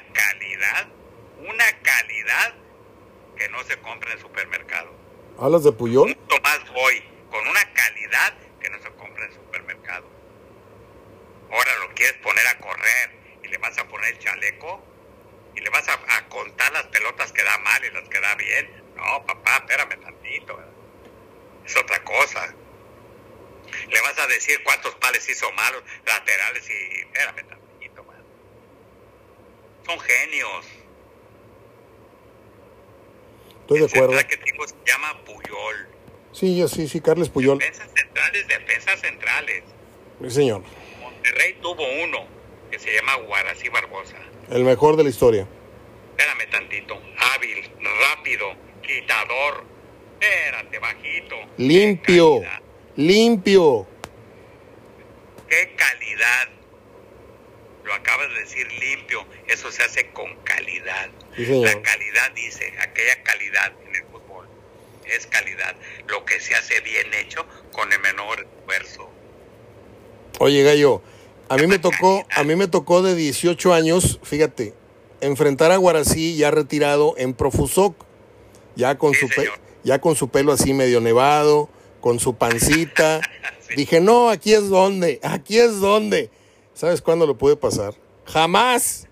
calidad que no se compra en el supermercado. ¿Hablas de Puyol? Un Tomás Boy, con una calidad que no se compra en el supermercado. Ahora lo quieres poner a correr y le vas a poner el chaleco y le vas a contar las pelotas que da mal y las que da bien. No, papá, espérame tantito. Es otra cosa. Le vas a decir cuántos pales hizo malos, laterales y... Espérame tantito, man. Son genios. Estoy de acuerdo. El que tengo se llama Puyol. Sí, Carles Puyol. Defensas centrales. Sí, señor. Monterrey tuvo uno que se llama Guarací Barbosa. El mejor de la historia. Espérame tantito. Hábil, rápido, quitador. Espérate, bajito. Limpio. ¿Qué calidad? Lo acabas de decir, limpio. Eso se hace con calidad. Sí, señor. La calidad dice, aquella calidad en el fútbol es calidad. Lo que se hace bien hecho con el menor esfuerzo. Oye, Gallo, a mí me tocó de 18 años, fíjate, enfrentar a Guarací ya retirado en Profusoc, ya con su pelo así medio nevado, con su pancita. Sí. Dije, no, aquí es donde. ¿Sabes cuándo lo pude pasar? Jamás.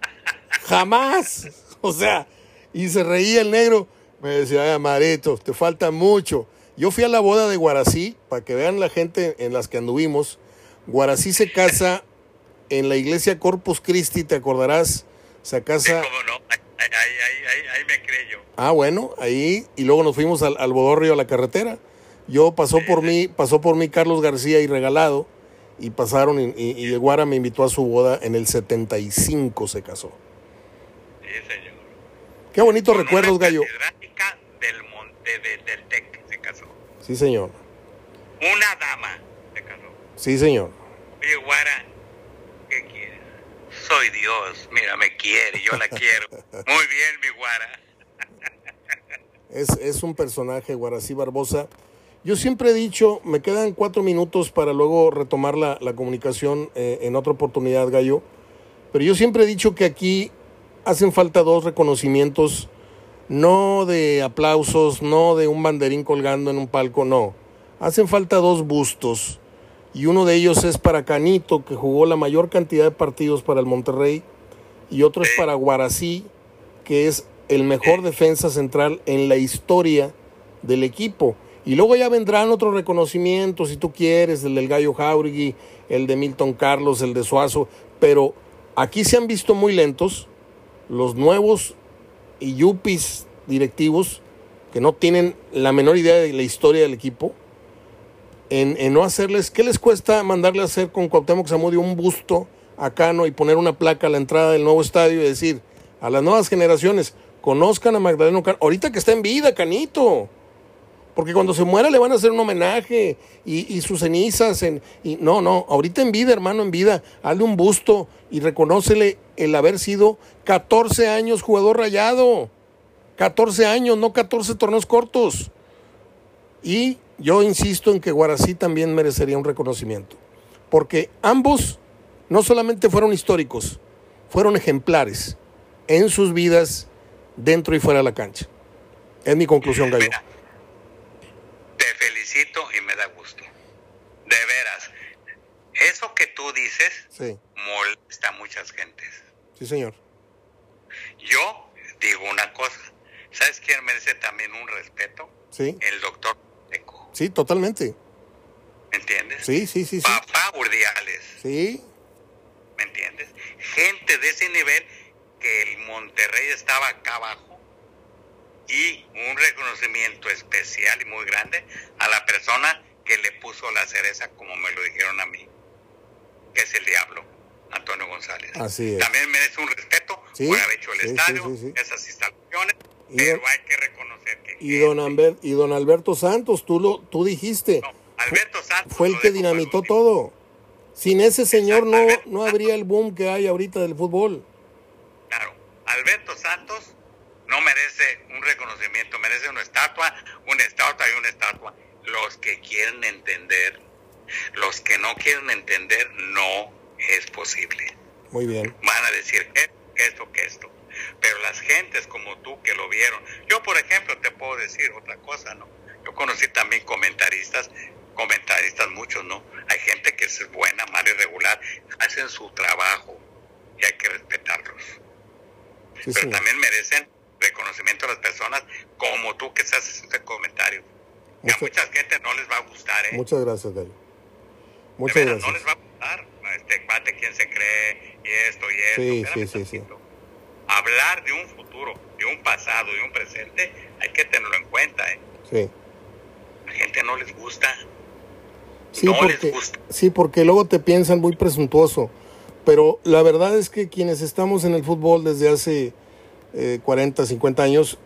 O sea, y se reía el negro. Me decía, ay, Amarito, te falta mucho. Yo fui a la boda de Guarací, para que vean la gente en las que anduvimos. Guarací se casa en la iglesia Corpus Christi, ¿te acordarás? Se casa... Sí, cómo no, ahí me creí yo. Ah, bueno, ahí, y luego nos fuimos al Bodorrio, a la carretera. Pasó por mí Carlos García y Regalado, y pasaron, y el Guara me invitó a su boda, en el 75 se casó. Sí, señor. Qué bonitos recuerdos, Gallo. Del TEC se casó. Sí, señor. Una dama se casó. Sí, señor. Oye, Guara, ¿qué quieres? Soy Dios, mira, me quiere, yo la quiero. Muy bien, mi Guara. Es un personaje, Guarací Barbosa. Yo siempre he dicho, me quedan 4 minutos para luego retomar la comunicación en otra oportunidad, Gallo. Pero yo siempre he dicho que aquí hacen falta 2 reconocimientos, no de aplausos, no de un banderín colgando en un palco, no. Hacen falta 2 bustos. Y uno de ellos es para Canito, que jugó la mayor cantidad de partidos para el Monterrey. Y otro es para Guarací, que es el mejor defensa central en la historia del equipo. Y luego ya vendrán otros reconocimientos, si tú quieres, el del Gallo Jáuregui, el de Milton Carlos, el de Suazo. Pero aquí se han visto muy lentos los nuevos y yuppies directivos que no tienen la menor idea de la historia del equipo, en no hacerles. ¿Qué les cuesta mandarle a hacer con Cuauhtémoc Zamudio un busto a Cano y poner una placa a la entrada del nuevo estadio y decir a las nuevas generaciones, conozcan a Magdaleno Cano, ahorita que está en vida, Canito, porque cuando se muera le van a hacer un homenaje y sus cenizas, no, ahorita en vida, hermano, en vida, hazle un busto y reconócele el haber sido 14 años jugador Rayado, 14 años, no 14 torneos cortos. Y yo insisto en que Guarací también merecería un reconocimiento, porque ambos no solamente fueron históricos, fueron ejemplares en sus vidas dentro y fuera de la cancha. Es mi conclusión, Gallo. Mira, te felicito y me da gusto. De veras, eso que tú dices molesta a muchas gentes. Sí, señor. Yo digo una cosa. ¿Sabes quién merece también un respeto? Sí. El doctor Eco. Sí, totalmente. ¿Me entiendes? Sí. Papá Urdiales. Sí. ¿Me entiendes? Gente de ese nivel, que el Monterrey estaba acá abajo, y un reconocimiento especial y muy grande a la persona que le puso la cereza, como me lo dijeron a mí, que es el Diablo, Antonio González. Así es. También merece un respeto por haber hecho el estadio, esas instalaciones, pero hay que reconocer que... Y don Alberto Santos, tú dijiste, no, Alberto Santos fue el que dinamitó todo. Sin ese señor no habría el boom que hay ahorita del fútbol. Claro, Alberto Santos no merece un reconocimiento, merece una estatua y una estatua. Los que quieren entender, los que no quieren entender, no es posible. Muy bien. Van a decir que esto. Pero las gentes como tú que lo vieron, yo por ejemplo te puedo decir otra cosa, ¿no? Yo conocí también comentaristas muchos, ¿no? Hay gente que es buena, mala y regular, hacen su trabajo y hay que respetarlos. Sí, pero también merecen reconocimiento a las personas como tú que estás haciendo este comentario. Que a mucha gente no les va a gustar, ¿eh? Muchas gracias, David. Muchas gracias. No les va a gustar, quién se cree y esto y esto. Sí. Hablar de un futuro, de un pasado, de un presente, hay que tenerlo en cuenta, ¿eh? Sí. A la gente no les gusta. Sí, porque luego te piensan muy presuntuoso. Pero la verdad es que quienes estamos en el fútbol desde hace 40, 50 años,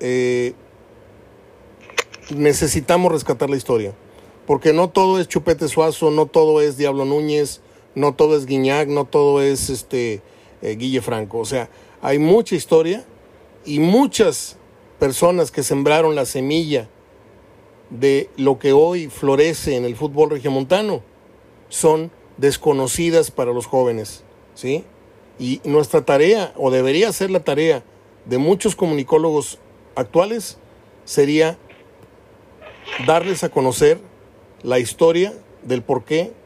necesitamos rescatar la historia. Porque no todo es Chupete Suazo, no todo es Diablo Núñez, no todo es Guiñac, no todo es Guille Franco. O sea, hay mucha historia y muchas personas que sembraron la semilla de lo que hoy florece en el fútbol regiomontano son desconocidas para los jóvenes, ¿sí? Y nuestra tarea, o debería ser la tarea de muchos comunicólogos actuales, sería darles a conocer la historia del por qué